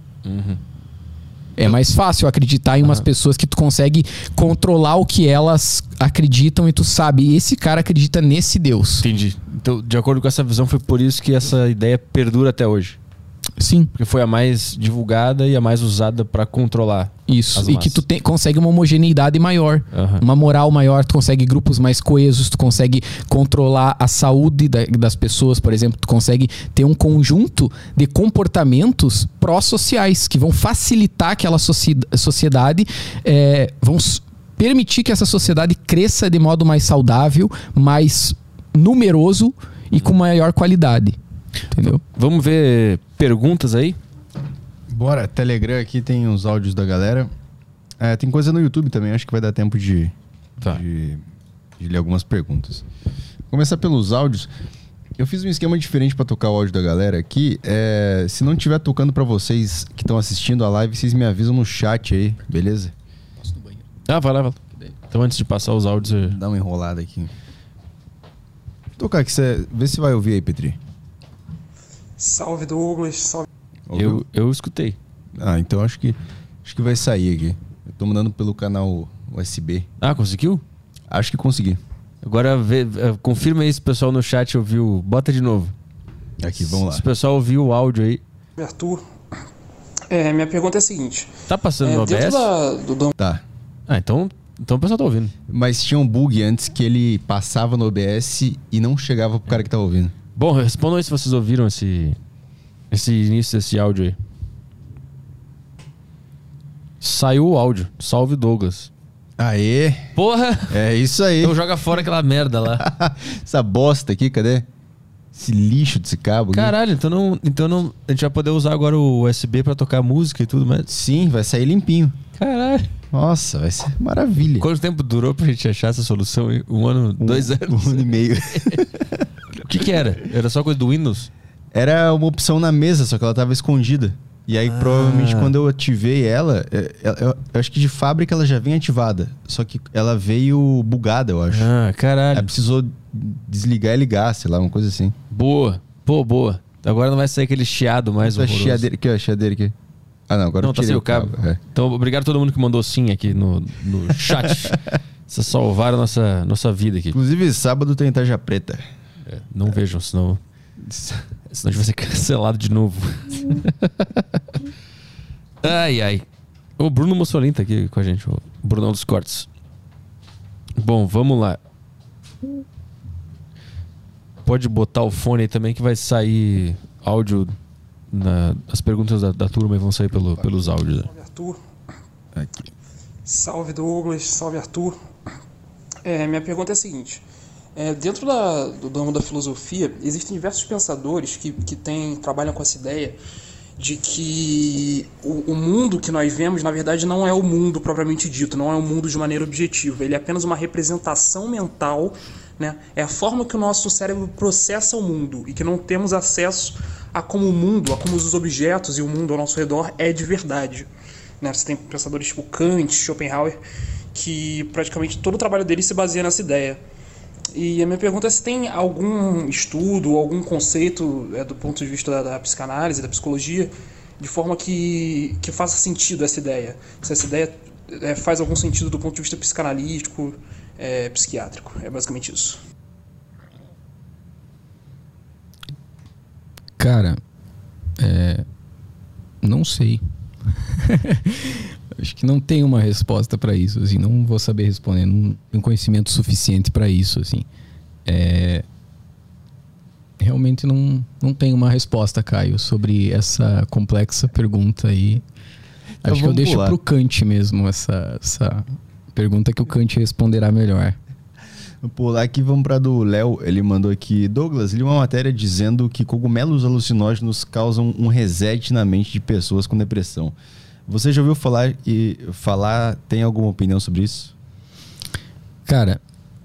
É mais fácil acreditar em umas pessoas que tu consegue controlar o que elas acreditam e tu sabe, esse cara acredita nesse Deus. Entendi. Então, de acordo com essa visão, foi por isso que essa ideia perdura até hoje. Sim. Porque foi a mais divulgada e a mais usada para controlar. Isso. E que tu consegue uma homogeneidade maior, uma moral maior, tu consegue grupos mais coesos, tu consegue controlar a saúde das pessoas, por exemplo, tu consegue ter um conjunto de comportamentos pró-sociais que vão facilitar aquela sociedade, vão permitir que essa sociedade cresça de modo mais saudável, mais numeroso e com maior qualidade. Entendeu? Vamos ver perguntas aí? Bora, Telegram aqui tem os áudios da galera. Tem coisa no YouTube também, acho que vai dar tempo de ler algumas perguntas. Vou começar pelos áudios. Eu fiz um esquema diferente pra tocar o áudio da galera aqui. Se não estiver tocando pra vocês que estão assistindo a live, vocês me avisam no chat aí, beleza? Posso no banheiro? Vai lá. Então antes de passar os áudios... Dá uma enrolada aqui. Vou tocar aqui, vê se vai ouvir aí, Petri. Salve Douglas, salve. Eu escutei. Então acho que vai sair aqui. Eu tô mandando pelo canal USB. Conseguiu? Acho que consegui. Agora confirma aí se o pessoal no chat ouviu. Bota de novo. Aqui, vamos lá. Se o pessoal ouviu o áudio aí. Arthur, minha pergunta é a seguinte. Tá passando no OBS? Tá. Então o pessoal tá ouvindo. Mas tinha um bug antes que ele passava no OBS e não chegava pro cara que tá ouvindo. Bom, respondam aí se vocês ouviram esse início desse áudio aí. Saiu o áudio. Salve Douglas. Aê! Porra! É isso aí. Então joga fora aquela merda lá. Essa bosta aqui, cadê? Esse lixo desse cabo aqui. Caralho, então não, a gente vai poder usar agora o USB pra tocar música e tudo mais. Sim, vai sair limpinho. Caralho. Nossa, vai ser maravilha. Quanto tempo durou pra gente achar essa solução? 1 ano, 2 anos? 1 ano e meio. O que era? Era só coisa do Windows? Era uma opção na mesa, só que ela tava escondida. E aí, provavelmente, quando eu ativei ela, eu acho que de fábrica ela já vem ativada. Só que ela veio bugada, eu acho. Caralho. Aí precisou desligar e ligar, sei lá, uma coisa assim. Boa. Pô, boa. Agora não vai sair aquele chiado mais horroroso. Chiadeira aqui, ó, chiadeira aqui. Não, agora não, tá sem o cabo. Então, obrigado a todo mundo que mandou sim aqui no chat. Vocês salvaram a nossa vida aqui. Inclusive, sábado tem Tarja Preta. Não vejam, senão a gente vai ser cancelado de novo. Ai. O Bruno Mussolini tá aqui com a gente, o Brunão dos Cortes. Bom, vamos lá. Pode botar o fone aí também que vai sair áudio as perguntas da turma vão sair pelos áudios. Salve, Arthur. Aqui. Salve, Douglas. Salve, Arthur. Minha pergunta é a seguinte. Dentro do ramo da filosofia, existem diversos pensadores que trabalham com essa ideia de que o mundo que nós vemos, na verdade, não é o mundo propriamente dito, não é o mundo de maneira objetiva. Ele é apenas uma representação mental, né? É a forma que o nosso cérebro processa o mundo e que não temos acesso a como o mundo, a como os objetos e o mundo ao nosso redor é de verdade. Né? Você tem pensadores tipo Kant, Schopenhauer, que praticamente todo o trabalho deles se baseia nessa ideia. E a minha pergunta é se tem algum estudo, algum conceito do ponto de vista da psicanálise, da psicologia, de forma que faça sentido essa ideia. Se essa ideia faz algum sentido do ponto de vista psicanalítico, psiquiátrico. É basicamente isso. Cara, não sei. Acho que não tem uma resposta para isso, assim, não vou saber responder, não tenho conhecimento suficiente para isso, assim. Realmente não tenho uma resposta, Caio, sobre essa complexa pergunta aí. Então acho que eu deixo pular pro Kant mesmo essa pergunta, que o Kant responderá melhor. Vou pular aqui, vamos para do Léo. Ele mandou aqui: Douglas, li uma matéria dizendo que cogumelos alucinógenos causam um reset na mente de pessoas com depressão. Você já ouviu falar, tem alguma opinião sobre isso? Cara,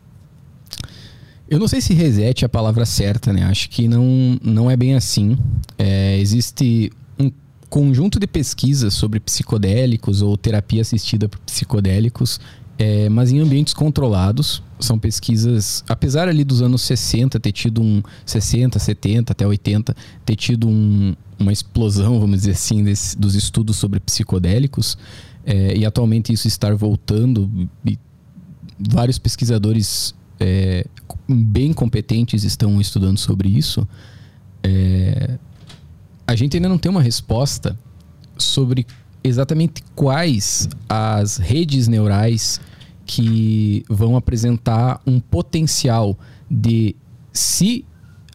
eu não sei se reset é a palavra certa, né? Acho que não é bem assim. Existe um conjunto de pesquisas sobre psicodélicos ou terapia assistida por psicodélicos, mas em ambientes controlados. São pesquisas, apesar ali dos anos 60 ter tido 60, 70 até 80, ter tido uma explosão, vamos dizer assim, dos estudos sobre psicodélicos, e atualmente isso estar voltando, e vários pesquisadores bem competentes estão estudando sobre isso. A gente ainda não tem uma resposta sobre exatamente quais as redes neurais que vão apresentar um potencial de, se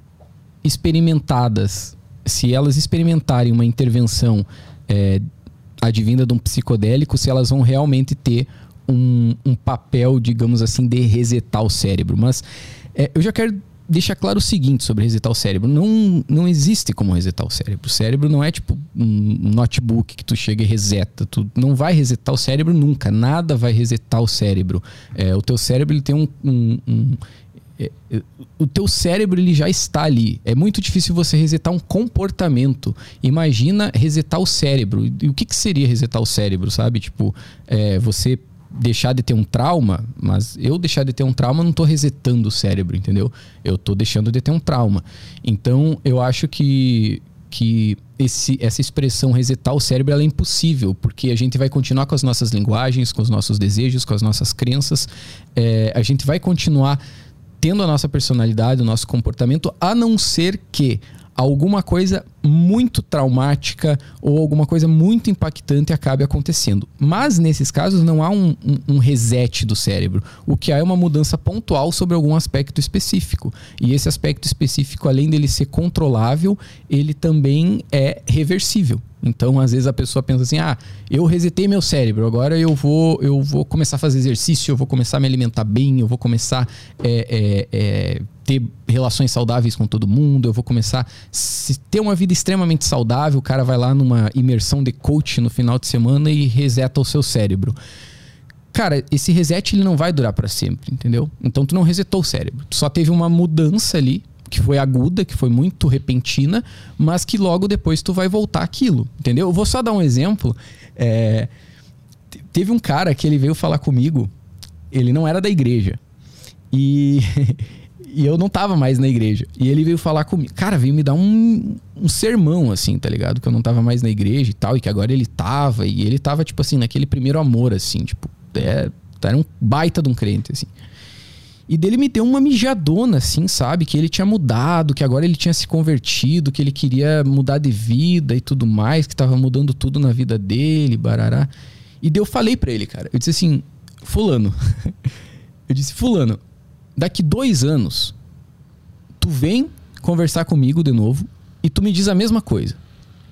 elas experimentarem uma intervenção advinda de um psicodélico, se elas vão realmente ter um papel, digamos assim, de resetar o cérebro. Mas eu já quero deixar claro o seguinte sobre resetar o cérebro. Não existe como resetar o cérebro. O cérebro não é tipo um notebook que tu chega e reseta. Tu não vai resetar o cérebro nunca. Nada vai resetar o cérebro. O teu cérebro, ele tem o teu cérebro, ele já está ali. É muito difícil você resetar um comportamento. Imagina resetar o cérebro. E o que seria resetar o cérebro, sabe? Tipo, você deixar de ter um trauma, mas eu deixar de ter um trauma, não tô resetando o cérebro, entendeu? Eu tô deixando de ter um trauma. Então, eu acho que essa expressão resetar o cérebro, ela é impossível, porque a gente vai continuar com as nossas linguagens, com os nossos desejos, com as nossas crenças. A gente vai continuar tendo a nossa personalidade, o nosso comportamento, a não ser que alguma coisa muito traumática ou alguma coisa muito impactante acabe acontecendo. Mas, nesses casos, não há um reset do cérebro. O que há é uma mudança pontual sobre algum aspecto específico. E esse aspecto específico, além dele ser controlável, ele também é reversível. Então, às vezes a pessoa pensa assim: eu resetei meu cérebro, agora eu vou começar a fazer exercício, eu vou começar a me alimentar bem, eu vou começar ter relações saudáveis com todo mundo, eu vou começar a ter uma vida extremamente saudável. O cara vai lá numa imersão de coach no final de semana e reseta o seu cérebro. Cara, esse reset, ele não vai durar para sempre, entendeu? Então tu não resetou o cérebro, tu só teve uma mudança ali, que foi aguda, que foi muito repentina, mas que logo depois tu vai voltar àquilo, entendeu? Eu vou só dar um exemplo. Teve um cara que ele veio falar comigo, ele não era da igreja, e eu não tava mais na igreja, e ele veio falar comigo, cara, veio me dar um sermão, assim, tá ligado? Que eu não tava mais na igreja e tal, e que agora ele tava, e ele tava, tipo assim, naquele primeiro amor, assim, tipo, era um baita de um crente, assim. E dele me deu uma mijadona, assim, sabe? Que ele tinha mudado, que agora ele tinha se convertido, que ele queria mudar de vida e tudo mais, que tava mudando tudo na vida dele, barará. E daí eu falei pra ele, cara, eu disse assim: fulano, daqui 2 anos, tu vem conversar comigo de novo e tu me diz a mesma coisa.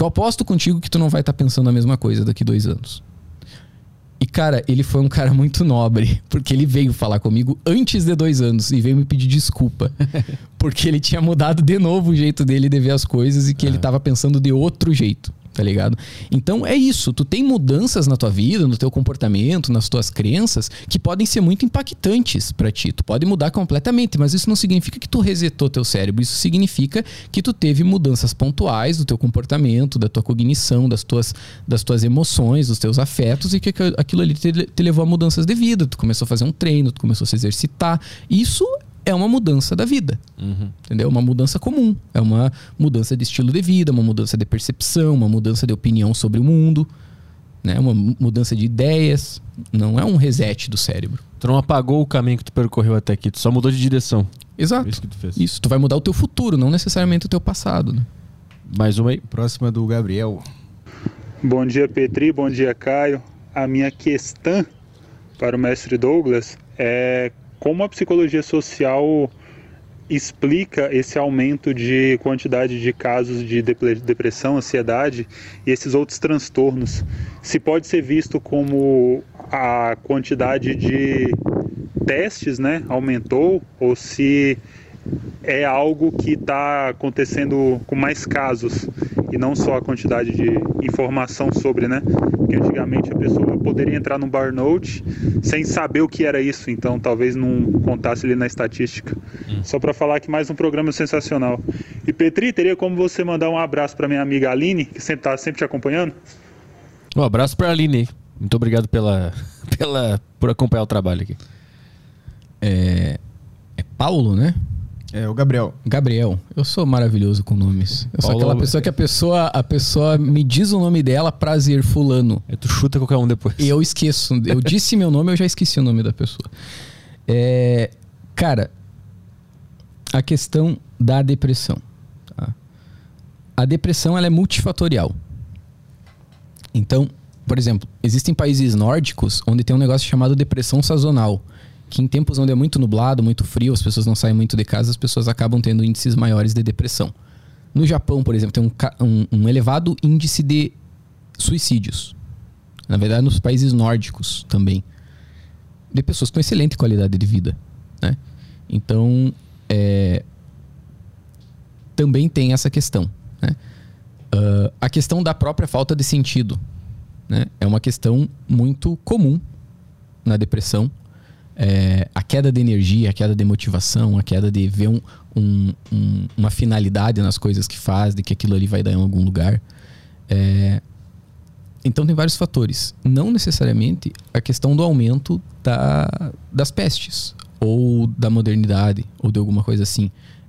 Eu aposto contigo que tu não vai estar pensando a mesma coisa daqui 2 anos. E, cara, ele foi um cara muito nobre, porque ele veio falar comigo antes de 2 anos e veio me pedir desculpa. Porque ele tinha mudado de novo o jeito dele de ver as coisas e que ele tava pensando de outro jeito, tá ligado? Então é isso, tu tem mudanças na tua vida, no teu comportamento, nas tuas crenças, que podem ser muito impactantes pra ti. Tu pode mudar completamente, mas isso não significa que tu resetou teu cérebro. Isso significa que tu teve mudanças pontuais do teu comportamento, da tua cognição, das tuas emoções, dos teus afetos, e que aquilo ali te levou a mudanças de vida. Tu começou a fazer um treino, tu começou a se exercitar. Isso é uma mudança da vida, entendeu? Uma mudança comum. É uma mudança de estilo de vida, uma mudança de percepção, uma mudança de opinião sobre o mundo, né? Uma mudança de ideias. Não é um reset do cérebro. Tu não apagou o caminho que tu percorreu até aqui, tu só mudou de direção. Exato. Isso que tu fez. Isso. Tu vai mudar o teu futuro, não necessariamente o teu passado, né? Mais uma aí. Próxima do Gabriel. Bom dia, Petri. Bom dia, Caio. A minha questão para o mestre Douglas é como a psicologia social explica esse aumento de quantidade de casos de depressão, ansiedade e esses outros transtornos. Se pode ser visto como a quantidade de testes, né, aumentou, ou se é algo que está acontecendo com mais casos e não só a quantidade de informação sobre, né? Porque antigamente a pessoa poderia entrar num burnout sem saber o que era isso, então talvez não contasse ali na estatística. Só para falar que mais um programa sensacional. E Petri, teria como você mandar um abraço para minha amiga Aline, que sempre está te acompanhando? Um abraço pra Aline. Muito obrigado por acompanhar o trabalho aqui. É Paulo, né? É o Gabriel. Gabriel. Eu sou maravilhoso com nomes. Eu sou Paulo, aquela pessoa que a pessoa me diz o nome dela, prazer, fulano. Tu chuta qualquer um depois. E eu esqueço. Eu disse meu nome, eu já esqueci o nome da pessoa. Cara, a questão da depressão. Tá? A depressão, ela é multifatorial. Então, por exemplo, existem países nórdicos onde tem um negócio chamado depressão sazonal, que em tempos onde é muito nublado, muito frio, as pessoas não saem muito de casa, as pessoas acabam tendo índices maiores de depressão. No Japão, por exemplo, tem um elevado índice de suicídios. Na verdade, nos países nórdicos também. De pessoas com excelente qualidade de vida, né? Então, também tem essa questão, né? A questão da própria falta de sentido, né? É uma questão muito comum na depressão. A queda de energia, a queda de motivação, a queda de ver uma finalidade nas coisas que faz, de que aquilo ali vai dar em algum lugar. Então tem vários fatores. Não necessariamente a questão do aumento das pestes, ou da modernidade, ou de alguma coisa assim.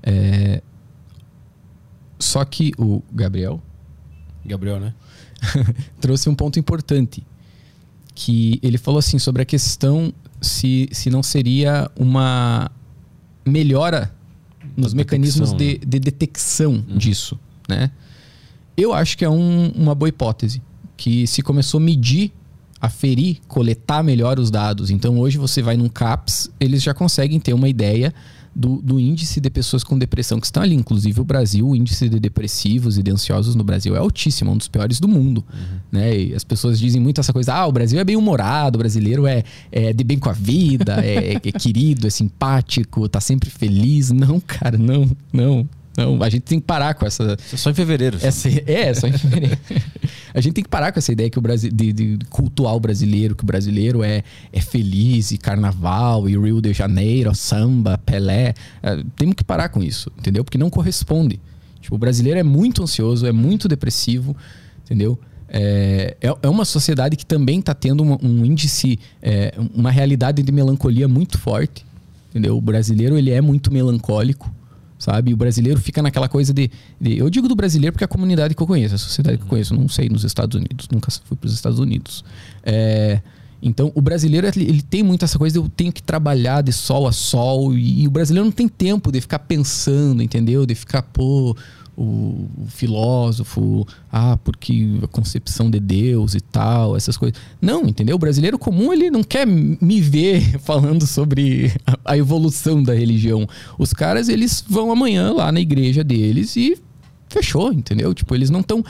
Só que o Gabriel, né? trouxe um ponto importante, que ele falou assim sobre a questão se não seria uma melhora nos mecanismos de detecção disso, né? Eu acho que é uma boa hipótese, que se começou a medir, aferir, coletar melhor os dados. Então hoje você vai num CAPS, eles já conseguem ter uma ideia do índice de pessoas com depressão que estão ali. Inclusive o Brasil, o índice de depressivos e de ansiosos no Brasil é altíssimo, é um dos piores do mundo, né? E as pessoas dizem muito essa coisa, o Brasil é bem humorado, o brasileiro é de bem com a vida, é querido, é simpático, tá sempre feliz. Não, cara, não. A gente tem que parar com essa... Isso é só em fevereiro. Só em fevereiro. A gente tem que parar com essa ideia que de cultuar o brasileiro, que o brasileiro é feliz, e carnaval, e Rio de Janeiro, samba, Pelé. Temos que parar com isso, entendeu? Porque não corresponde. Tipo, o brasileiro é muito ansioso, é muito depressivo, entendeu? É uma sociedade que também está tendo um índice, uma realidade de melancolia muito forte, entendeu? O brasileiro, ele é muito melancólico, sabe? O brasileiro fica naquela coisa eu digo do brasileiro porque é a comunidade que eu conheço, a sociedade que eu conheço, não sei nos Estados Unidos, nunca fui para os Estados Unidos. Então o brasileiro, ele tem muito essa coisa de eu tenho que trabalhar de sol a sol, e o brasileiro não tem tempo de ficar pensando, entendeu? De ficar, o filósofo, porque a concepção de Deus e tal, essas coisas. Não, entendeu? O brasileiro comum, ele não quer me ver falando sobre a evolução da religião. Os caras, eles vão amanhã lá na igreja deles e fechou, entendeu? Tipo, eles não estão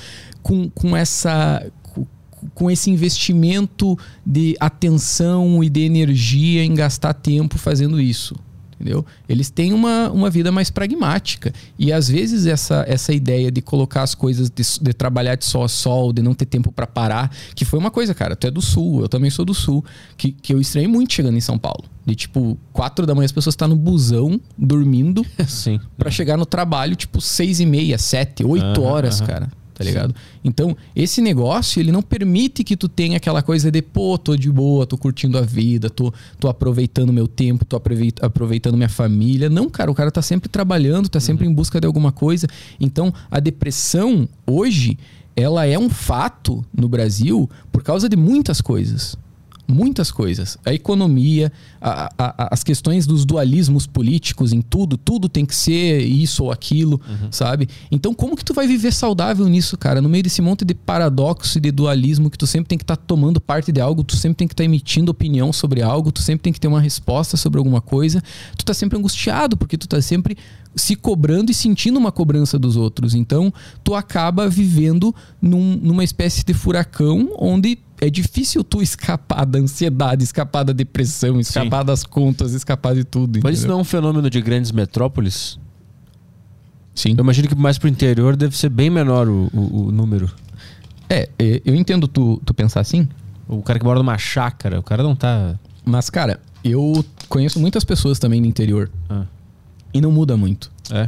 com esse investimento de atenção e de energia em gastar tempo fazendo isso, entendeu? Eles têm uma vida mais pragmática. E às vezes essa ideia de colocar as coisas, de trabalhar de sol a sol, de não ter tempo pra parar, que foi uma coisa, cara, tu é do Sul, eu também sou do Sul, que eu estranhei muito chegando em São Paulo. De tipo, 4 da manhã as pessoas estão no busão, dormindo, Sim. pra chegar no trabalho, tipo, 6h30, 7, 8 horas, cara. Tá ligado? Sim. Então, esse negócio, ele não permite que tu tenha aquela coisa de, pô, tô de boa, tô curtindo a vida, tô aproveitando meu tempo, tô aproveitando minha família. Não, cara, o cara tá sempre trabalhando, tá sempre em busca de alguma coisa. Então, a depressão, hoje, ela é um fato no Brasil por causa de muitas coisas. Muitas coisas. A economia, as questões dos dualismos políticos em tudo tem que ser isso ou aquilo, sabe? Então, como que tu vai viver saudável nisso, cara? No meio desse monte de paradoxo e de dualismo que tu sempre tem que estar tomando parte de algo, tu sempre tem que estar emitindo opinião sobre algo, tu sempre tem que ter uma resposta sobre alguma coisa. Tu tá sempre angustiado, porque tu tá sempre se cobrando e sentindo uma cobrança dos outros. Então, tu acaba vivendo numa espécie de furacão onde é difícil tu escapar da ansiedade, escapar da depressão, escapar das contas, escapar de tudo. Mas isso não é um fenômeno de grandes metrópoles? Sim. Eu imagino que mais pro interior deve ser bem menor o número. Eu entendo tu pensar assim. O cara que mora numa chácara, o cara não tá... Mas, cara, eu conheço muitas pessoas também no interior. E não muda muito.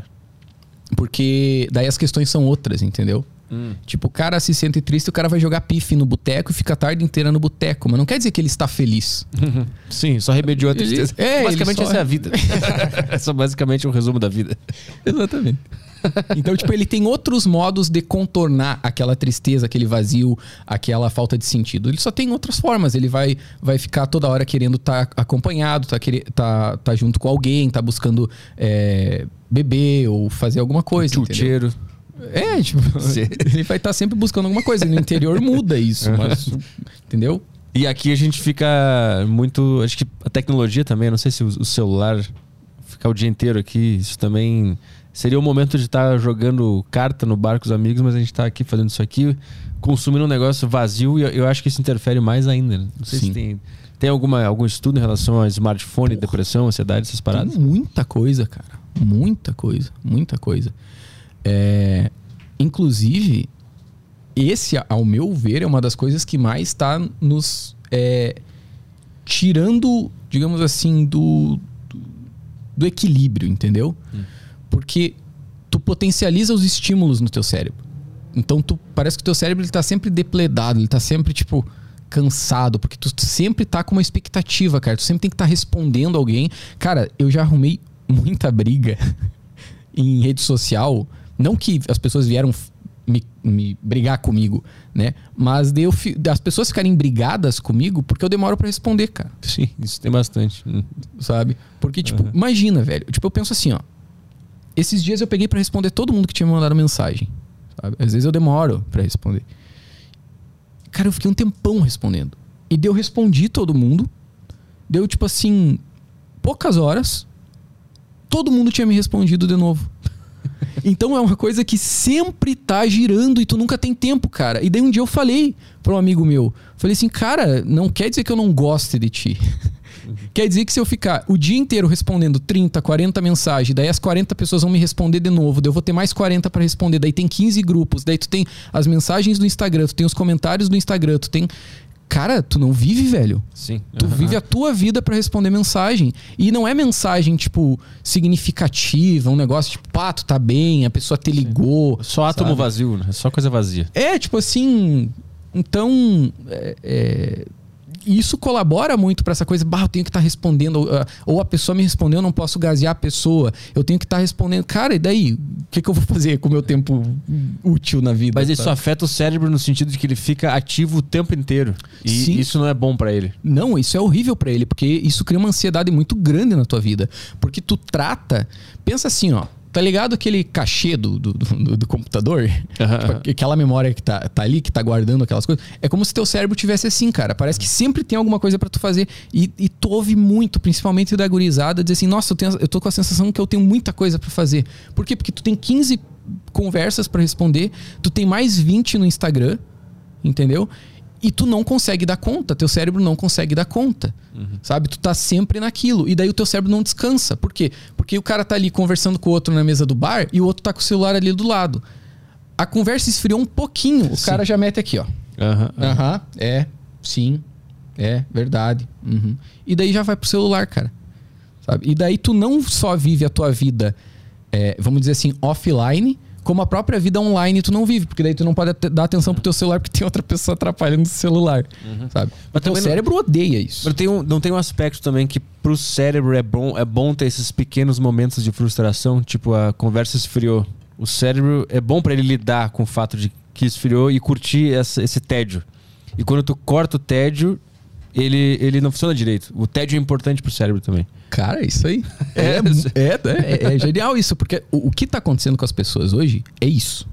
Porque daí as questões são outras, entendeu? Tipo, o cara se sente triste, o cara vai jogar pife no boteco e fica a tarde inteira no boteco. Mas não quer dizer que ele está feliz. Sim, só remediou a tristeza. Basicamente essa é a vida. Essa é basicamente um resumo da vida. Exatamente. Então, tipo, ele tem outros modos de contornar aquela tristeza, aquele vazio, aquela falta de sentido. Ele só tem outras formas. Ele vai ficar toda hora querendo estar acompanhado, tá junto com alguém, tá buscando beber ou fazer alguma coisa. Chuteiro. Tipo, ele vai estar sempre buscando alguma coisa. No interior muda isso, mas, entendeu? E aqui a gente fica muito... Acho que a tecnologia também, não sei se o celular ficar o dia inteiro aqui, isso também... Seria o momento de estar jogando carta no bar com os amigos, mas a gente está aqui fazendo isso aqui, consumindo um negócio vazio, e eu acho que isso interfere mais ainda. Não sei se tem algum estudo em relação a smartphone, depressão, ansiedade, essas paradas? Tem muita coisa, cara. Muita coisa. Inclusive, esse, ao meu ver, é uma das coisas que mais está nos tirando, digamos assim, do equilíbrio, entendeu? Porque tu potencializa os estímulos no teu cérebro. Então parece que o teu cérebro ele tá sempre depledado, ele tá sempre, tipo, cansado, porque tu sempre tá com uma expectativa, cara. Tu sempre tem que estar respondendo alguém. Cara, eu já arrumei muita briga em rede social. Não que as pessoas vieram me brigar comigo, né? Mas as pessoas ficarem brigadas comigo porque eu demoro pra responder, cara. Sim, isso tem bastante. Sabe? Porque, tipo, imagina, velho. Tipo, eu penso assim, ó. Esses dias eu peguei pra responder todo mundo que tinha me mandado mensagem, sabe? Às vezes eu demoro pra responder. Cara, eu fiquei um tempão respondendo. E daí eu respondi todo mundo. Deu, tipo assim, poucas horas, todo mundo tinha me respondido de novo. Então é uma coisa que sempre tá girando e tu nunca tem tempo, cara. E daí um dia eu falei pra um amigo meu, falei assim, cara, não quer dizer que eu não goste de ti. Quer dizer que se eu ficar o dia inteiro respondendo 30, 40 mensagens, daí as 40 pessoas vão me responder de novo, daí eu vou ter mais 40 pra responder, daí tem 15 grupos, daí tu tem as mensagens do Instagram, tu tem os comentários do Instagram, tu tem... Cara, tu não vive, velho. Sim. Tu vive a tua vida pra responder mensagem. E não é mensagem, tipo, significativa, um negócio tipo, pá, tu tá bem, a pessoa te ligou. Só átomo sabe? vazio, né? Só coisa vazia. Tipo assim... Então... Isso colabora muito pra essa coisa, eu tenho que estar respondendo, ou a pessoa me respondeu, eu não posso gasear a pessoa, eu tenho que estar respondendo. Cara, e daí? O que eu vou fazer com o meu tempo útil na vida? Mas isso afeta o cérebro no sentido de que ele fica ativo o tempo inteiro. E Sim. Isso não é bom pra ele. Não, isso é horrível pra ele, porque isso cria uma ansiedade muito grande na tua vida. Porque tu trata... Pensa assim, ó. Tá ligado aquele cachê do computador? Tipo, aquela memória que tá ali, que tá guardando aquelas coisas. É como se teu cérebro tivesse assim, cara. Parece que sempre tem alguma coisa pra tu fazer. E tu ouve muito, principalmente da gurizada, dizer assim, nossa, eu tô com a sensação que eu tenho muita coisa pra fazer. Por quê? Porque tu tem 15 conversas pra responder, tu tem mais 20 no Instagram, entendeu? E tu não consegue dar conta, teu cérebro não consegue dar conta, sabe? Tu tá sempre naquilo, e daí o teu cérebro não descansa. Por quê? Porque o cara tá ali conversando com o outro na mesa do bar e o outro tá com o celular ali do lado. A conversa esfriou um pouquinho, o cara já mete aqui, ó. Sim, verdade. E daí já vai pro celular, cara. Sabe? E daí tu não só vive a tua vida, vamos dizer assim, offline, como a própria vida online tu não vive, porque daí tu não pode dar atenção pro teu celular porque tem outra pessoa atrapalhando o celular, sabe? Mas teu cérebro odeia isso. Mas não tem um aspecto também que pro cérebro é bom ter esses pequenos momentos de frustração, tipo a conversa esfriou. O cérebro é bom pra ele lidar com o fato de que esfriou e curtir esse tédio. E quando tu corta o tédio, ele não funciona direito. O tédio é importante pro cérebro também. Cara, isso aí é genial isso, porque o que tá acontecendo com as pessoas hoje é isso.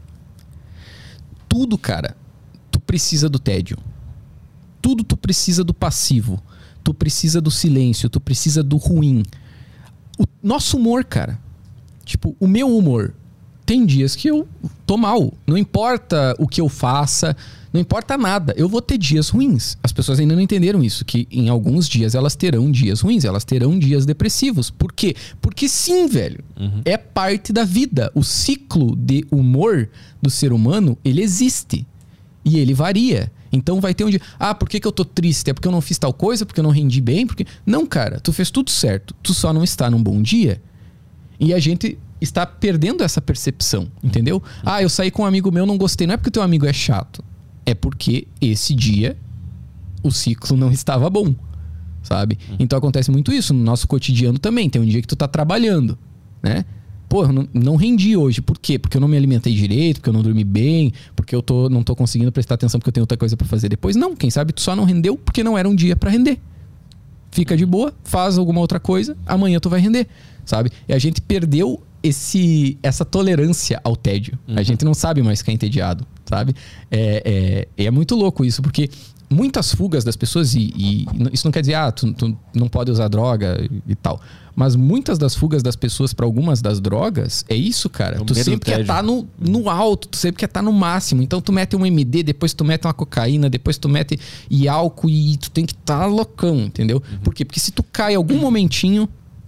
Tudo, cara, tu precisa do tédio. Tudo tu precisa do passivo. Tu precisa do silêncio, tu precisa do ruim. O nosso humor, cara, tipo, o meu humor, tem dias que eu tô mal. Não importa o que eu faça, não importa nada. Eu vou ter dias ruins. As pessoas ainda não entenderam isso. Que em alguns dias elas terão dias ruins. Elas terão dias depressivos. Por quê? Porque sim, velho. É parte da vida. O ciclo de humor do ser humano, ele existe. E ele varia. Então vai ter um dia... Ah, por que eu tô triste? É porque eu não fiz tal coisa? Porque eu não rendi bem? Porque... Não, cara. Tu fez tudo certo. Tu só não está num bom dia. E a gente... está perdendo essa percepção, entendeu? Ah, eu saí com um amigo meu, não gostei. Não é porque o teu amigo é chato. É porque esse dia o ciclo não estava bom, sabe? Então acontece muito isso no nosso cotidiano também. Tem um dia que tu tá trabalhando, né? Pô, eu não rendi hoje. Por quê? Porque eu não me alimentei direito, porque eu não dormi bem, porque eu não tô conseguindo prestar atenção porque eu tenho outra coisa pra fazer depois. Não, quem sabe tu só não rendeu porque não era um dia pra render. Fica de boa, faz alguma outra coisa, amanhã tu vai render, sabe? E a gente perdeu essa tolerância ao tédio. A gente não sabe mais ficar entediado, sabe? É muito louco isso, porque muitas fugas das pessoas, e isso não quer dizer, tu não pode usar droga e tal, mas muitas das fugas das pessoas para algumas das drogas é isso, cara. Tu sempre quer estar no alto, tu sempre quer estar no máximo. Então tu mete um MD, depois tu mete uma cocaína, depois tu mete álcool e tu tem que estar loucão, entendeu? Por quê? Porque se tu cai algum momentinho,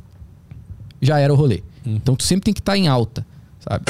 já era o rolê. Então tu sempre tem que estar em alta, sabe?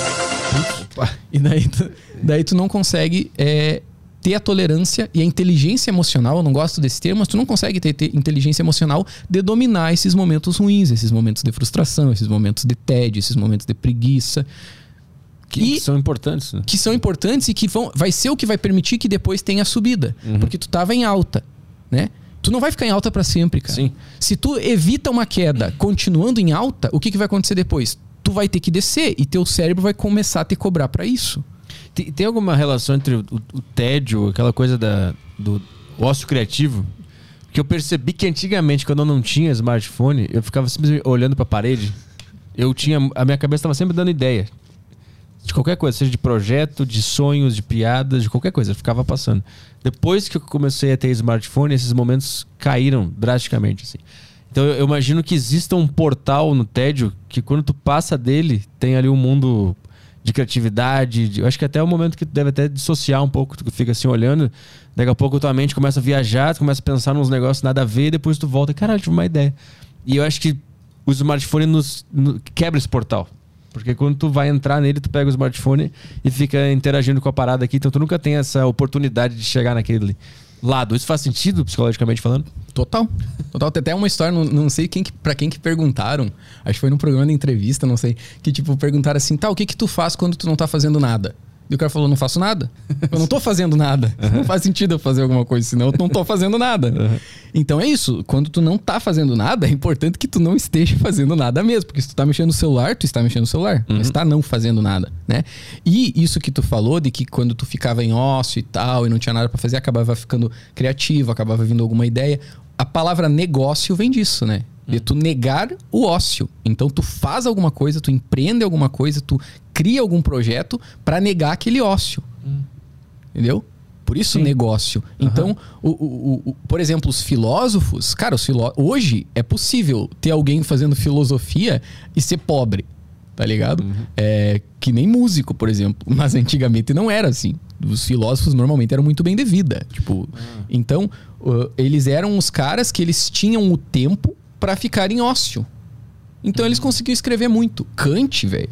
E daí tu não consegue ter a tolerância e a inteligência emocional. Eu não gosto desse termo, mas tu não consegue ter inteligência emocional de dominar esses momentos ruins, esses momentos de frustração, esses momentos de tédio, esses momentos de preguiça. Que são importantes, né? Que são importantes e que vai ser o que vai permitir que depois tenha subida. Porque tu tava em alta, né? Tu não vai ficar em alta pra sempre, cara. Sim. Se tu evita uma queda continuando em alta, o que vai acontecer depois? Tu vai ter que descer e teu cérebro vai começar a te cobrar pra isso. Tem alguma relação entre o tédio, aquela coisa do ócio criativo? Que eu percebi que antigamente, quando eu não tinha smartphone, eu ficava simplesmente olhando pra parede. A minha cabeça estava sempre dando ideia. De qualquer coisa, seja de projeto, de sonhos, de piadas, de qualquer coisa, eu ficava passando. Depois que eu comecei a ter smartphone, esses momentos caíram drasticamente, assim. Então eu imagino que exista um portal no tédio que quando tu passa dele, tem ali um mundo de criatividade. Eu acho que até é o momento que tu deve até dissociar um pouco, tu fica assim olhando, daqui a pouco tua mente começa a viajar, tu começa a pensar nos negócios nada a ver, e depois tu volta, caralho, tive uma ideia. E eu acho que o smartphone quebra esse portal. Porque quando tu vai entrar nele, tu pega o smartphone e fica interagindo com a parada aqui. Então tu nunca tem essa oportunidade de chegar naquele lado. Isso faz sentido, psicologicamente falando? Total. Tem até uma história, não sei pra quem que perguntaram. Acho que foi num programa de entrevista, não sei. Que tipo, perguntaram assim, o que tu faz quando tu não tá fazendo nada? E o cara falou, não faço nada. Eu não tô fazendo nada. Não faz sentido eu fazer alguma coisa, senão eu não tô fazendo nada. Então é isso. Quando tu não tá fazendo nada, é importante que tu não esteja fazendo nada mesmo. Porque se tu tá mexendo no celular, tu está mexendo no celular. Mas tá não fazendo nada, né? E isso que tu falou de que quando tu ficava em ócio e tal, e não tinha nada pra fazer, acabava ficando criativo, acabava vindo alguma ideia. A palavra negócio vem disso, né? de tu negar o ócio. Então tu faz alguma coisa, tu empreende alguma coisa, tu cria algum projeto para negar aquele ócio. Entendeu? Por isso negócio. Então, por exemplo, os filósofos... Cara, hoje é possível ter alguém fazendo filosofia e ser pobre. Tá ligado? Que nem músico, por exemplo. Mas antigamente não era assim. Os filósofos normalmente eram muito bem de vida. Tipo, então, eles eram os caras que eles tinham o tempo para ficar em ócio. Então eles conseguiam escrever muito. Kant, velho.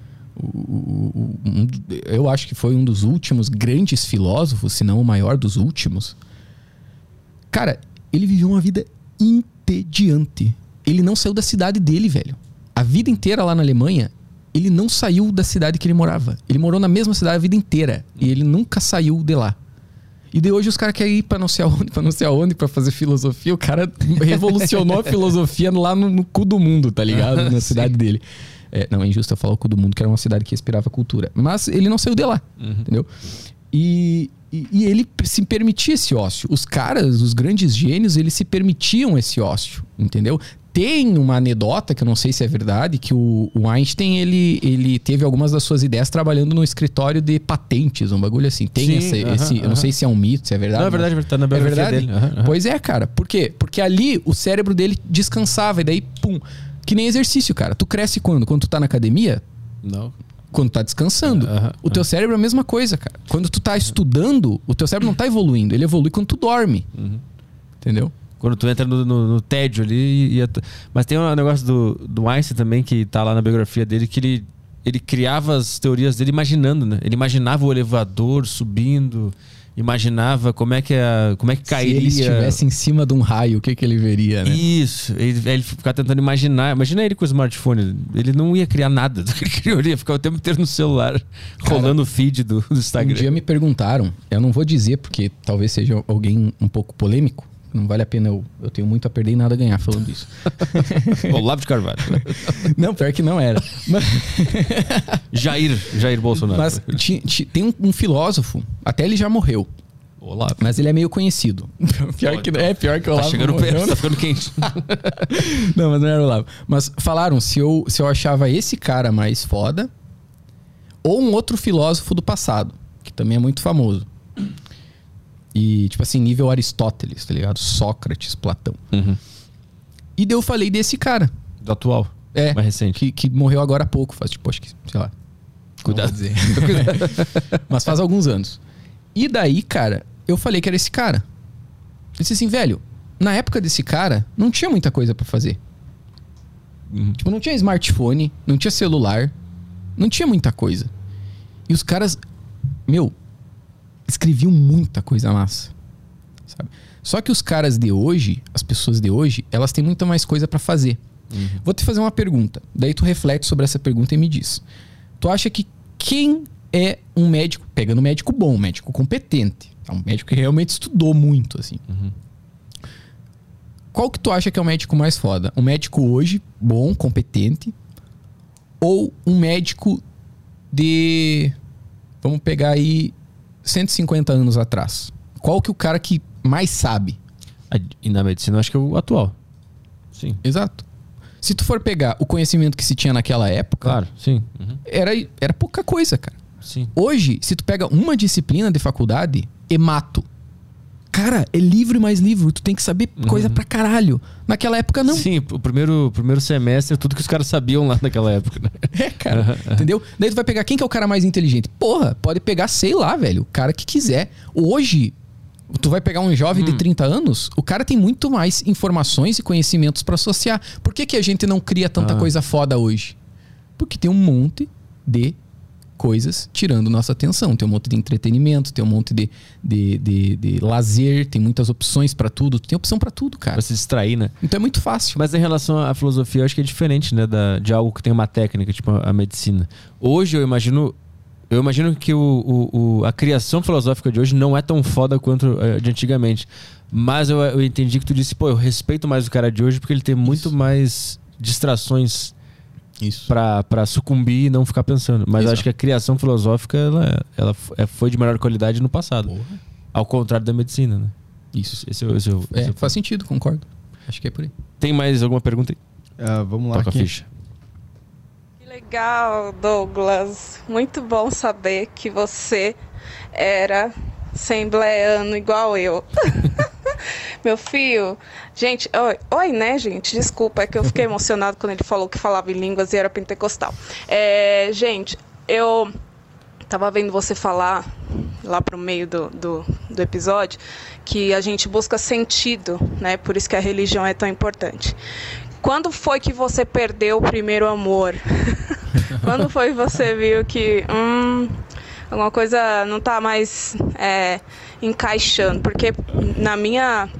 Eu acho que foi um dos últimos grandes filósofos, se não o maior dos últimos. Cara, ele viveu uma vida entediante. Ele não saiu da cidade dele, velho. A vida inteira lá na Alemanha, ele não saiu da cidade que ele morava. Ele morou na mesma cidade a vida inteira. E ele nunca saiu de lá. E de hoje os caras querem ir pra não sei aonde, pra fazer filosofia. O cara revolucionou a filosofia lá no cu do mundo, tá ligado? Na cidade dele. Não, é injusto eu falar o cu do mundo, que era uma cidade que respirava cultura. Mas ele não saiu de lá, entendeu? E ele se permitia esse ócio. Os caras, os grandes gênios, eles se permitiam esse ócio, entendeu? Tem uma anedota, que eu não sei se é verdade, que o Einstein, ele teve algumas das suas ideias trabalhando no escritório de patentes, um bagulho assim. Tem eu não sei se é um mito, se é verdade. Não, é verdade, tá na biografia dele. Pois é, cara. Por quê? Porque ali o cérebro dele descansava e daí, pum... Que nem exercício, cara. Tu cresce quando? Quando tu tá na academia? Não. Quando tu tá descansando. O teu cérebro é a mesma coisa, cara. Quando tu tá estudando, o teu cérebro não tá evoluindo. Ele evolui quando tu dorme. Entendeu? Quando tu entra no tédio ali. Mas tem um negócio do Einstein também, que tá lá na biografia dele, que ele criava as teorias dele imaginando, né? Ele imaginava o elevador subindo... Imaginava como é que cairia. Se ele estivesse em cima de um raio, o que ele veria, né? Isso. Ele ficava tentando imaginar. Imagina ele com o smartphone. Ele não ia criar nada do que ele criou. Ele ia ficar o tempo inteiro no celular, rolando o feed do Instagram. Um dia me perguntaram, eu não vou dizer porque talvez seja alguém um pouco polêmico. Não vale a pena, eu tenho muito a perder e nada a ganhar falando isso. Olavo de Carvalho. Não, pior que não era. Mas... Jair Bolsonaro. Mas tem um filósofo, até ele já morreu. Olavo. Mas ele é meio conhecido. Pior que o Olavo. Tá chegando perto, tá ficando quente. Não, mas não era o Olavo. Mas falaram se eu achava esse cara mais foda ou um outro filósofo do passado, que também é muito famoso. E, tipo assim, nível Aristóteles, tá ligado? Sócrates, Platão. E daí eu falei desse cara. Do atual. Mais recente. Que morreu agora há pouco. Faz, tipo, acho que, sei lá. Cuidado. Dizer. Mas faz alguns anos. E daí, cara, eu falei que era esse cara. Eu disse assim, velho, na época desse cara, não tinha muita coisa pra fazer. Tipo, não tinha smartphone, não tinha celular, não tinha muita coisa. E os caras, escreviam muita coisa massa, sabe? Só que os caras de hoje, as pessoas de hoje, elas têm muita mais coisa pra fazer. Vou te fazer uma pergunta, daí tu reflete sobre essa pergunta e me diz. Tu acha que quem é um médico, pegando um médico bom, um médico competente, um médico que realmente estudou muito, assim. Qual que tu acha que é o médico mais foda? Um médico hoje, bom, competente, ou um médico de... Vamos pegar aí 150 anos atrás. Qual que é o cara que mais sabe? E na medicina eu acho que é o atual. Sim. Exato. Se tu for pegar o conhecimento que se tinha naquela época... Claro, sim. Era pouca coisa, cara. Sim. Hoje, se tu pega uma disciplina de faculdade, hemato. Cara, é livro e mais livro. Tu tem que saber coisa pra caralho. Naquela época, não. Sim, o primeiro semestre, tudo que os caras sabiam lá naquela época, né? Cara. Entendeu? Daí tu vai pegar quem que é o cara mais inteligente. Porra, pode pegar, sei lá, velho. O cara que quiser. Hoje, tu vai pegar um jovem de 30 anos, o cara tem muito mais informações e conhecimentos pra associar. Por que a gente não cria tanta coisa foda hoje? Porque tem um monte de coisas tirando nossa atenção. Tem um monte de entretenimento, tem um monte de lazer, tem muitas opções pra tudo. Tem opção pra tudo, cara. Pra se distrair, né? Então é muito fácil. Mas em relação à filosofia, eu acho que é diferente, né? De algo que tem uma técnica, tipo a medicina. Hoje eu imagino que a criação filosófica de hoje não é tão foda quanto de antigamente. Mas eu entendi que tu disse, eu respeito mais o cara de hoje porque ele tem muito mais distrações pra sucumbir e não ficar pensando. Mas eu acho que a criação filosófica ela foi de melhor qualidade no passado. Ao contrário da medicina, né? Isso. Esse faz sentido, concordo. Acho que é por aí. Tem mais alguma pergunta aí? Vamos lá. Toca a aqui. ficha. Que legal, Douglas. Muito bom saber que você era assembleano igual eu. Meu filho, gente, oi, né, gente? Desculpa, é que eu fiquei emocionado quando ele falou que falava em línguas e era pentecostal. Gente, eu tava vendo você falar lá pro meio do episódio que a gente busca sentido, né? Por isso que a religião é tão importante. Quando foi que você perdeu o primeiro amor? Quando foi que você viu que alguma coisa não tá mais encaixando? Porque na minha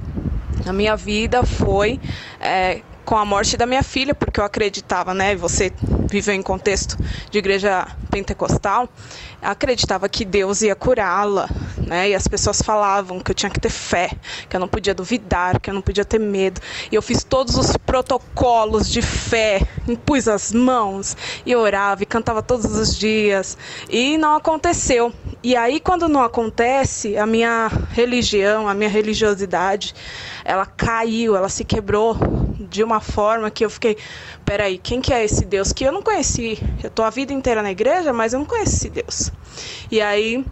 vida foi com a morte da minha filha, porque eu acreditava, né? Você viveu em contexto de igreja pentecostal, acreditava que Deus ia curá-la, né? E as pessoas falavam que eu tinha que ter fé, que eu não podia duvidar, que eu não podia ter medo. E eu fiz todos os protocolos de fé, impus as mãos e orava e cantava todos os dias. E não aconteceu. E aí, quando não acontece, a minha religião, a minha religiosidade, ela caiu, ela se quebrou de uma forma que eu fiquei, peraí, quem que é esse Deus que eu não conheci? Eu tô a vida inteira na igreja, mas eu não conheci esse Deus. E aí,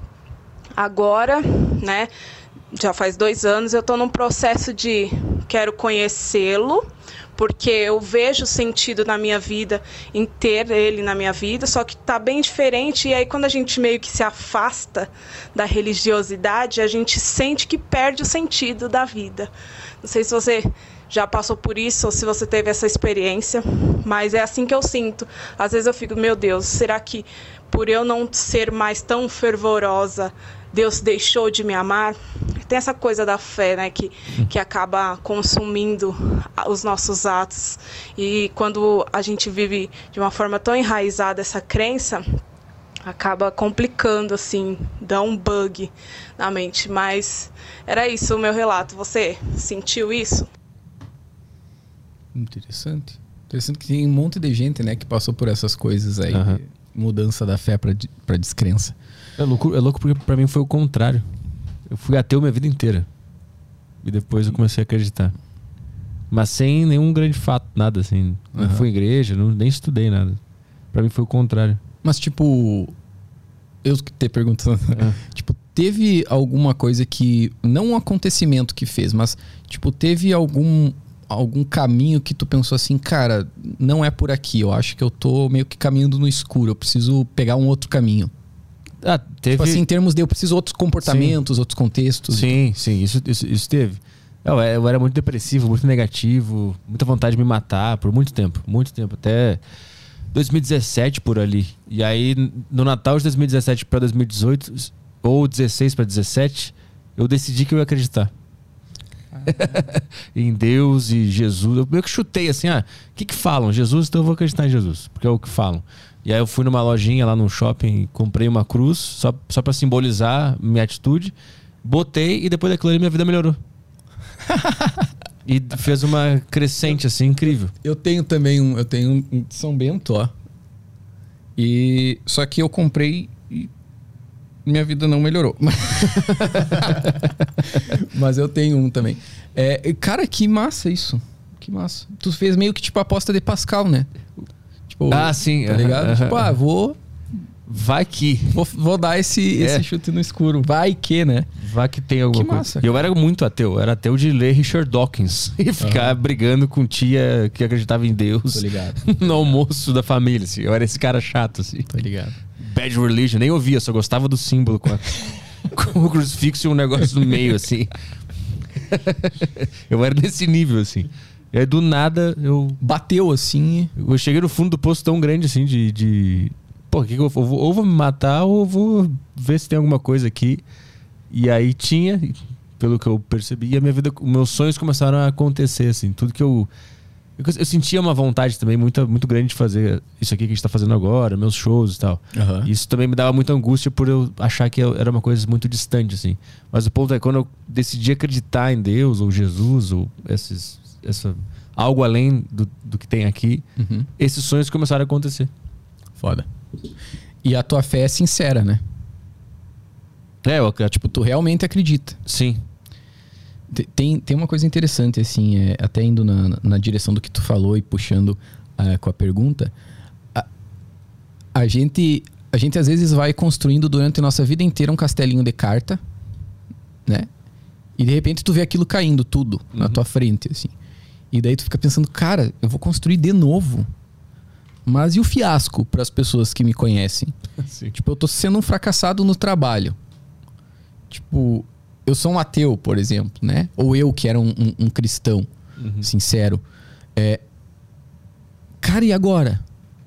agora, né, já faz 2 anos, eu tô num processo de quero conhecê-lo, porque eu vejo sentido na minha vida em ter ele na minha vida, só que tá bem diferente. E aí, quando a gente meio que se afasta da religiosidade, a gente sente que perde o sentido da vida. Não sei se você já passou por isso ou se você teve essa experiência, mas é assim que eu sinto. Às vezes eu fico, meu Deus, será que por eu não ser mais tão fervorosa, Deus deixou de me amar? Tem essa coisa da fé, né, que acaba consumindo os nossos atos. E quando a gente vive de uma forma tão enraizada essa crença, acaba complicando, assim, dá um bug na mente. Mas era isso o meu relato. Você sentiu isso? Interessante. Interessante que tem um monte de gente, né, que passou por essas coisas aí. Aham. Mudança da fé pra descrença. É louco porque pra mim foi o contrário. Eu fui ateu minha vida inteira. E depois eu comecei a acreditar. Mas sem nenhum grande fato, nada assim. Não fui à igreja, nem estudei nada. Pra mim foi o contrário. Mas, tipo, eu que te perguntando, tipo, teve alguma coisa que, não um acontecimento que fez, mas, tipo, teve algum caminho que tu pensou assim, cara, não é por aqui, eu acho que eu tô meio que caminhando no escuro, eu preciso pegar um outro caminho. Teve... Tipo assim, em termos de eu preciso outros comportamentos, outros contextos. Sim, isso teve. Eu era muito depressivo, muito negativo, muita vontade de me matar por muito tempo, até 2017 por ali. E aí, no Natal de 2017 para 2018, ou 16 para 17, eu decidi que eu ia acreditar. Em Deus e Jesus. Eu meio que chutei assim, o que falam? Jesus, então eu vou acreditar em Jesus, porque é o que falam. E aí eu fui numa lojinha lá no shopping, comprei uma cruz só pra simbolizar minha atitude, botei e depois daquilo ali minha vida melhorou. E fez uma crescente assim, incrível. Eu tenho também um de São Bento, ó. E só que eu comprei e minha vida não melhorou. Mas eu tenho um também. Cara, que massa isso. Que massa. Tu fez meio que tipo a aposta de Pascal, né? Tipo, sim. Tá ligado? Tipo, vou... Vai que... Vou dar esse chute no escuro. Vai que, né? Vai que tem alguma que coisa. Massa, e eu era muito ateu. Eu era ateu de ler Richard Dawkins. E ficar brigando com tia que acreditava em Deus. Tô ligado. No almoço da família, assim. Eu era esse cara chato, assim. Tô ligado. Bad Religion. Nem ouvia, só gostava do símbolo com o crucifixo e um negócio no meio, assim. Eu era nesse nível, assim. E aí, do nada, eu... Bateu, assim. Eu cheguei no fundo do poço tão grande, assim, Pô, que eu vou, ou vou me matar ou vou ver se tem alguma coisa aqui. E aí tinha, pelo que eu percebi, e a minha vida, meus sonhos começaram a acontecer, assim. Tudo que eu sentia uma vontade também muito grande de fazer isso aqui que a gente tá fazendo agora, meus shows e tal. Isso também me dava muita angústia por eu achar que era uma coisa muito distante, assim. Mas o ponto é, quando eu decidi acreditar em Deus, ou Jesus, ou algo além do que tem aqui, esses sonhos começaram a acontecer. Foda. E a tua fé é sincera, né? Tipo, tu realmente acredita. Sim. Tem uma coisa interessante, assim, até indo na direção do que tu falou e puxando com a pergunta. A gente às vezes vai construindo durante a nossa vida inteira um castelinho de carta, né? E de repente tu vê aquilo caindo tudo na tua frente, assim. E daí tu fica pensando, cara, eu vou construir de novo. Mas e o fiasco para as pessoas que me conhecem? Sim. Tipo, eu tô sendo um fracassado no trabalho. Tipo, eu sou um ateu, por exemplo, né? Ou eu que era um cristão, sincero. Cara, e agora?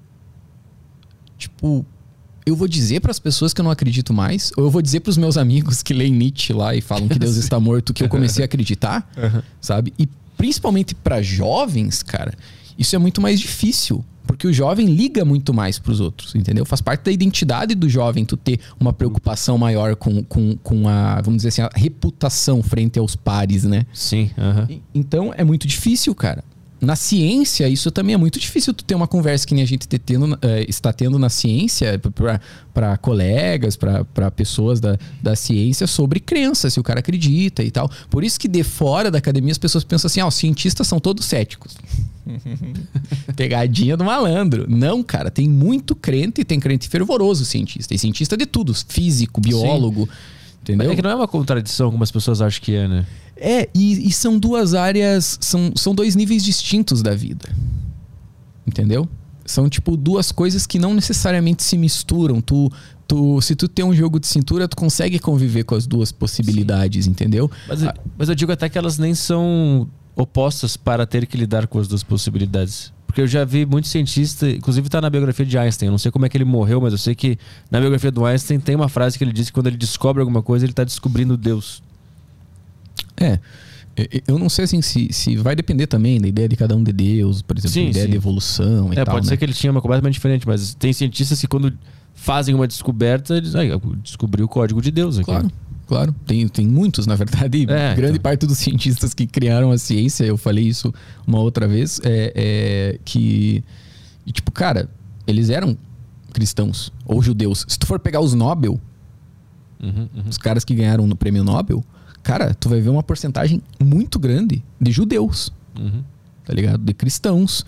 Tipo, eu vou dizer para as pessoas que eu não acredito mais? Ou eu vou dizer para os meus amigos que leem Nietzsche lá e falam que Deus está morto, que eu comecei a acreditar? Sabe? E principalmente para jovens, cara, isso é muito mais difícil. Porque o jovem liga muito mais pros outros, entendeu? Faz parte da identidade do jovem tu ter uma preocupação maior com a, vamos dizer assim, a reputação frente aos pares, né? Sim. Então é muito difícil, cara. Na ciência, isso também é muito difícil tu ter uma conversa que nem a gente está tendo na ciência para colegas, para pessoas da ciência sobre crença, se o cara acredita e tal. Por isso que de fora da academia as pessoas pensam assim, os cientistas são todos céticos. Pegadinha do malandro. Não, cara, tem muito crente e tem crente fervoroso cientista. Tem cientista de tudo, físico, biólogo, entendeu? É que não é uma contradição como as pessoas acham que é, né? E são duas áreas, são dois níveis distintos da vida. Entendeu? São tipo duas coisas que não necessariamente se misturam. Se tu tem um jogo de cintura, tu consegue conviver com as duas possibilidades, entendeu? Mas eu digo até que elas nem são opostas para ter que lidar com as duas possibilidades. Porque eu já vi muitos cientistas, inclusive tá na biografia de Einstein, eu não sei como é que ele morreu, mas eu sei que na biografia do Einstein tem uma frase que ele diz que quando ele descobre alguma coisa, ele tá descobrindo Deus. Eu não sei assim se vai depender também da ideia de cada um de Deus, por exemplo, a ideia de evolução e tal. Pode ser que ele tinha uma completamente diferente, mas tem cientistas que quando fazem uma descoberta, eles descobriu o código de Deus aqui. Claro. Tem muitos, na verdade. Grande parte dos cientistas que criaram a ciência, eu falei isso uma outra vez, que, tipo, cara, eles eram cristãos ou judeus. Se tu for pegar os Nobel, os caras que ganharam no prêmio Nobel, cara, tu vai ver uma porcentagem muito grande de judeus, tá ligado? De cristãos,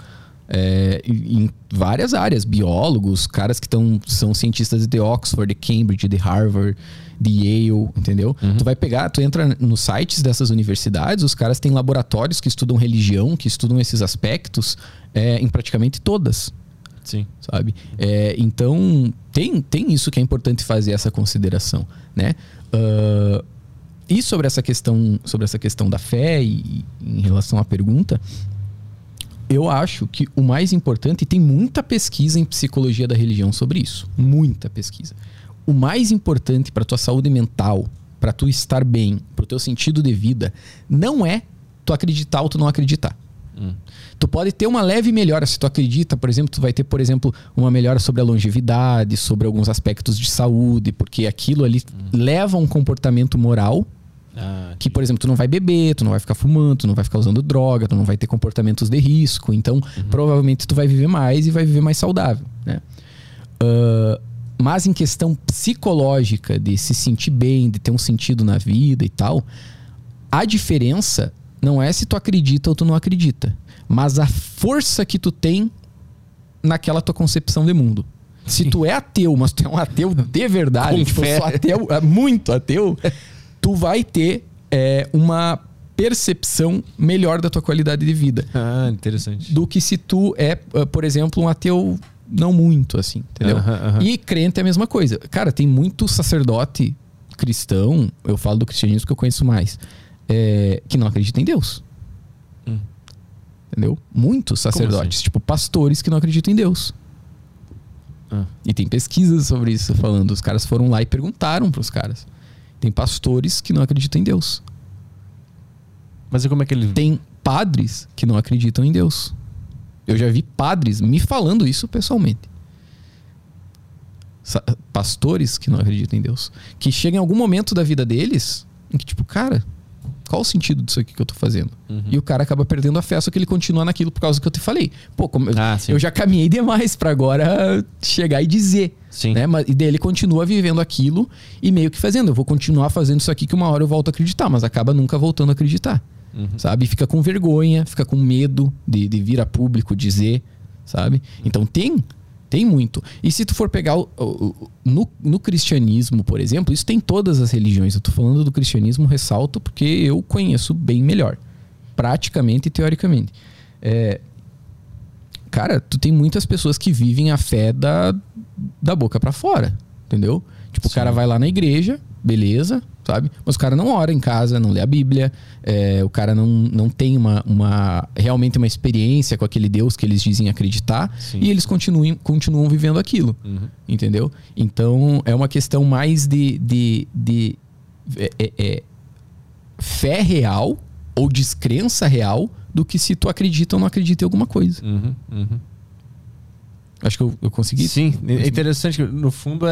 em várias áreas, biólogos, caras que são cientistas de Oxford, de Cambridge, de Harvard, de Yale, entendeu? Tu entra nos sites dessas universidades, os caras têm laboratórios que estudam religião, que estudam esses aspectos em praticamente todas. Sim. Sabe? Então, tem isso que é importante fazer essa consideração, né? E sobre essa questão da fé e em relação à pergunta, eu acho que o mais importante, e tem muita pesquisa em psicologia da religião sobre isso, muita pesquisa. O mais importante para tua saúde mental, para tu estar bem, para o teu sentido de vida, não é tu acreditar ou tu não acreditar. Tu pode ter uma leve melhora se tu acredita, por exemplo, tu vai ter, por exemplo, uma melhora sobre a longevidade, sobre alguns aspectos de saúde, porque aquilo ali leva a um comportamento moral que, por exemplo, tu não vai beber, tu não vai ficar fumando, tu não vai ficar usando droga, tu não vai ter comportamentos de risco, então provavelmente tu vai viver mais e vai viver mais saudável, né? Mas em questão psicológica, de se sentir bem, de ter um sentido na vida e tal, a diferença não é se tu acredita ou tu não acredita, mas a força que tu tem naquela tua concepção de mundo. Se tu é ateu, mas tu é um ateu de verdade, tipo, eu sou ateu, muito ateu, tu vai ter uma percepção melhor da tua qualidade de vida. Interessante. Do que se tu é, por exemplo, um ateu não muito, assim, entendeu? E crente é a mesma coisa. Cara, tem muito sacerdote cristão, eu falo do cristianismo que eu conheço mais, que não acredita em Deus. Entendeu? Muitos sacerdotes, assim? tipo pastores que não acreditam em Deus. E tem pesquisas sobre isso falando. Os caras foram lá e perguntaram pros caras. Tem pastores que não acreditam em Deus. Mas e como é que ele... Tem padres que não acreditam em Deus. Eu já vi padres me falando isso pessoalmente. Pastores que não acreditam em Deus. Que chegam em algum momento da vida deles em que, tipo, cara, qual o sentido disso aqui que eu tô fazendo? E o cara acaba perdendo a fé, só que ele continua naquilo por causa do que eu te falei. Pô, eu já caminhei demais pra agora chegar e dizer. Sim. Né? E daí ele continua vivendo aquilo e meio que fazendo. Eu vou continuar fazendo isso aqui que uma hora eu volto a acreditar, mas acaba nunca voltando a acreditar. Sabe? Fica com vergonha, fica com medo de vir a público dizer, sabe? Então tem muito. E se tu for pegar no cristianismo, por exemplo, isso tem todas as religiões. Eu tô falando do cristianismo, ressalto, porque eu conheço bem melhor. Praticamente e teoricamente. Cara, tu tem muitas pessoas que vivem a fé da boca pra fora, entendeu? Tipo, o cara vai lá na igreja, beleza, sabe? Mas o cara não ora em casa, não lê a Bíblia, o cara não tem realmente uma experiência com aquele Deus que eles dizem acreditar. Sim. E eles continuam vivendo aquilo, entendeu? Então, é uma questão mais de fé real ou descrença real do que se tu acredita ou não acredita em alguma coisa. Acho que eu consegui. Sim, é interessante que no fundo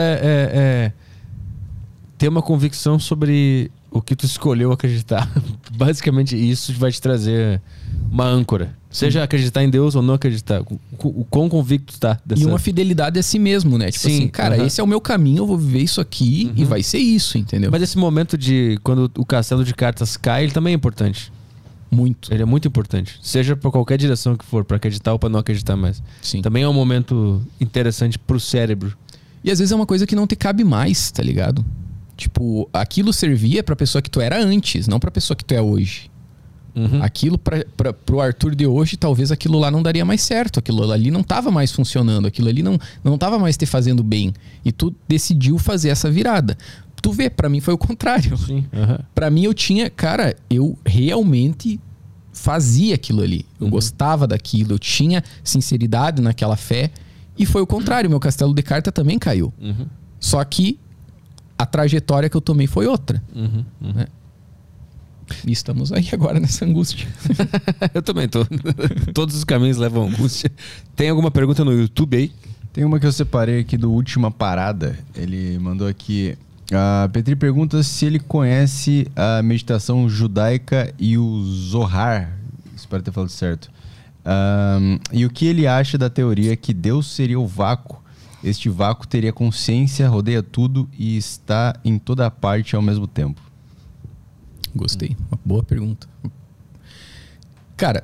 ter uma convicção sobre o que tu escolheu acreditar. Basicamente isso vai te trazer uma âncora. Seja acreditar em Deus ou não acreditar. O quão convicto tu tá dessa... E uma fidelidade a si mesmo, né? Tipo assim, cara, esse é o meu caminho, eu vou viver isso aqui e vai ser isso, entendeu? Mas esse momento de quando o castelo de cartas cai, ele também é importante. Muito. Ele é muito importante. Seja pra qualquer direção que for, pra acreditar ou pra não acreditar mais. Sim. Também é um momento interessante pro cérebro. E às vezes é uma coisa que não te cabe mais, tá ligado? Tipo, aquilo servia pra pessoa que tu era antes, não pra pessoa que tu é hoje. Aquilo pro Arthur de hoje, talvez aquilo lá não daria mais certo. Aquilo ali não tava mais funcionando. Aquilo ali não tava mais te fazendo bem. E tu decidiu fazer essa virada. Tu vê, pra mim foi o contrário. Sim. Pra mim eu realmente fazia aquilo ali. Eu gostava daquilo, eu tinha sinceridade naquela fé. E foi o contrário, meu castelo de carta também caiu. Só que a trajetória que eu tomei foi outra. Né? E estamos aí agora nessa angústia. Eu também tô. Todos os caminhos levam a angústia. Tem alguma pergunta no YouTube aí? Tem uma que eu separei aqui do Última Parada. Ele mandou aqui... A Petri pergunta se ele conhece a meditação judaica e o Zohar. Espero ter falado certo. E o que ele acha da teoria que Deus seria o vácuo. Este vácuo teria consciência, rodeia tudo e está em toda parte ao mesmo tempo. Gostei. Uma boa pergunta. Cara,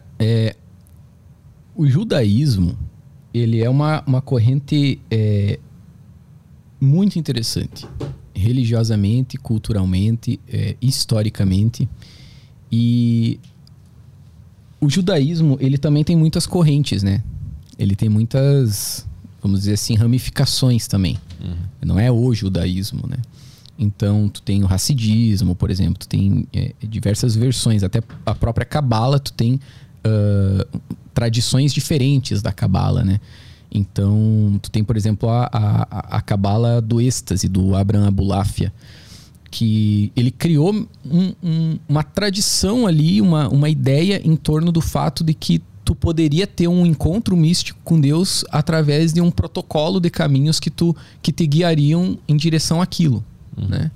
o judaísmo, ele é uma corrente muito interessante. Religiosamente, culturalmente, historicamente. E o judaísmo, ele também tem muitas correntes, né? Ele tem muitas, vamos dizer assim, ramificações também. Não é o judaísmo, né? Então, tu tem o Hassidismo, por exemplo. Tu tem diversas versões. Até a própria Cabala, tu tem tradições diferentes da Cabala, né? Então, tu tem, por exemplo, a Cabala do êxtase, do Abraham Abulafia, que ele criou uma tradição ali, uma ideia em torno do fato de que tu poderia ter um encontro místico com Deus através de um protocolo de caminhos que te guiariam em direção àquilo, né?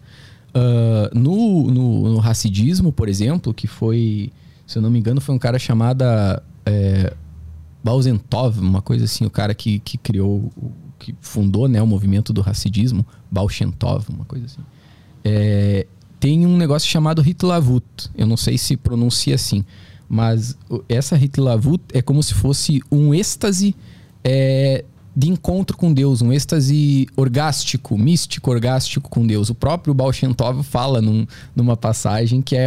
No Hassidismo, por exemplo, que foi, se eu não me engano, foi um cara chamado Baal Shem Tov, uma coisa assim, o cara que criou, que fundou, né, o movimento do Hassidismo, Baal Shem Tov, uma coisa assim. Tem um negócio chamado Hitlavut, eu não sei se pronuncia assim, mas essa Hitlavut é como se fosse um êxtase de encontro com Deus, um êxtase orgástico, místico orgástico com Deus. O próprio Baal Shem Tov fala numa passagem que é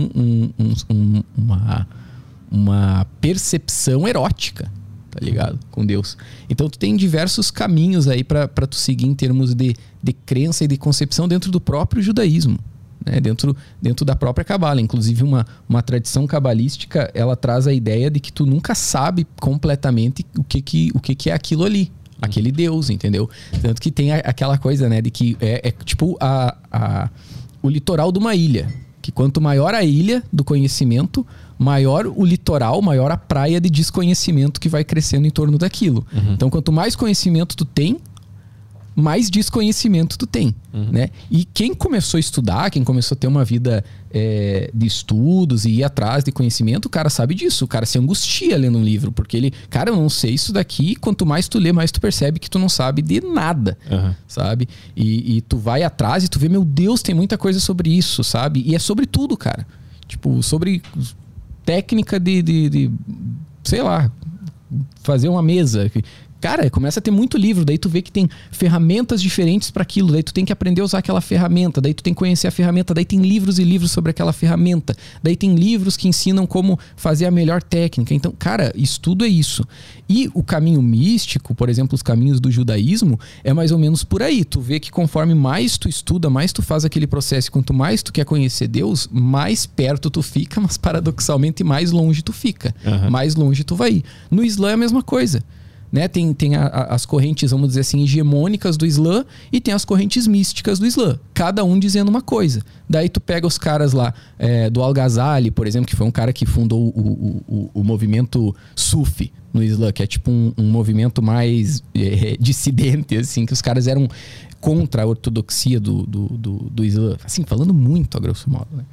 uma percepção erótica, tá ligado? Com Deus. Então tu tem diversos caminhos aí pra tu seguir em termos de crença e de concepção dentro do próprio judaísmo, né? Dentro da própria Cabala. Inclusive uma tradição cabalística, ela traz a ideia de que tu nunca sabe completamente o que é aquilo ali, aquele Deus, entendeu? Tanto que tem aquela coisa, né, de que é tipo o litoral de uma ilha, que quanto maior a ilha do conhecimento, maior o litoral, maior a praia de desconhecimento que vai crescendo em torno daquilo. Então, quanto mais conhecimento tu tem, mais desconhecimento tu tem, né? E quem começou a estudar, quem começou a ter uma vida de estudos e ir atrás de conhecimento, o cara sabe disso. O cara se angustia lendo um livro, porque ele... Cara, eu não sei isso daqui. Quanto mais tu lê, mais tu percebe que tu não sabe de nada, sabe? E tu vai atrás e tu vê, meu Deus, tem muita coisa sobre isso, sabe? E é sobre tudo, cara. Tipo, sobre técnica de sei lá, fazer uma mesa. Cara, começa a ter muito livro, daí tu vê que tem ferramentas diferentes para aquilo, daí tu tem que aprender a usar aquela ferramenta, daí tu tem que conhecer a ferramenta, daí tem livros e livros sobre aquela ferramenta, daí tem livros que ensinam como fazer a melhor técnica. Então, cara, estudo é isso. E o caminho místico, por exemplo, os caminhos do judaísmo, é mais ou menos por aí. Tu vê que conforme mais tu estuda, mais tu faz aquele processo, quanto mais tu quer conhecer Deus, mais perto tu fica, mas paradoxalmente mais longe tu fica. Mais longe tu vai ir. No Islã é a mesma coisa. Né? Tem as correntes, vamos dizer assim, hegemônicas do Islã e tem as correntes místicas do Islã. Cada um dizendo uma coisa. Daí tu pega os caras lá do Al-Ghazali, por exemplo, que foi um cara que fundou o movimento Sufi no Islã, que é tipo um movimento mais dissidente, assim, que os caras eram contra a ortodoxia do Islã. Assim, falando muito a grosso modo, né?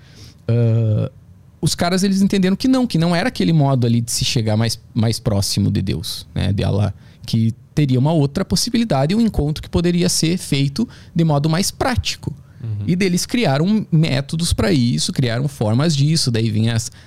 Os caras, eles entenderam que não era aquele modo ali de se chegar mais próximo de Deus, né, de Allah, que teria uma outra possibilidade, um encontro que poderia ser feito de modo mais prático. E deles criaram métodos para isso, criaram formas disso. Daí vem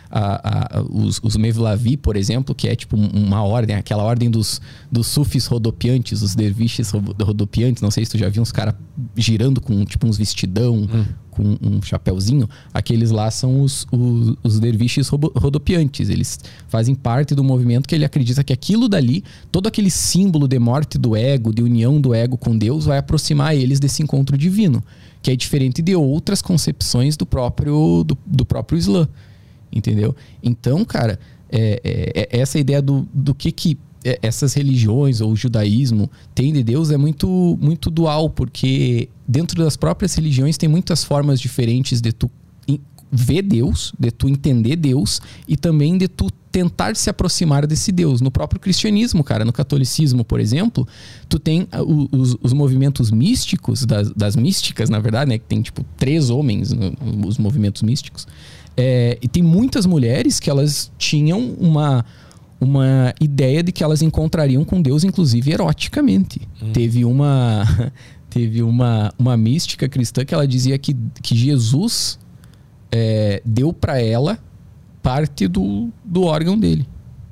os Mevlavi, por exemplo, que é tipo uma ordem, aquela ordem dos sufis rodopiantes, os derviches rodopiantes. Não sei se tu já viu uns caras girando com tipo uns vestidão, com um chapéuzinho. Aqueles lá são os derviches rodopiantes. Eles fazem parte do movimento que ele acredita que aquilo dali, todo aquele símbolo de morte do ego, de união do ego com Deus, vai aproximar eles desse encontro divino, que é diferente de outras concepções do próprio Islã, entendeu? Então, cara, essa ideia do que essas religiões ou o judaísmo tem de Deus é muito, muito dual, porque dentro das próprias religiões tem muitas formas diferentes de tu ver Deus, de tu entender Deus e também de tu tentar se aproximar desse Deus. No próprio cristianismo, cara, no catolicismo, por exemplo, tu tem os movimentos místicos, das místicas, na verdade, né? Que tem tipo 3 homens nos movimentos místicos. E tem muitas mulheres que elas tinham uma ideia de que elas encontrariam com Deus, inclusive eroticamente. Teve uma mística cristã que ela dizia que Jesus deu para ela parte do órgão dele.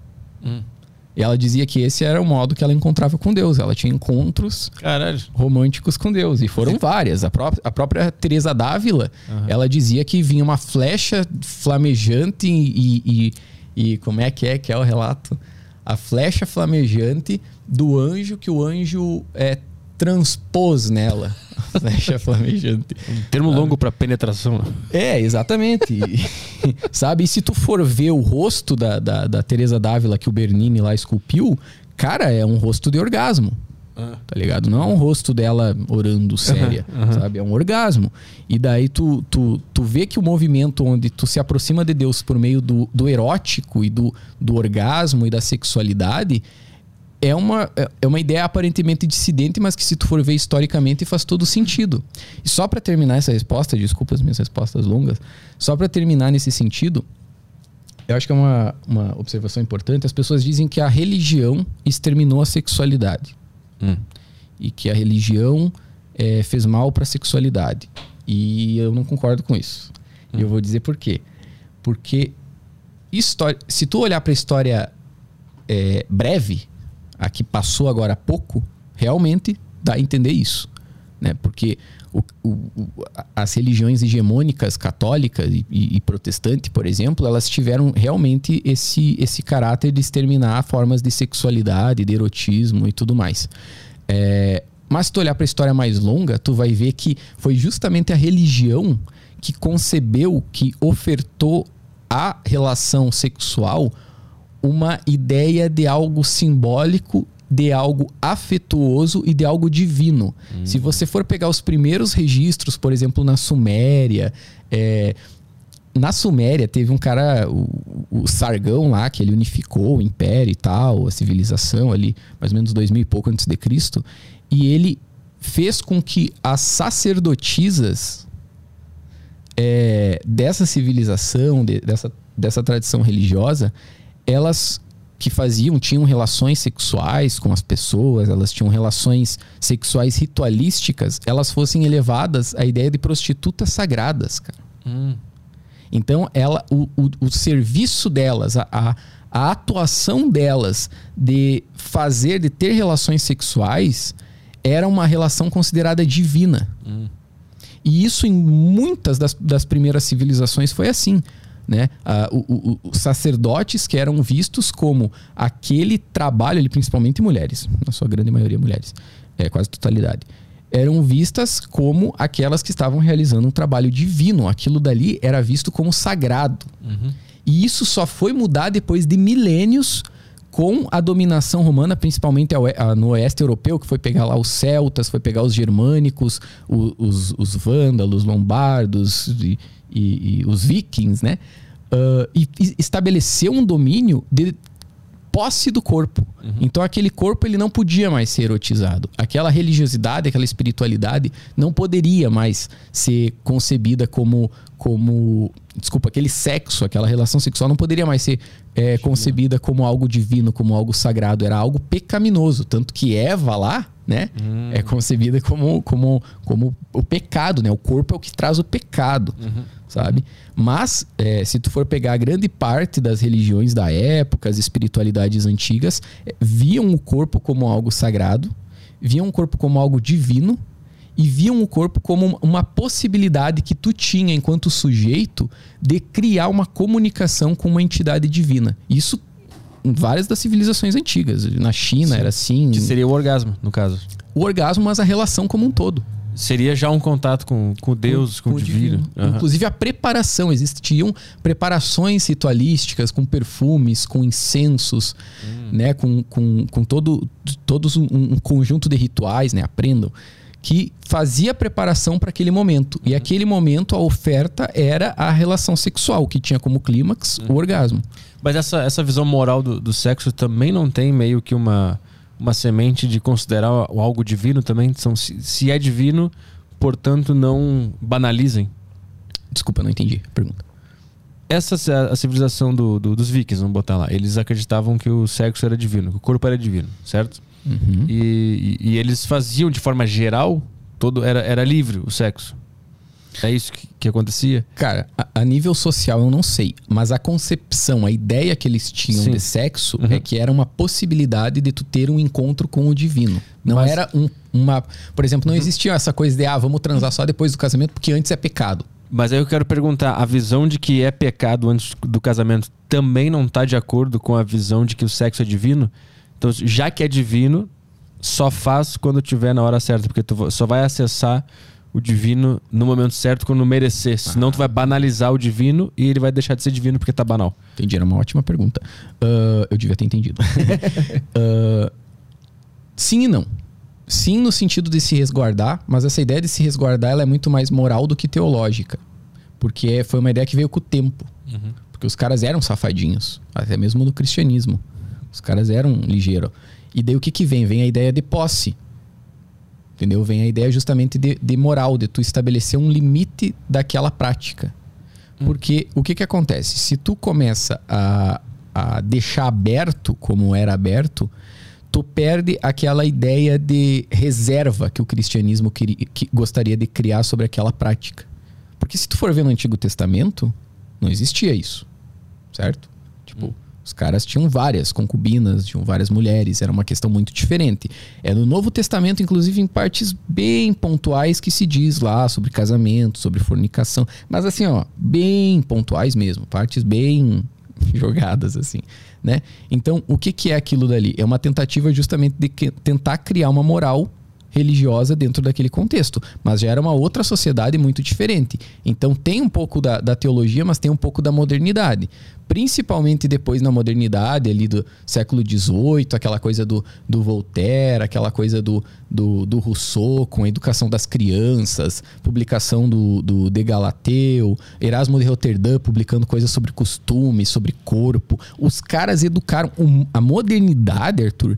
E ela dizia que esse era o modo que ela encontrava com Deus. Ela tinha encontros românticos com Deus. E foram várias. A própria Teresa d'Ávila, ela dizia que vinha uma flecha flamejante e como é que é o relato? A flecha flamejante do anjo, que o anjo transpôs nela. A flecha flamejante. Um termo longo para penetração. Exatamente. Sabe? E se tu for ver o rosto da Teresa d'Ávila que o Bernini lá esculpiu, cara, é um rosto de orgasmo. Tá ligado? Não é um rosto dela orando séria, sabe? É um orgasmo. E daí tu vê que o movimento onde tu se aproxima de Deus por meio do erótico e do orgasmo e da sexualidade é uma ideia aparentemente dissidente, mas que se tu for ver historicamente faz todo sentido. E só pra terminar essa resposta, desculpa as minhas respostas longas, só pra terminar nesse sentido, eu acho que é uma observação importante. As pessoas dizem que a religião exterminou a sexualidade. E que a religião fez mal para a sexualidade. E eu não concordo com isso. E eu vou dizer por quê. Porque se tu olhar para a história breve, a que passou agora há pouco, realmente dá a entender isso, né? Porque as religiões hegemônicas católicas e protestante, por exemplo, elas tiveram realmente esse caráter de exterminar formas de sexualidade, de erotismo e tudo mais. Mas se tu olhar para a história mais longa, tu vai ver que foi justamente a religião que concebeu, que ofertou à relação sexual uma ideia de algo simbólico, de algo afetuoso e de algo divino. Se você for pegar os primeiros registros, por exemplo, na Suméria, na Suméria teve um cara, o Sargão lá, que ele unificou o império e tal, a civilização ali, mais ou menos 2000 e pouco antes de Cristo, e ele fez com que as sacerdotisas dessa civilização, dessa tradição religiosa, elas que tinham relações sexuais com as pessoas, elas tinham relações sexuais ritualísticas, elas fossem elevadas à ideia de prostitutas sagradas, cara. Então, o serviço delas, a atuação delas de ter relações sexuais era uma relação considerada divina. E isso em muitas das primeiras civilizações foi assim, né? Os sacerdotes que eram vistos como aquele trabalho, principalmente mulheres, na sua grande maioria mulheres, quase totalidade, eram vistas como aquelas que estavam realizando um trabalho divino. Aquilo dali era visto como sagrado. E isso só foi mudar depois de milênios com a dominação romana, principalmente no oeste europeu, que foi pegar lá os celtas, foi pegar os germânicos, os vândalos, lombardos e os vikings, né? E estabeleceu um domínio de posse do corpo. Então aquele corpo ele não podia mais ser erotizado. Aquela religiosidade, aquela espiritualidade não poderia mais ser concebida como aquele sexo, aquela relação sexual não poderia mais ser concebida como algo divino, como algo sagrado. Era algo pecaminoso. Tanto que Eva lá, né, é concebida como o pecado, né? O corpo é o que traz o pecado, sabe? Mas, se tu for pegar a grande parte das religiões da época, as espiritualidades antigas, viam o corpo como algo sagrado, viam o corpo como algo divino, e viam o corpo como uma possibilidade que tu tinha enquanto sujeito de criar uma comunicação com uma entidade divina. Isso em várias das civilizações antigas. Na China era assim. Que seria o orgasmo, no caso. O orgasmo, mas a relação como um todo. Seria já um contato com Deus, com o divino. Inclusive a preparação. Existiam preparações ritualísticas com perfumes, com incensos, né? Com todos um conjunto de rituais, né? Aprendam. Que fazia a preparação para aquele momento. E aquele momento, a oferta era a relação sexual, que tinha como clímax o orgasmo. Mas essa visão moral do sexo também não tem meio que uma semente de considerar algo divino também? Se é divino, portanto, não banalizem. Desculpa, não entendi a pergunta. A civilização dos vikings, vamos botar lá. Eles acreditavam que o sexo era divino, que o corpo era divino, certo? E eles faziam de forma geral, era livre o sexo. É isso que acontecia? Cara, a nível social eu não sei, mas a concepção, a ideia que eles tinham de sexo é que era uma possibilidade de tu ter um encontro com o divino. Não era por exemplo, não existia essa coisa de vamos transar só depois do casamento porque antes é pecado. Mas aí eu quero perguntar, a visão de que é pecado antes do casamento também não está de acordo com a visão de que o sexo é divino? Então, já que é divino, só faz quando tiver na hora certa, porque tu só vai acessar o divino no momento certo quando merecer. Senão tu vai banalizar o divino e ele vai deixar de ser divino porque tá banal. Entendi, era uma ótima pergunta. Eu devia ter entendido. Sim e não. Sim, no sentido de se resguardar, mas essa ideia de se resguardar ela é muito mais moral do que teológica. Porque foi uma ideia que veio com o tempo. Porque os caras eram safadinhos, até mesmo no cristianismo. Os caras eram ligeiros. E daí o que vem? Vem a ideia de posse. Entendeu? Vem a ideia justamente de moral, de tu estabelecer um limite daquela prática. Porque o que acontece? Se tu começa a deixar aberto como era aberto, tu perde aquela ideia de reserva que o cristianismo que gostaria de criar sobre aquela prática. Porque se tu for ver no Antigo Testamento, não existia isso. Certo? Tipo... Os caras tinham várias concubinas, tinham várias mulheres, era uma questão muito diferente. No Novo Testamento, inclusive, em partes bem pontuais que se diz lá sobre casamento, sobre fornicação. Mas assim, bem pontuais mesmo, partes bem jogadas assim, né? Então, o que é aquilo dali? É uma tentativa justamente de tentar criar uma moral religiosa dentro daquele contexto, mas já era uma outra sociedade muito diferente. Então tem um pouco da teologia, mas tem um pouco da modernidade, principalmente depois na modernidade ali do século XVIII, aquela coisa do Voltaire, aquela coisa do Rousseau com a educação das crianças, publicação do de Galateu, Erasmo de Roterdã publicando coisas sobre costumes, sobre corpo. Os caras educaram a modernidade, Arthur.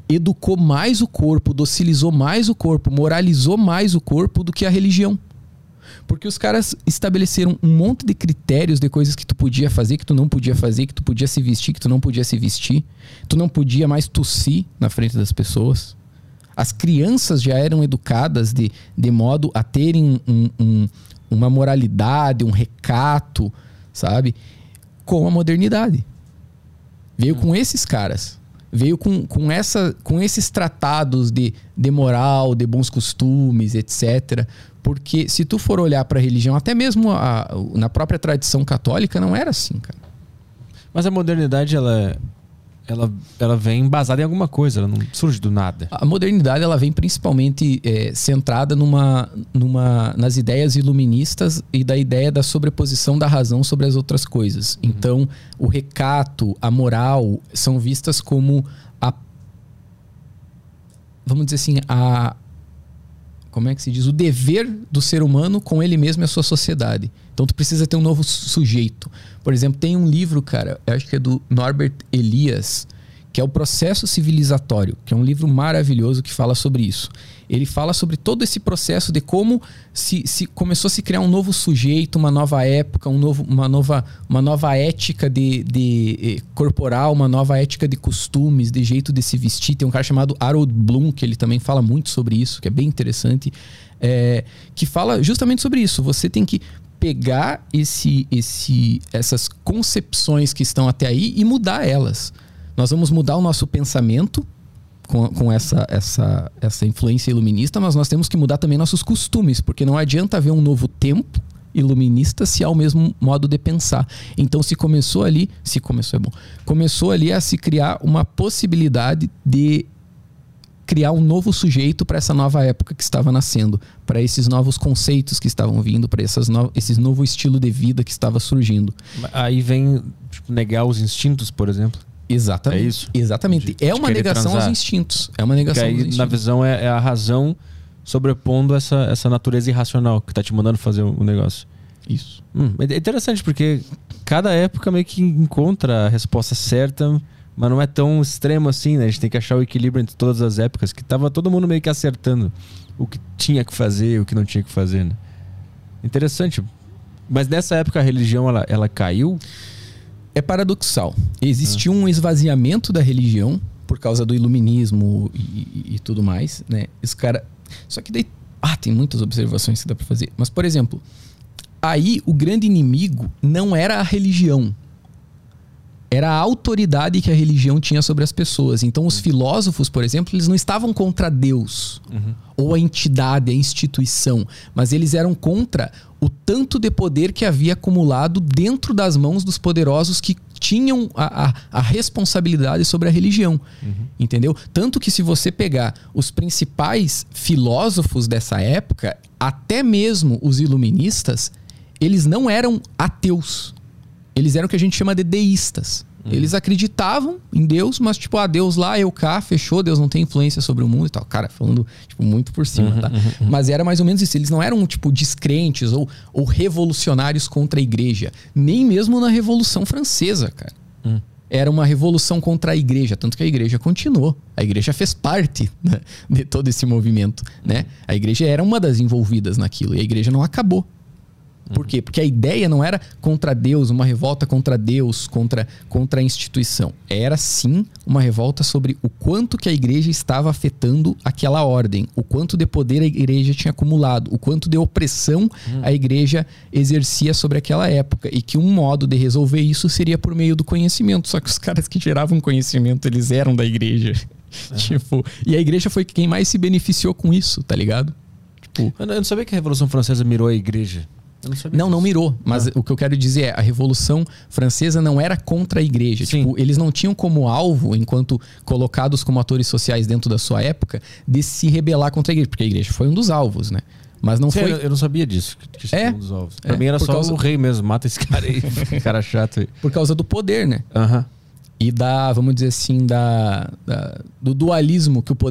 educou mais o corpo, docilizou mais o corpo, moralizou mais o corpo do que a religião. Porque os caras estabeleceram um monte de critérios de coisas que tu podia fazer, que tu não podia fazer, que tu podia se vestir, que tu não podia se vestir. Tu não podia mais tossir na frente das pessoas. As crianças já eram educadas de modo a terem uma moralidade, um recato, sabe? Com a modernidade. Veio com esses caras. Veio com esses tratados de moral, de bons costumes, etc. Porque se tu for olhar para a religião, até mesmo na própria tradição católica, não era assim, cara. Mas a modernidade, ela vem embasada em alguma coisa, ela não surge do nada. A modernidade, ela vem principalmente centrada nas ideias iluministas e da ideia da sobreposição da razão sobre as outras coisas. Então, o recato, a moral, são vistas como vamos dizer assim, como é que se diz? O dever do ser humano com ele mesmo e a sua sociedade. Então tu precisa ter um novo sujeito. Por exemplo, tem um livro, cara, eu acho que é do Norbert Elias, que é o Processo Civilizatório, que é um livro maravilhoso que fala sobre isso. Ele fala sobre todo esse processo de como se começou a se criar um novo sujeito, uma nova época, uma nova ética de corporal, uma nova ética de costumes, de jeito de se vestir. Tem um cara chamado Harold Bloom, que ele também fala muito sobre isso, que é bem interessante, que fala justamente sobre isso. Você tem que pegar essas concepções que estão até aí e mudar elas. Nós vamos mudar o nosso pensamento com essa influência iluminista, mas nós temos que mudar também nossos costumes, porque não adianta haver um novo tempo iluminista se há o mesmo modo de pensar. Então começou ali a se criar uma possibilidade de criar um novo sujeito para essa nova época que estava nascendo, para esses novos conceitos que estavam vindo, para esse novo estilo de vida que estava surgindo. Aí vem negar os instintos, por exemplo. Exatamente. É isso? Exatamente. É uma negação aos instintos. É uma negação aos instintos. Na visão é a razão sobrepondo essa natureza irracional que tá te mandando fazer o negócio. Isso. É interessante porque cada época meio que encontra a resposta certa, mas não é tão extremo assim, né? A gente tem que achar o equilíbrio entre todas as épocas, que tava todo mundo meio que acertando o que tinha que fazer e o que não tinha que fazer, né? Interessante. Mas nessa época a religião, ela caiu? É paradoxal. Existiu um esvaziamento da religião por causa do iluminismo e tudo mais, né? Só que daí... tem muitas observações que dá pra fazer. Mas, por exemplo, aí o grande inimigo não era a religião. Era a autoridade que a religião tinha sobre as pessoas. Então, os filósofos, por exemplo, eles não estavam contra Deus ou a entidade, a instituição, mas eles eram contra o tanto de poder que havia acumulado dentro das mãos dos poderosos que tinham a responsabilidade sobre a religião. Entendeu? Tanto que se você pegar os principais filósofos dessa época, até mesmo os iluministas, eles não eram ateus. Eles eram o que a gente chama de deístas. Eles acreditavam em Deus, mas tipo, Deus lá, eu cá, fechou, Deus não tem influência sobre o mundo e tal. Cara, falando tipo, muito por cima, tá? Mas era mais ou menos isso. Eles não eram tipo descrentes ou revolucionários contra a igreja. Nem mesmo na Revolução Francesa, cara. Era uma revolução contra a igreja, tanto que a igreja continuou. A igreja fez parte, né, de todo esse movimento, né? A igreja era uma das envolvidas naquilo e a igreja não acabou. Por quê? Porque a ideia não era contra Deus, uma revolta contra Deus, contra a instituição. Era sim uma revolta sobre o quanto que a igreja estava afetando aquela ordem, o quanto de poder a igreja tinha acumulado, o quanto de opressão a igreja exercia sobre aquela época. E que um modo de resolver isso seria por meio do conhecimento. Só que os caras que geravam conhecimento, eles eram da igreja. E a igreja foi quem mais se beneficiou com isso, tá ligado? Eu não sabia que a Revolução Francesa mirou a igreja. Não mirou. Mas o que eu quero dizer é, a Revolução Francesa não era contra a igreja. Tipo, eles não tinham como alvo, enquanto colocados como atores sociais dentro da sua época, de se rebelar contra a igreja. Porque a igreja foi um dos alvos, né? Mas não foi... Eu não sabia disso, que foi um dos alvos. Pra mim era só o rei mesmo. Mata esse cara aí, cara chato aí. Por causa do poder, né? E vamos dizer assim, do dualismo que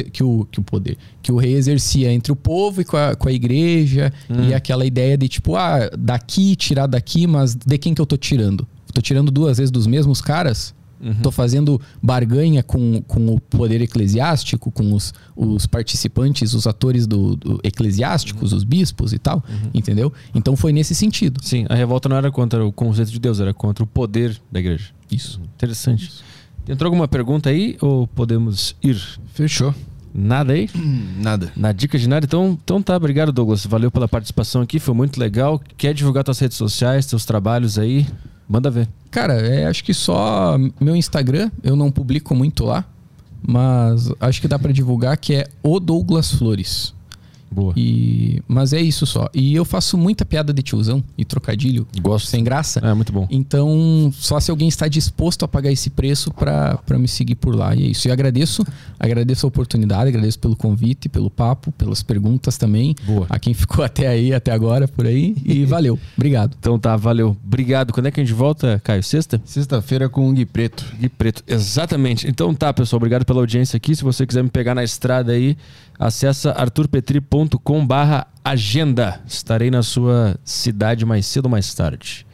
o rei exercia entre o povo e com a igreja, e aquela ideia de tipo, daqui, tirar daqui, mas de quem que eu tô tirando? Tô tirando 2 vezes dos mesmos caras? Tô fazendo barganha com o poder eclesiástico, com os participantes, os atores do eclesiásticos, os bispos e tal, entendeu? Então foi nesse sentido. Sim, a revolta não era contra o conceito de Deus, era contra o poder da igreja. Isso. Interessante. Entrou alguma pergunta aí ou podemos ir? Fechou. Nada aí? Nada. Na dica de nada? Então tá, obrigado, Douglas. Valeu pela participação aqui, foi muito legal. Quer divulgar tuas redes sociais, teus trabalhos aí? Manda ver. Cara, acho que só meu Instagram, eu não publico muito lá, mas acho que dá pra divulgar, que é o Douglas Flores. Boa. Mas é isso só. E eu faço muita piada de tiozão e trocadilho. Gosto. Sem graça. É, muito bom. Então, só se alguém está disposto a pagar esse preço pra me seguir por lá. E é isso. E agradeço a oportunidade, agradeço pelo convite, pelo papo, pelas perguntas também. Boa. A quem ficou até agora, por aí. E valeu. Obrigado. Então tá, valeu. Obrigado. Quando é que a gente volta, Caio? Sexta? Sexta-feira com o Gui Preto. Gui Preto, exatamente. Então tá, pessoal, obrigado pela audiência aqui. Se você quiser me pegar na estrada aí, acessa arturpetri.com/agenda. Estarei na sua cidade mais cedo ou mais tarde.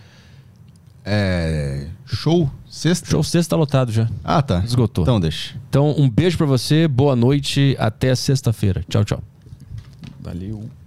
Show? Sexta? Show sexta tá lotado já. Ah, tá. Esgotou. Então deixa. Então um beijo pra você, boa noite, até sexta-feira. Tchau, tchau. Valeu.